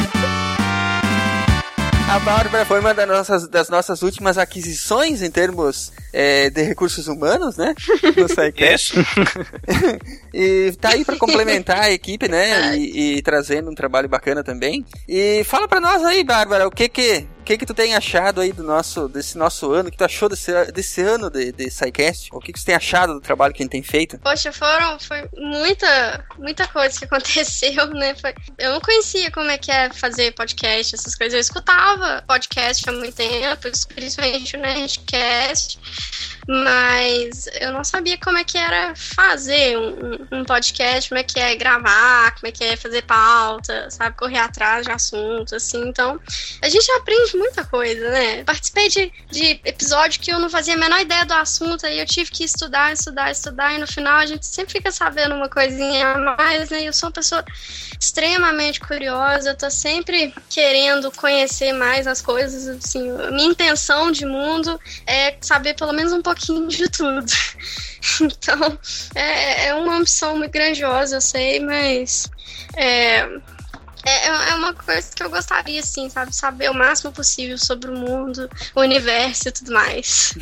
A Bárbara foi uma das nossas, das nossas últimas aquisições em termos é, de recursos humanos, né? No SciCast. E tá aí pra complementar a equipe, né? E, e trazendo um trabalho bacana também. E fala pra nós aí, Bárbara, o que que... O que que tu tem achado aí do nosso, desse nosso ano? O que tu achou desse, desse ano de, de SciCast? O que que tu tem achado do trabalho que a gente tem feito? Poxa, foram, foi muita, muita coisa que aconteceu, né? Foi, eu não conhecia como é que é fazer podcast, essas coisas. Eu escutava podcast há muito tempo, principalmente o Nerdcast, mas eu não sabia como é que era fazer um, um podcast, como é que é gravar, como é que é fazer pauta, sabe? Correr atrás de assuntos, assim. Então, a gente aprende muita coisa, né? Participei de, de episódio que eu não fazia a menor ideia do assunto, aí eu tive que estudar, estudar, estudar, e no final a gente sempre fica sabendo uma coisinha a mais, né? Eu sou uma pessoa extremamente curiosa, eu tô sempre querendo conhecer mais as coisas, assim, a minha intenção de mundo é saber pelo menos um pouquinho de tudo. Então, é, é uma ambição muito grandiosa, eu sei, mas é... É, é uma coisa que eu gostaria, assim, sabe? Saber o máximo possível sobre o mundo, o universo e tudo mais.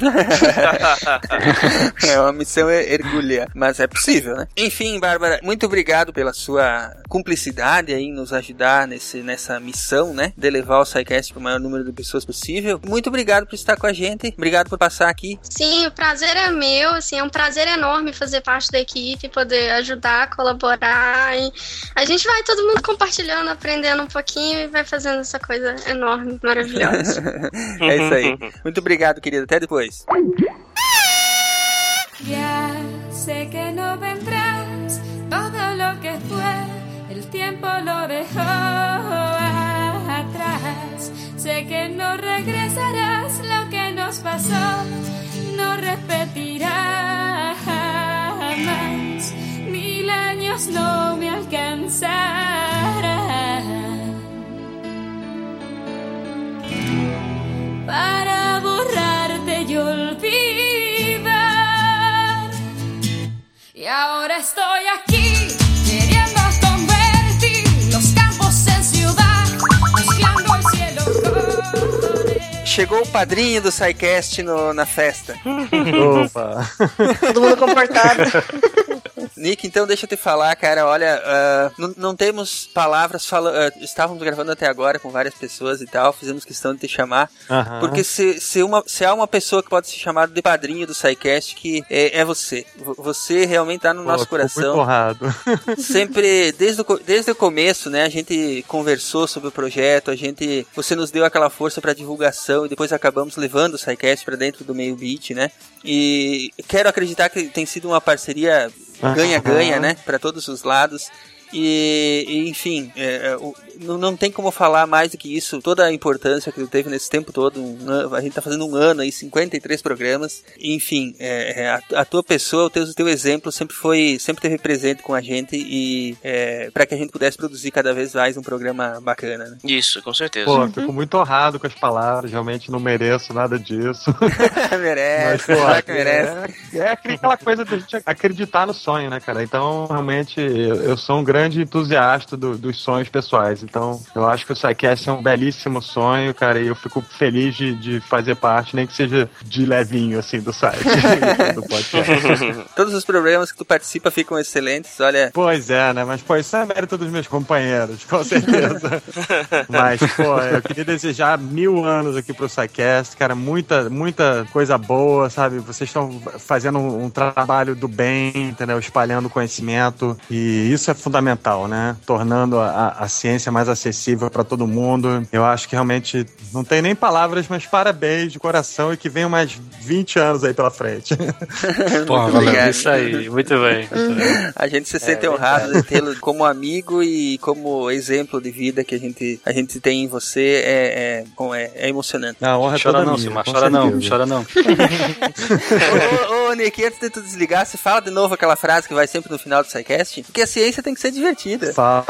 É uma missão hercúlea, mas é possível, né? Enfim, Bárbara, muito obrigado pela sua cumplicidade aí em nos ajudar nesse, nessa missão, né? De levar o SciCast para o maior número de pessoas possível. Muito obrigado por estar com a gente. Obrigado por passar aqui. Sim, o prazer é meu, assim, é um prazer enorme fazer parte da equipe, poder ajudar, colaborar. E a gente vai todo mundo compartilhando, aprendendo um pouquinho e vai fazendo essa coisa enorme, maravilhosa. É isso aí. Muito obrigado, querida. Até depois. Ya sé que no vendrás, todo lo que fue, el tiempo lo dejó atrás. Sé que no regresarás, lo que nos pasó no repetirá jamás. Mil años no me alcanzarán para borrarte y olvidar. Y ahora estoy aquí, queriendo convertir los campos en ciudad, mezclando el cielo con... Chegou o padrinho do SciCast no, na festa. Opa! Todo mundo comportado. Nick, então deixa eu te falar, cara, olha, uh, não, não temos palavras, fala, uh, estávamos gravando até agora com várias pessoas e tal, fizemos questão de te chamar, uh-huh. porque se, se, uma, se há uma pessoa que pode ser chamada de padrinho do SciCast, que é, é você. Você realmente tá no Pô, nosso coração. Muito honrado. Sempre, desde o, desde o começo, né, a gente conversou sobre o projeto, a gente, você nos deu aquela força pra divulgação e depois acabamos levando o SciCast pra dentro do meio beat, né, e quero acreditar que tem sido uma parceria ganha-ganha, uhum. né? Para todos os lados. E, e enfim, é, o, não, não tem como falar mais do que isso, toda a importância que ele teve nesse tempo todo. Um, a gente tá fazendo um ano aí, cinquenta e três programas. Enfim, é, a, a tua pessoa, o teu, o teu exemplo sempre foi, sempre teve presente com a gente e é, para que a gente pudesse produzir cada vez mais um programa bacana, né? Isso, com certeza. Pô, uhum. Fico muito honrado com as palavras, realmente não mereço nada disso. Merece, Mas, pô, será que merece? É, é aquela coisa da gente acreditar no sonho, né, cara? Então, realmente, eu, eu sou um grande grande entusiasta do, dos sonhos pessoais. Então, eu acho que o SciCast é um belíssimo sonho, cara, e eu fico feliz de, de fazer parte, nem que seja de levinho, assim, do site, do podcast. Todos os programas que tu participa ficam excelentes, olha... Pois é, né? Mas, pô, isso é mérito dos meus companheiros, com certeza. Mas, pô, eu queria desejar mil anos aqui pro SciCast, cara, muita, muita coisa boa, sabe? Vocês estão fazendo um, um trabalho do bem, entendeu? Espalhando conhecimento, e isso é fundamental, né? Tornando a, a ciência mais acessível para todo mundo. Eu acho que realmente não tem nem palavras, mas parabéns de coração e que venham mais vinte anos aí pela frente. Pô, valeu. Isso aí, muito bem. Muito bem. A gente se sente é, honrado de tê-lo como amigo e como exemplo de vida que a gente, a gente tem em você. É, é, é, é emocionante. Não, honra chora toda não, minha, chora não, chora não. Ô, ô, Nick, antes de tu desligar, você fala de novo aquela frase que vai sempre no final do SciCast, porque a ciência tem que ser divertida. Fala.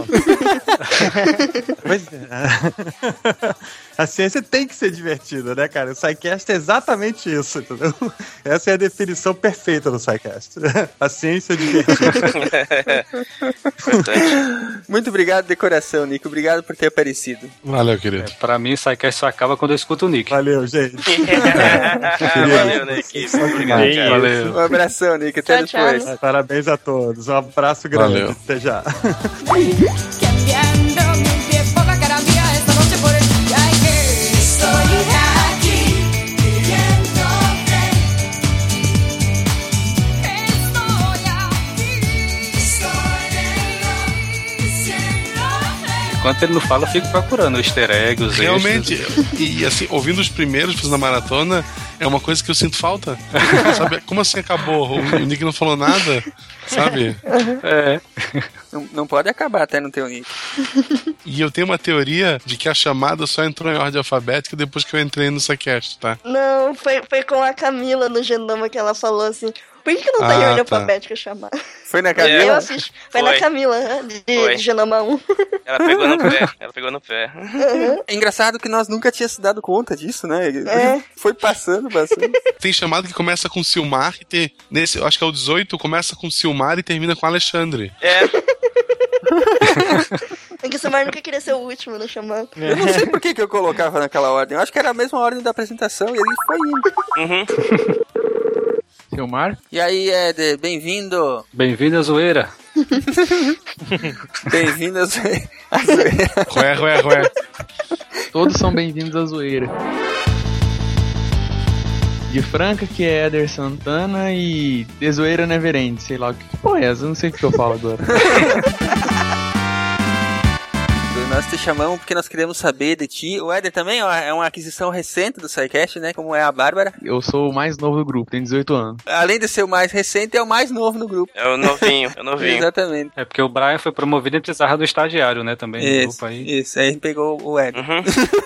Pois é. A ciência tem que ser divertida, né, cara? O SciCast é exatamente isso, entendeu? Essa é a definição perfeita do SciCast. A ciência é divertida. Muito obrigado de coração, Nick. Obrigado por ter aparecido. Valeu, querido. É, pra mim, o SciCast só acaba quando eu escuto o Nick. Valeu, gente. Valeu, Nick. Obrigado, cara. Valeu. Um abração, Nick. Até tchau, depois. tchau. Parabéns a todos. Um abraço grande. Valeu. Até já. Enquanto ele não fala, eu fico procurando easter eggs, os realmente, extras. E assim, ouvindo os primeiros fazendo a maratona, é uma coisa que eu sinto falta. Sabe? Como assim acabou? O Nick não falou nada, sabe? É. Não, não pode acabar até não ter o Nick. E eu tenho uma teoria de que a chamada só entrou em ordem alfabética depois que eu entrei no SciCast, tá? Não, foi, foi com a Camila no Genoma que ela falou assim... Por que, que não tá ah, em ordem tá. alfabética chamar? Foi na Camila? Eu assisti. Foi, foi na Camila, de, de Genoma um. Ela pegou no pé, ela pegou no pé. Uhum. É engraçado que nós nunca tínhamos se dado conta disso, né? É. Foi passando, passando. Tem chamado que começa com Silmar e tem, nesse, eu acho que é o dezoito, começa com Silmar e termina com Alexandre. É. É que o Silmar nunca queria ser o último no Xamã. Eu não sei por que, que eu colocava naquela ordem. Eu acho que era a mesma ordem da apresentação e ele foi indo. Uhum. Silmar? E aí, Éder, bem-vindo. Bem-vindo à zoeira. Bem-vindo à zoeira. Ué, ué, ué. Todos são bem-vindos à zoeira. De Franca, que é Éder Santana, e de Zoeira Neverend, sei lá o que porra é essa, eu não sei o que eu falo agora. Nós te chamamos porque nós queremos saber de ti. O Éder também ó, é uma aquisição recente do SciCast, né? Como é a Bárbara. Eu sou o mais novo do grupo, tenho dezoito anos. Além de ser o mais recente, é o mais novo no grupo. É o novinho, é o novinho. Exatamente. É porque o Brian foi promovido e precisava do estagiário, né? Também isso, no grupo aí. Isso, aí a gente pegou o Éder. Uhum.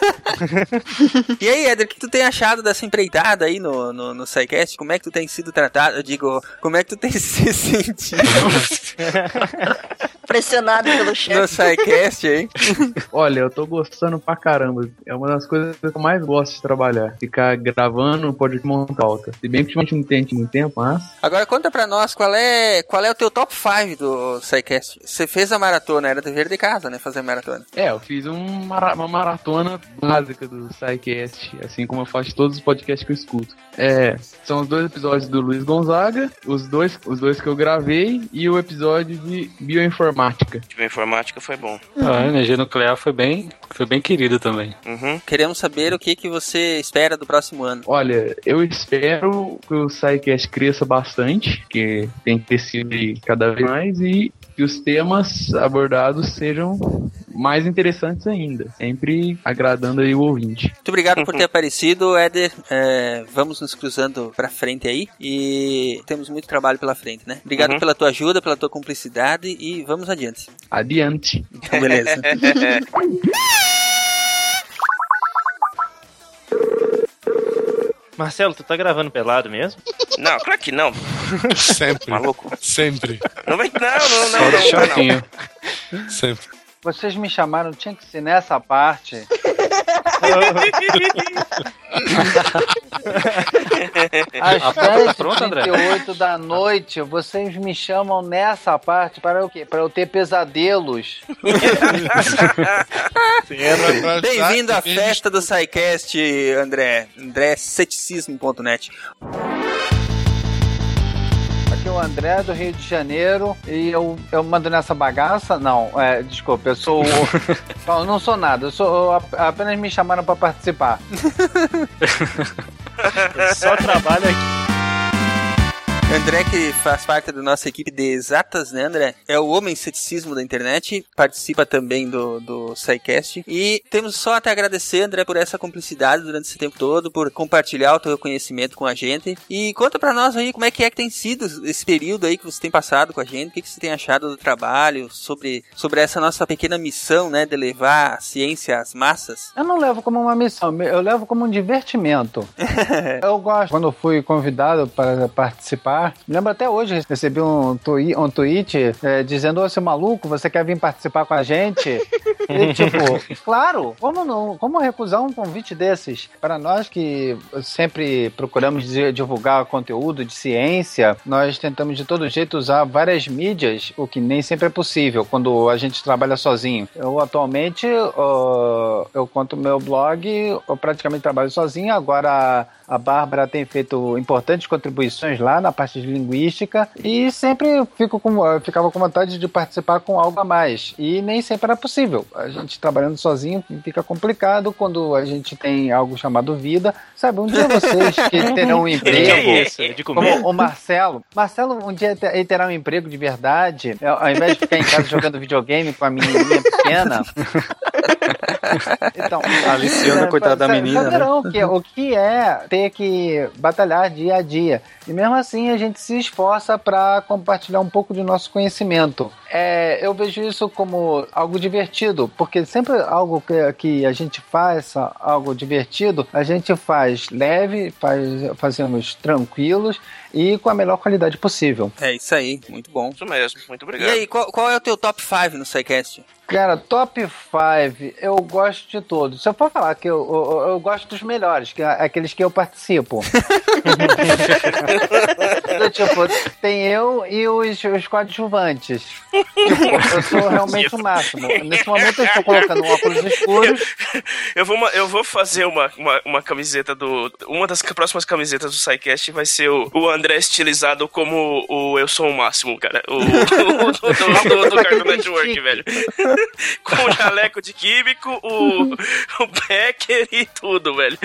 E aí, Éder, o que tu tem achado dessa empreitada aí no, no, no SciCast? Como é que tu tem sido tratado? Eu digo, como é que tu tem se sentido? Pressionado pelo chefe. No SciCast, hein? Olha, eu tô gostando pra caramba. É uma das coisas que eu mais gosto de trabalhar. Ficar gravando pode montar alta. Se bem que ultimamente não tem muito tempo, mas... Agora conta pra nós qual é, qual é o teu top cinco do SciCast. Você fez a maratona, era dever de casa, né? Fazer a maratona. É, eu fiz um mara- uma maratona básica do SciCast, assim como eu faço todos os podcasts que eu escuto. É, são os dois episódios do Luiz Gonzaga, os dois, os dois que eu gravei e o episódio de bioinformática. De bioinformática foi bom. Ah, a energia nuclear foi bem, foi bem querido também. Uhum. Queremos saber o que, que você espera do próximo ano. Olha, eu espero que o SciCast cresça bastante, que tem crescido cada vez mais, e que os temas abordados sejam mais interessantes ainda, sempre agradando aí o ouvinte. Muito obrigado por ter aparecido, Éder. É, vamos nos cruzando pra frente aí e temos muito trabalho pela frente, né? Obrigado uhum. pela tua ajuda, pela tua cumplicidade e vamos adiante. Adiante. Então, beleza. Marcelo, tu tá gravando pelado mesmo? Não, claro que não. Sempre. Maluco. Sempre. Não vai, não, não, não, não, não, não. Sempre. Vocês me chamaram, tinha que ser nessa parte. Às dez e trinta e oito da noite, vocês me chamam nessa parte para o quê? Para eu ter pesadelos. Bem-vindo à festa do SciCast, André. André ceticismo ponto net. Aqui é o André do Rio de Janeiro e eu, eu mando nessa bagaça? Não, é, desculpa, eu sou. Não, eu não sou nada, eu sou. Eu apenas me chamaram para participar. Só trabalho aqui. André, que faz parte da nossa equipe de exatas, né, André? É o homem ceticismo da internet, participa também do, do SciCast. E temos só até agradecer, André, por essa cumplicidade durante esse tempo todo, por compartilhar o teu conhecimento com a gente. E conta pra nós aí como é que é que tem sido esse período aí que você tem passado com a gente, o que, que você tem achado do trabalho, sobre, sobre essa nossa pequena missão, né, de levar a ciência às massas. Eu não levo como uma missão, eu levo como um divertimento. Eu gosto, quando eu fui convidado para participar, me lembro até hoje, recebi um, tui, um tweet é, dizendo, ô, seu maluco, você quer vir participar com a gente? E, tipo, claro, como não? Como recusar um convite desses? Para nós que sempre procuramos divulgar conteúdo de ciência, nós tentamos de todo jeito usar várias mídias, o que nem sempre é possível quando a gente trabalha sozinho. Eu atualmente, uh, eu conto meu blog, eu praticamente trabalho sozinho, agora a Bárbara tem feito importantes contribuições lá na parte de linguística e sempre fico com, eu ficava com vontade de participar com algo a mais. E nem sempre era possível. A gente trabalhando sozinho fica complicado quando a gente tem algo chamado vida. Sabe, um dia vocês que terão um emprego, é de comer? como o Marcelo. Marcelo um dia ele terá um emprego de verdade, ao invés de ficar em casa jogando videogame com a menininha pequena. Então, a Luciana, coitada da menina, saberão né? que, o que é ter que batalhar dia a dia. E mesmo assim a gente se esforça para compartilhar um pouco do nosso conhecimento. É, eu vejo isso como algo divertido, porque sempre algo que, que a gente faça, algo divertido, a gente faz leve, faz, fazemos tranquilos e com a melhor qualidade possível. É isso aí, muito bom. Isso mesmo, muito obrigado. E aí, qual, qual é o teu top cinco no SciCast? Cara, top cinco, eu gosto de todos. Se eu for falar que eu, eu, eu gosto dos melhores, que é aqueles que eu participo. Tipo, tem eu e os, os coadjuvantes. Tipo, eu sou realmente o máximo. Nesse momento eu estou colocando óculos escuros. Eu vou, eu vou fazer uma, uma, uma camiseta do... Uma das próximas camisetas do SciCast vai ser o, o André estilizado como o Eu Sou o Máximo, cara. O, o, o do, do, do, do Cartoon Network, velho. Com o jaleco de químico, o, o Becker e tudo, velho.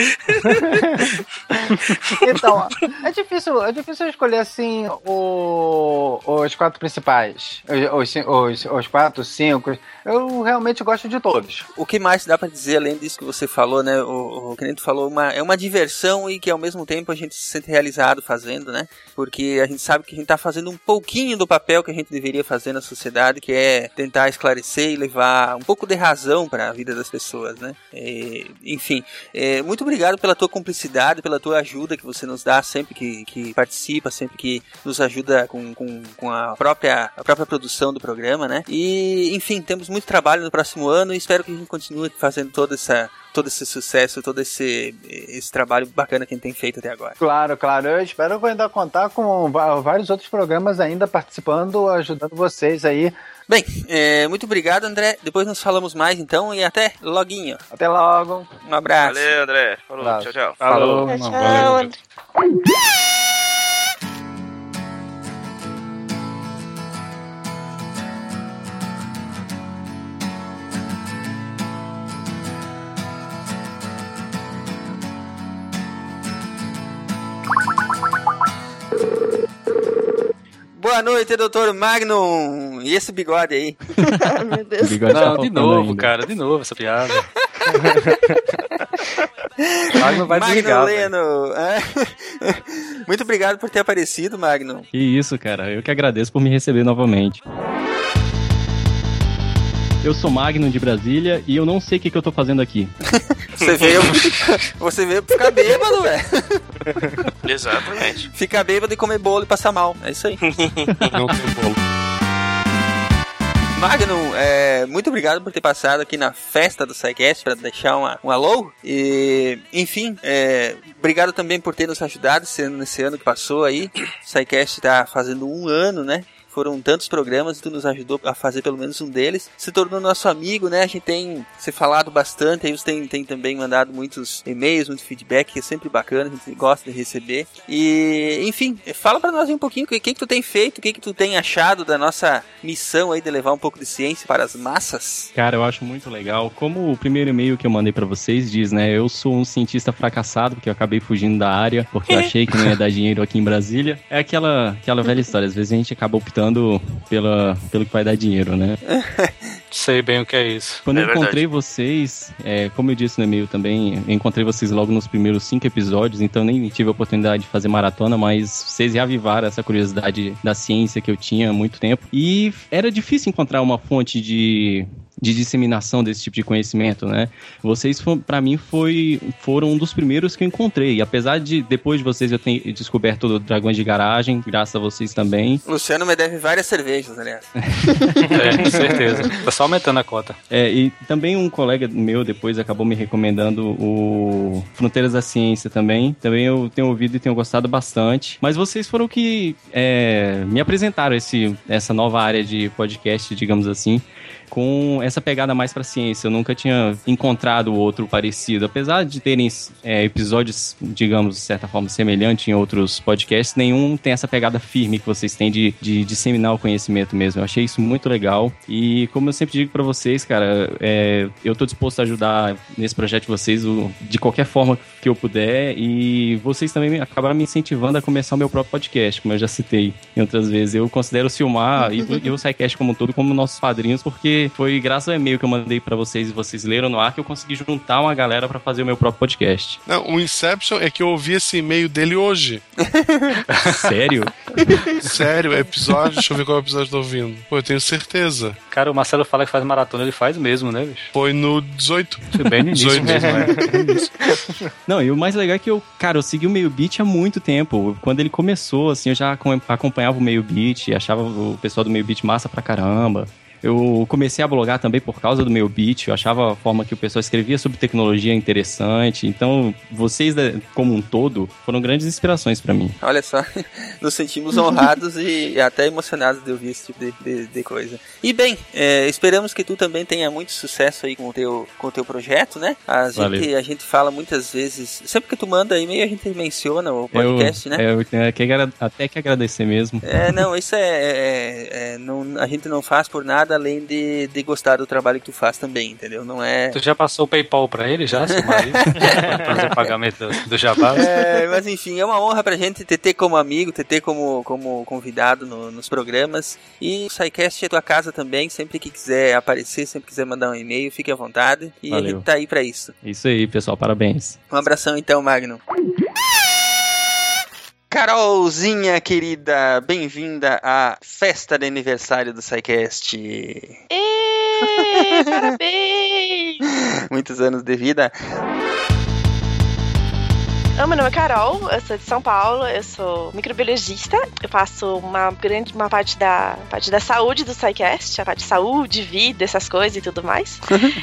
Então, é difícil, é difícil escolher assim o, os quatro principais. Os, os, os quatro, cinco. Eu realmente gosto de todos. O que mais dá pra dizer, além disso que você falou, né? O, o que a gente falou, uma, é uma diversão e que ao mesmo tempo a gente se sente realizado fazendo, né? Porque a gente sabe que a gente tá fazendo um pouquinho do papel que a gente deveria fazer na sociedade, que é tentar esclarecer e levar um pouco de razão para a vida das pessoas, né? E, enfim, é, muito obrigado pela tua cumplicidade, pela tua ajuda que você nos dá sempre que, que participa, sempre que nos ajuda com, com, com a, própria, a própria produção do programa, né? E, enfim, temos muito trabalho no próximo ano e espero que a gente continue fazendo toda essa... todo esse sucesso, todo esse, esse trabalho bacana que a gente tem feito até agora. Claro, claro. Eu espero ainda contar com vários outros programas ainda participando, ajudando vocês aí. Bem, é, muito obrigado, André. Depois nos falamos mais, então, e até loguinho. Até logo. Um abraço. Valeu, André. Falou, Claro. tchau, tchau. Falou. Tchau, tchau, Valeu. André. Boa noite, doutor Magnum. E esse bigode aí? Meu Deus. Não, de novo, cara, de novo essa piada. Magnum vai desligar, Leno. É. Muito obrigado por ter aparecido, Magnum. Que isso, cara. Eu que agradeço por me receber novamente. Eu sou Magnum de Brasília e eu não sei o que, que eu tô fazendo aqui. Você veio, você veio pra ficar bêbado, velho. Exatamente. Ficar bêbado e comer bolo e passar mal. É isso aí. Não tem bolo. Magnum, é, muito obrigado por ter passado aqui na festa do SciCast para deixar uma, um alô. E, enfim, é, obrigado também por ter nos ajudado nesse ano, nesse ano que passou aí. O SciCast tá fazendo um ano, né? Foram tantos programas e tu nos ajudou a fazer pelo menos um deles. Se tornou nosso amigo, né? A gente tem se falado bastante. Aí você tem, tem também mandado muitos e-mails, muito feedback, que é sempre bacana. A gente gosta de receber. E, enfim, fala pra nós um pouquinho o que, que, que tu tem feito, o que, que tu tem achado da nossa missão aí de levar um pouco de ciência para as massas. Cara, eu acho muito legal. Como o primeiro e-mail que eu mandei pra vocês diz, né? Eu sou um cientista fracassado, porque eu acabei fugindo da área, porque eu achei que não ia dar dinheiro aqui em Brasília. É aquela, aquela velha história. Às vezes a gente acaba optando Pela, pelo que vai dar dinheiro, né? Sei bem o que é isso. Quando é eu verdade. encontrei vocês, é, como eu disse no e-mail também, eu encontrei vocês logo nos primeiros cinco episódios, então nem tive a oportunidade de fazer maratona, mas vocês reavivaram essa curiosidade da ciência que eu tinha há muito tempo. E era difícil encontrar uma fonte de... de disseminação desse tipo de conhecimento, né? Vocês, pra mim, foi, foram um dos primeiros que eu encontrei. E apesar de, depois de vocês, eu ter descoberto o Dragões de Garagem, graças a vocês também. Luciano me deve várias cervejas, aliás. É, com certeza. Tá só aumentando a cota. É, e também um colega meu depois acabou me recomendando o Fronteiras da Ciência também. Também eu tenho ouvido e tenho gostado bastante. Mas vocês foram que é, me apresentaram esse, essa nova área de podcast, digamos assim, com essa pegada mais pra ciência. Eu nunca tinha encontrado outro parecido. Apesar de terem é, episódios, digamos, de certa forma, semelhantes em outros podcasts, nenhum tem essa pegada firme que vocês têm de, de disseminar o conhecimento mesmo. Eu achei isso muito legal. E como eu sempre digo pra vocês, cara, é, eu tô disposto a ajudar nesse projeto de vocês o, de qualquer forma que eu puder. E vocês também acabaram me incentivando a começar o meu próprio podcast, como eu já citei em outras vezes. Eu considero o Silmar e, e o SciCast como um todo como nossos padrinhos, porque foi graças ao e-mail que eu mandei pra vocês e vocês leram no ar que eu consegui juntar uma galera pra fazer o meu próprio podcast. Não, o Inception é que eu ouvi esse e-mail dele hoje. Sério? Sério, episódio, deixa eu ver qual episódio eu tô ouvindo. Pô, eu tenho certeza. Cara, o Marcelo fala que faz maratona, ele faz mesmo, né, bicho? Foi no dezoito. Foi bem no início dezoito mesmo, é. Não, e o mais legal é que eu, cara, eu segui o Meio Beat há muito tempo. Quando ele começou, assim, eu já acompanhava o Meio Beat, achava o pessoal do Meio Beat massa pra caramba. Eu comecei a blogar também por causa do meu beat. Eu achava a forma que o pessoal escrevia sobre tecnologia interessante. Então, vocês, como um todo, foram grandes inspirações pra mim. Olha só, nos sentimos honrados e até emocionados de ouvir esse tipo de, de, de coisa. E bem, é, esperamos que tu também tenha muito sucesso aí com o teu, com o teu projeto, né? A gente, a gente fala muitas vezes, sempre que tu manda e-mail a gente menciona o podcast, eu, né? É, eu tenho que agra- até que agradecer mesmo. É, não, isso é, é, é não, a gente não faz por nada além de, de gostar do trabalho que tu faz também, entendeu? Não é... Tu já passou o PayPal pra ele, já, seu marido? Pra fazer o pagamento do, do jabá? É, mas enfim, é uma honra pra gente te ter como amigo, te ter como, como convidado no, nos programas. E o SciCast é tua casa também, sempre que quiser aparecer, sempre que quiser mandar um e-mail, fique à vontade. E Valeu. A gente tá aí pra isso. Isso aí, pessoal, parabéns. Um abração então, Magno. Carolzinha, querida, bem-vinda à festa de aniversário do SciCast. Êêêê, parabéns! Muitos anos de vida. Meu nome é Carol, eu sou de São Paulo, eu sou microbiologista, eu faço uma grande uma parte da parte da saúde do SciCast, a parte de saúde, vida, essas coisas e tudo mais.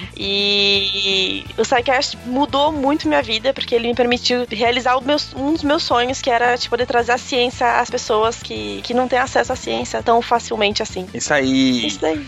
E o SciCast mudou muito minha vida, porque ele me permitiu realizar o meus, um dos meus sonhos, que era tipo, poder trazer a ciência às pessoas que, que não têm acesso à ciência tão facilmente assim. Isso aí. Isso daí.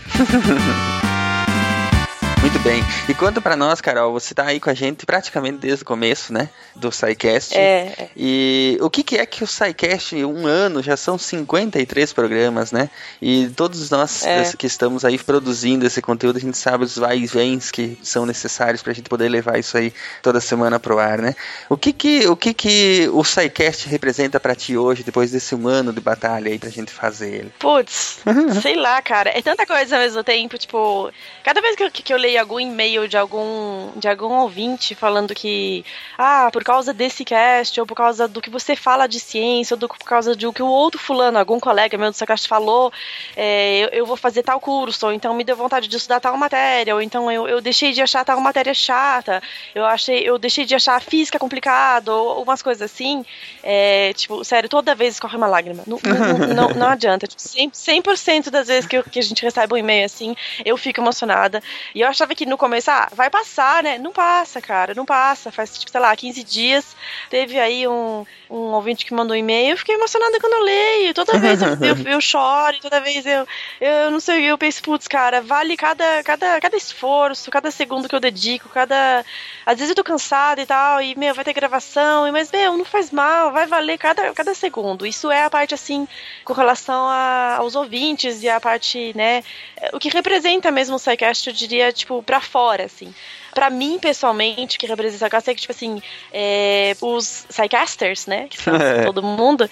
Muito bem. E conta pra nós, Carol, você tá aí com a gente praticamente desde o começo, né? Do SciCast. É. é. E o que, que é que o SciCast, um ano, já são cinquenta e três programas, né? E todos nós é. que estamos aí produzindo esse conteúdo, a gente sabe os vai e vens que são necessários pra gente poder levar isso aí toda semana pro ar, né? O que que o, que que o SciCast representa pra ti hoje, depois desse um ano de batalha aí pra gente fazer ele? Putz, sei lá, cara. É tanta coisa ao mesmo tempo, tipo... Cada vez que eu, que eu leio algum e-mail de algum, de algum ouvinte falando que, ah, por causa desse cast, ou por causa do que você fala de ciência, ou do, por causa do que o outro fulano, algum colega meu do SciCast falou, é, eu, eu vou fazer tal curso, ou então me deu vontade de estudar tal matéria, ou então eu, eu deixei de achar tal matéria chata, eu, achei, eu deixei de achar a física complicado, ou, ou umas coisas assim, é, tipo, sério, toda vez escorre uma lágrima. Não, não, não, não adianta. Tipo, cem por cento das vezes que, eu, que a gente recebe um e-mail assim, eu fico emocionada. E eu achava que no começo, ah, vai passar, né? Não passa, cara, não passa. Faz, tipo, sei lá, quinze dias. Teve aí um, um ouvinte que mandou um e-mail. Eu fiquei emocionada quando eu leio. Toda vez eu, eu, eu choro, toda vez eu, eu não sei, eu penso, putz, cara, vale cada, cada, cada esforço, cada segundo que eu dedico, cada... Às vezes eu tô cansada e tal, e, meu, vai ter gravação, mas, meu, não faz mal, vai valer cada, cada segundo. Isso é a parte, assim, com relação a, aos ouvintes e a parte, né, o que representa mesmo o SciCast, eu diria, tipo, pra fora, assim. Pra mim, pessoalmente, que representa o SciCast é que, tipo assim, é, os SciCasters, né, que são é. todo mundo,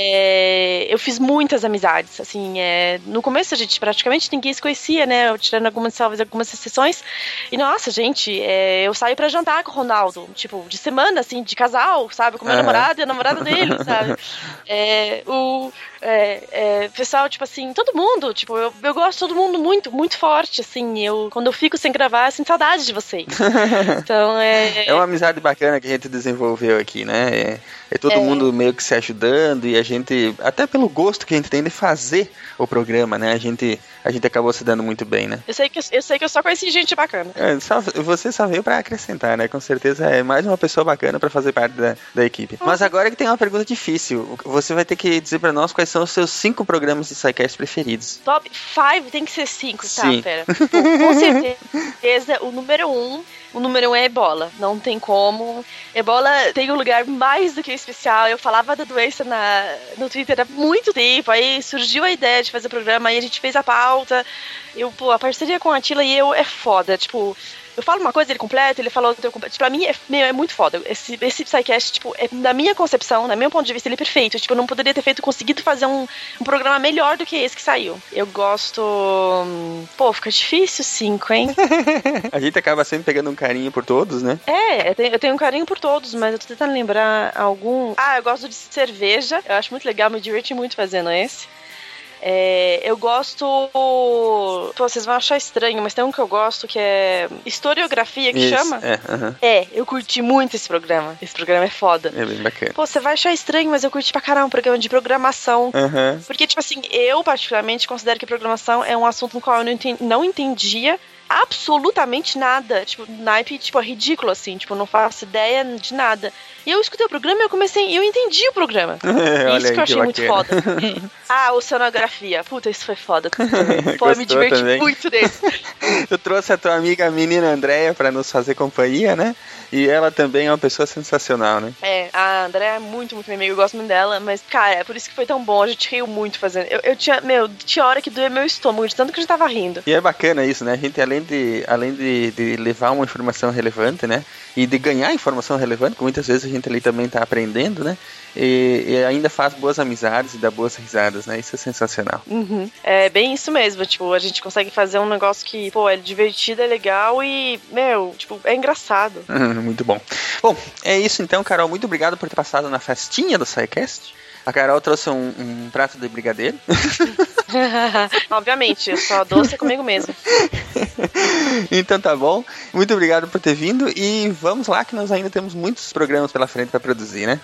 é, eu fiz muitas amizades, assim, é, no começo a gente praticamente ninguém se conhecia, né, eu tirando algumas salvas, algumas exceções, e nossa, gente, é, eu saio pra jantar com o Ronaldo, tipo, de semana, assim, de casal, sabe, com meu uhum. namorado e a namorada dele, sabe, é, o... É, é, pessoal, tipo assim, todo mundo, tipo, eu, eu gosto de todo mundo muito, muito forte, assim, eu, quando eu fico sem gravar, eu sinto saudade de vocês. Então, é... É uma amizade bacana que a gente desenvolveu aqui, né? É, é todo é. mundo meio que se ajudando e a gente, até pelo gosto que a gente tem de fazer o programa, né? A gente, a gente acabou se dando muito bem, né? Eu sei que eu, eu, sei que eu só conheci gente bacana. É, só, você só veio pra acrescentar, né? Com certeza é mais uma pessoa bacana pra fazer parte da, da equipe. Uhum. Mas agora que tem uma pergunta difícil, você vai ter que dizer pra nós quais são os seus cinco programas de SciCast preferidos. Top cinco tem que ser cinco, tá? Sim. Pera. Com certeza, o número um, o número um é Ebola. Não tem como. Ebola tem um lugar mais do que especial. Eu falava da doença na, no Twitter há muito tempo. Aí surgiu a ideia de fazer o programa, aí a gente fez a pauta. Eu, pô, a parceria com a Atila e eu é foda. Tipo, eu falo uma coisa, ele completa, ele falou outra, eu completo. Tipo, pra mim, é, meu, é muito foda. Esse, esse SciCast, tipo, é, na minha concepção, na meu ponto de vista, ele é perfeito. Tipo, eu não poderia ter feito, conseguido fazer um, um programa melhor do que esse que saiu. Eu gosto... Pô, fica difícil cinco, hein? A gente acaba sempre pegando um carinho por todos, né? É, eu tenho, eu tenho um carinho por todos, mas eu tô tentando lembrar algum... Ah, eu gosto de cerveja. Eu acho muito legal, me diverti muito fazendo esse. É, eu gosto... Pô, vocês vão achar estranho, mas tem um que eu gosto que é historiografia, que Isso, chama? É, aham. É, eu curti muito esse programa. Esse programa é foda. É bem bacana. Pô, você vai achar estranho, mas eu curti pra caramba um programa de programação. Aham. Porque, tipo assim, eu particularmente considero que programação é um assunto no qual eu não entendi, não entendia absolutamente nada. Tipo, naipe, tipo, é ridículo, assim. Tipo, não faço ideia de nada. E eu escutei o programa e eu comecei... E eu entendi o programa. Olha Isso aí, que eu achei que muito bacana. foda. Ah, oceanografia. Puta, isso foi foda. Pô, eu me Gostou diverti também? muito desse. Tu trouxe a tua amiga a menina Andréia pra nos fazer companhia, né? E ela também é uma pessoa sensacional, né? É, a André é muito, muito minha amiga, eu gosto muito dela, mas, cara, é por isso que foi tão bom, a gente riu muito fazendo. Eu, eu tinha, meu, tinha hora que doía meu estômago, de tanto que a gente tava rindo. E é bacana isso, né? A gente, além de, além de, de levar uma informação relevante, né? E de ganhar informação relevante, que muitas vezes a gente ali também tá aprendendo, né? E, e ainda faz boas amizades e dá boas risadas, né? Isso é sensacional. Uhum. É bem isso mesmo, tipo, a gente consegue fazer um negócio que, pô, é divertido, é legal e, meu, tipo, é engraçado. Muito bom. Bom, é isso então, Carol. Muito obrigado por ter passado na festinha do SciCast. A Carol trouxe um, um prato de brigadeiro. Obviamente, eu só doce comigo mesmo. Então tá bom. Muito obrigado por ter vindo e vamos lá que nós ainda temos muitos programas pela frente para produzir, né?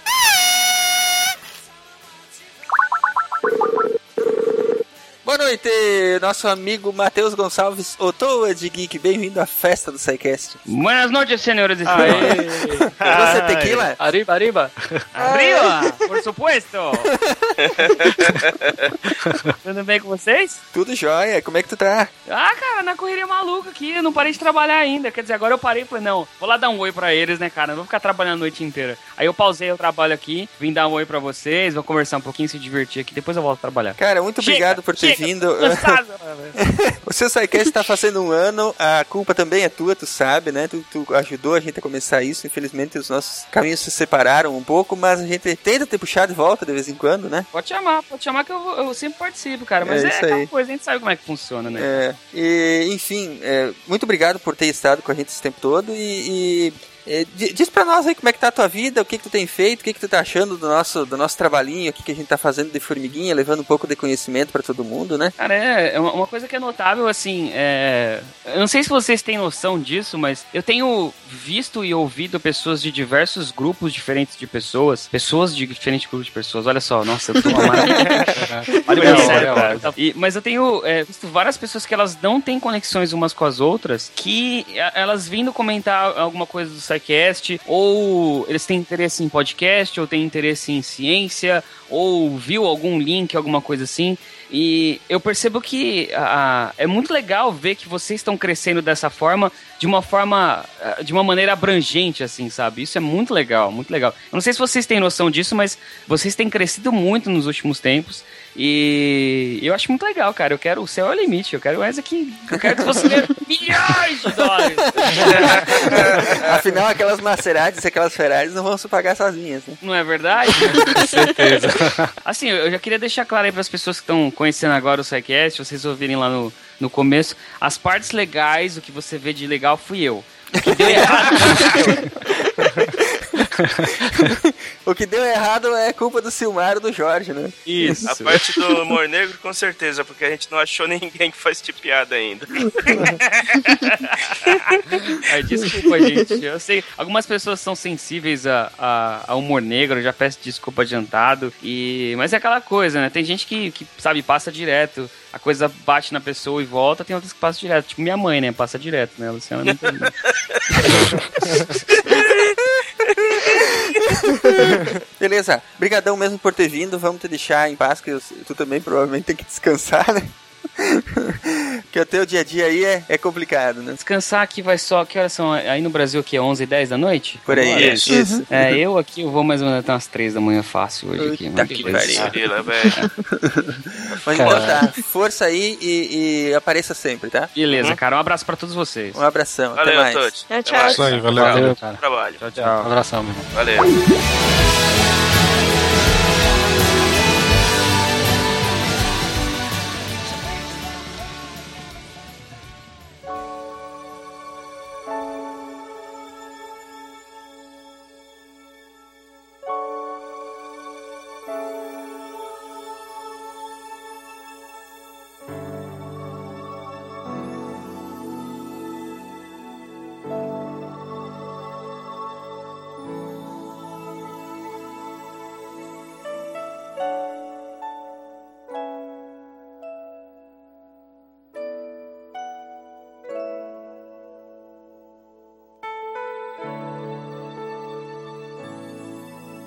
Boa noite, nosso amigo Matheus Gonçalves Otoa de Geek. Bem-vindo à festa do SciCast. Buenas noches, senhores e senhores. Você é tequila? Arriba, arriba. Arriba, por supuesto. Tudo bem com vocês? Tudo jóia. Como é que tu tá? Ah, cara, na correria maluca aqui. Eu não parei de trabalhar ainda. Quer dizer, agora eu parei e falei, não, vou lá dar um oi pra eles, né, cara? Não vou ficar trabalhando a noite inteira. Aí eu pausei o trabalho aqui, vim dar um oi pra vocês, vou conversar um pouquinho, se divertir aqui. Depois eu volto a trabalhar. Cara, muito Chega, obrigado por ter chega, vindo. O seu SciCast tá fazendo um ano, a culpa também é tua, tu sabe, né? Tu, tu ajudou a gente a começar isso. Infelizmente os nossos caminhos se separaram um pouco, mas a gente tenta te puxar de volta de vez em quando, né? Pode chamar, pode chamar que eu, vou- eu sempre participo, cara. Mas É é, isso aquela aí. coisa, a gente sabe como é que funciona, né? É, e, enfim, é, muito obrigado por ter estado com a gente esse tempo todo e, e é, di- diz pra nós aí como é que tá a tua vida, o que que tu tem feito, o que que tu tá achando do nosso, do nosso trabalhinho aqui que a gente tá fazendo de formiguinha, levando um pouco de conhecimento pra todo mundo, né? Cara, é, é uma uma coisa que é notável, assim, é... eu não sei se vocês têm noção disso, mas eu tenho visto e ouvido pessoas de diversos grupos diferentes de pessoas, pessoas de diferentes grupos de pessoas, olha só, nossa, eu tô uma maravilha. Olha Legal, bem sério, legal. cara. E- mas eu tenho é, visto várias pessoas que elas não têm conexões umas com as outras, que a- elas vindo comentar alguma coisa do SciCast, ou eles têm interesse em podcast, ou têm interesse em ciência, ou viu algum link, alguma coisa assim. E eu percebo que ah, é muito legal ver que vocês estão crescendo dessa forma, de uma forma, ah, de uma maneira abrangente, assim, sabe? Isso é muito legal, muito legal. Eu não sei se vocês têm noção disso, mas vocês têm crescido muito nos últimos tempos. E eu acho muito legal, cara. Eu quero, o céu é o limite. Eu quero mais aqui. Eu quero que você ganhe milhões de dólares. Afinal, aquelas Maseratis e aquelas Ferraris não vão se pagar sozinhas, né? Não é verdade? Com certeza. Assim, eu já queria deixar claro aí para as pessoas que estão conhecendo agora o SciCast, vocês ouvirem lá no, no começo, as partes legais, o que você vê de legal fui eu. O que deu errado O que deu errado é culpa do Silmar e do Jorge, né? Isso. A parte do humor negro, com certeza, porque a gente não achou ninguém que faz tipo piada ainda. Ai, desculpa, gente. Eu sei, algumas pessoas são sensíveis a, a, a humor negro, eu já peço desculpa adiantado. E, mas é aquela coisa, né? Tem gente que, que, sabe, passa direto. A coisa bate na pessoa e volta, tem outras que passam direto. Tipo minha mãe, né? Passa direto, né? A Luciana não tem. Beleza, brigadão mesmo por ter vindo. Vamos te deixar em paz, que eu- tu também provavelmente tem que descansar, né? Que o teu dia a dia aí é, é complicado, né? Descansar aqui vai só, que horas são? Aí no Brasil aqui é onze e dez da noite? Por aí, Agora? isso, isso. É, eu aqui eu vou mais ou menos até umas três da manhã fácil hoje aqui. Puta mas que beleza. pariu. velho. Mas então tá, força aí e, e apareça sempre, tá? Beleza, Uhum. cara. Um abraço pra todos vocês. Um abração, Valeu, até mais. Totti. Tchau, Até tchau. mais. Isso aí, valeu. Tchau. Valeu, cara. Trabalho. Tchau, tchau. Um abração, meu irmão. Valeu.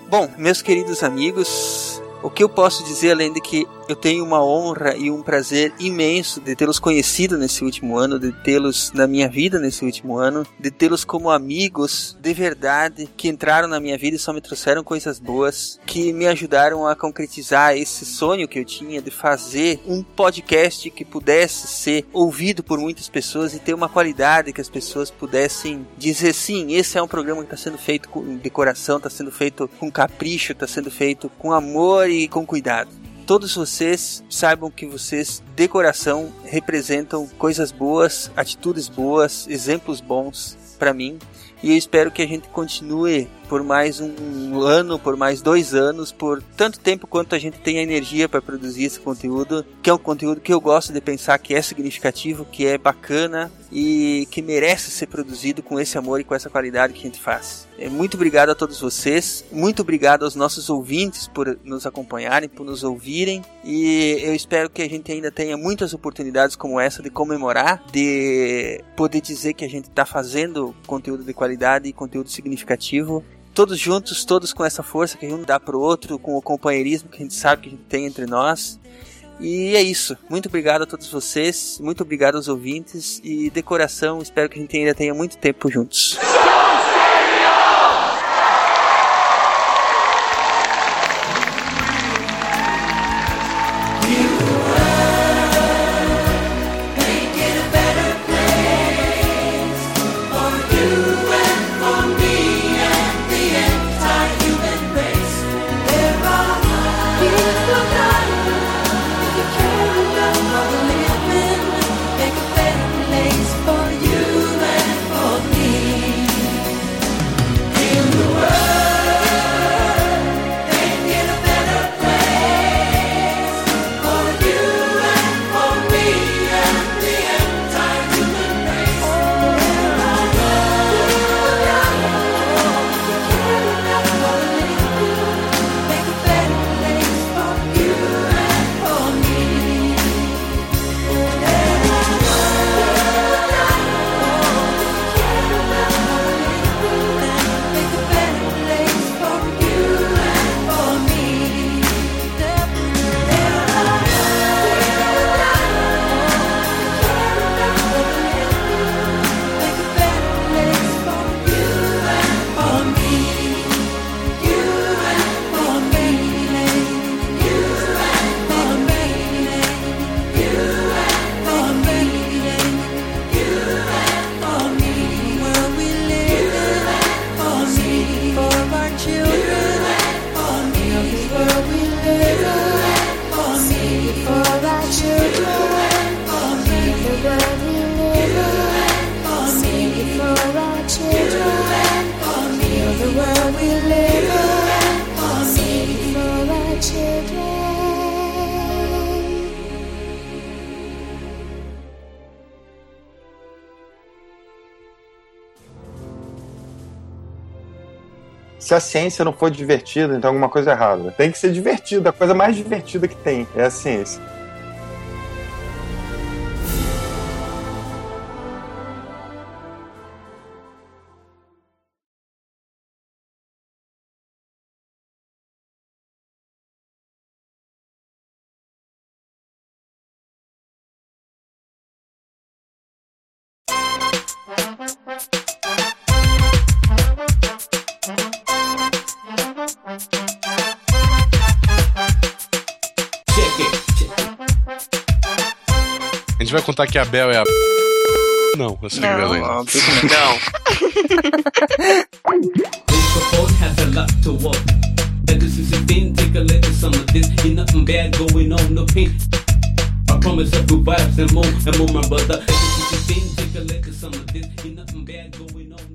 Bom, meus queridos amigos, o que eu posso dizer além de que eu tenho uma honra e um prazer imenso de tê-los conhecido nesse último ano, de tê-los na minha vida nesse último ano, de tê-los como amigos de verdade, que entraram na minha vida e só me trouxeram coisas boas, que me ajudaram a concretizar esse sonho que eu tinha de fazer um podcast que pudesse ser ouvido por muitas pessoas e ter uma qualidade que as pessoas pudessem dizer, sim, esse é um programa que está sendo feito com decoração, está sendo feito com capricho, está sendo feito com amor e com cuidado. Todos vocês saibam que vocês, de coração, representam coisas boas, atitudes boas, exemplos bons para mim. E eu espero que a gente continue por mais um ano, por mais dois anos, por tanto tempo quanto a gente tenha energia para produzir esse conteúdo, que é um conteúdo que eu gosto de pensar que é significativo, que é bacana e que merece ser produzido com esse amor e com essa qualidade que a gente faz. Muito obrigado a todos vocês, muito obrigado aos nossos ouvintes por nos acompanharem, por nos ouvirem, e eu espero que a gente ainda tenha muitas oportunidades como essa de comemorar, de poder dizer que a gente está fazendo conteúdo de qualidade e conteúdo significativo, todos juntos, todos com essa força que a gente dá pro outro, com o companheirismo que a gente sabe que a gente tem entre nós. E é isso, muito obrigado a todos vocês, muito obrigado aos ouvintes, e de coração espero que a gente ainda tenha muito tempo juntos. Se a ciência não for divertida, então alguma coisa errada. Tem que ser divertida. A coisa mais divertida que tem é a ciência. A gente vai contar que a Bel é a... Não, eu sei que é Não. não. has a lot to walk. And this is a thing, take a look at some of this. Ain't nothing bad going on, no pain. I promise I good vibes and more, and more, my brother. And this is a thing, take a look at some of this. Ain't nothing bad going on.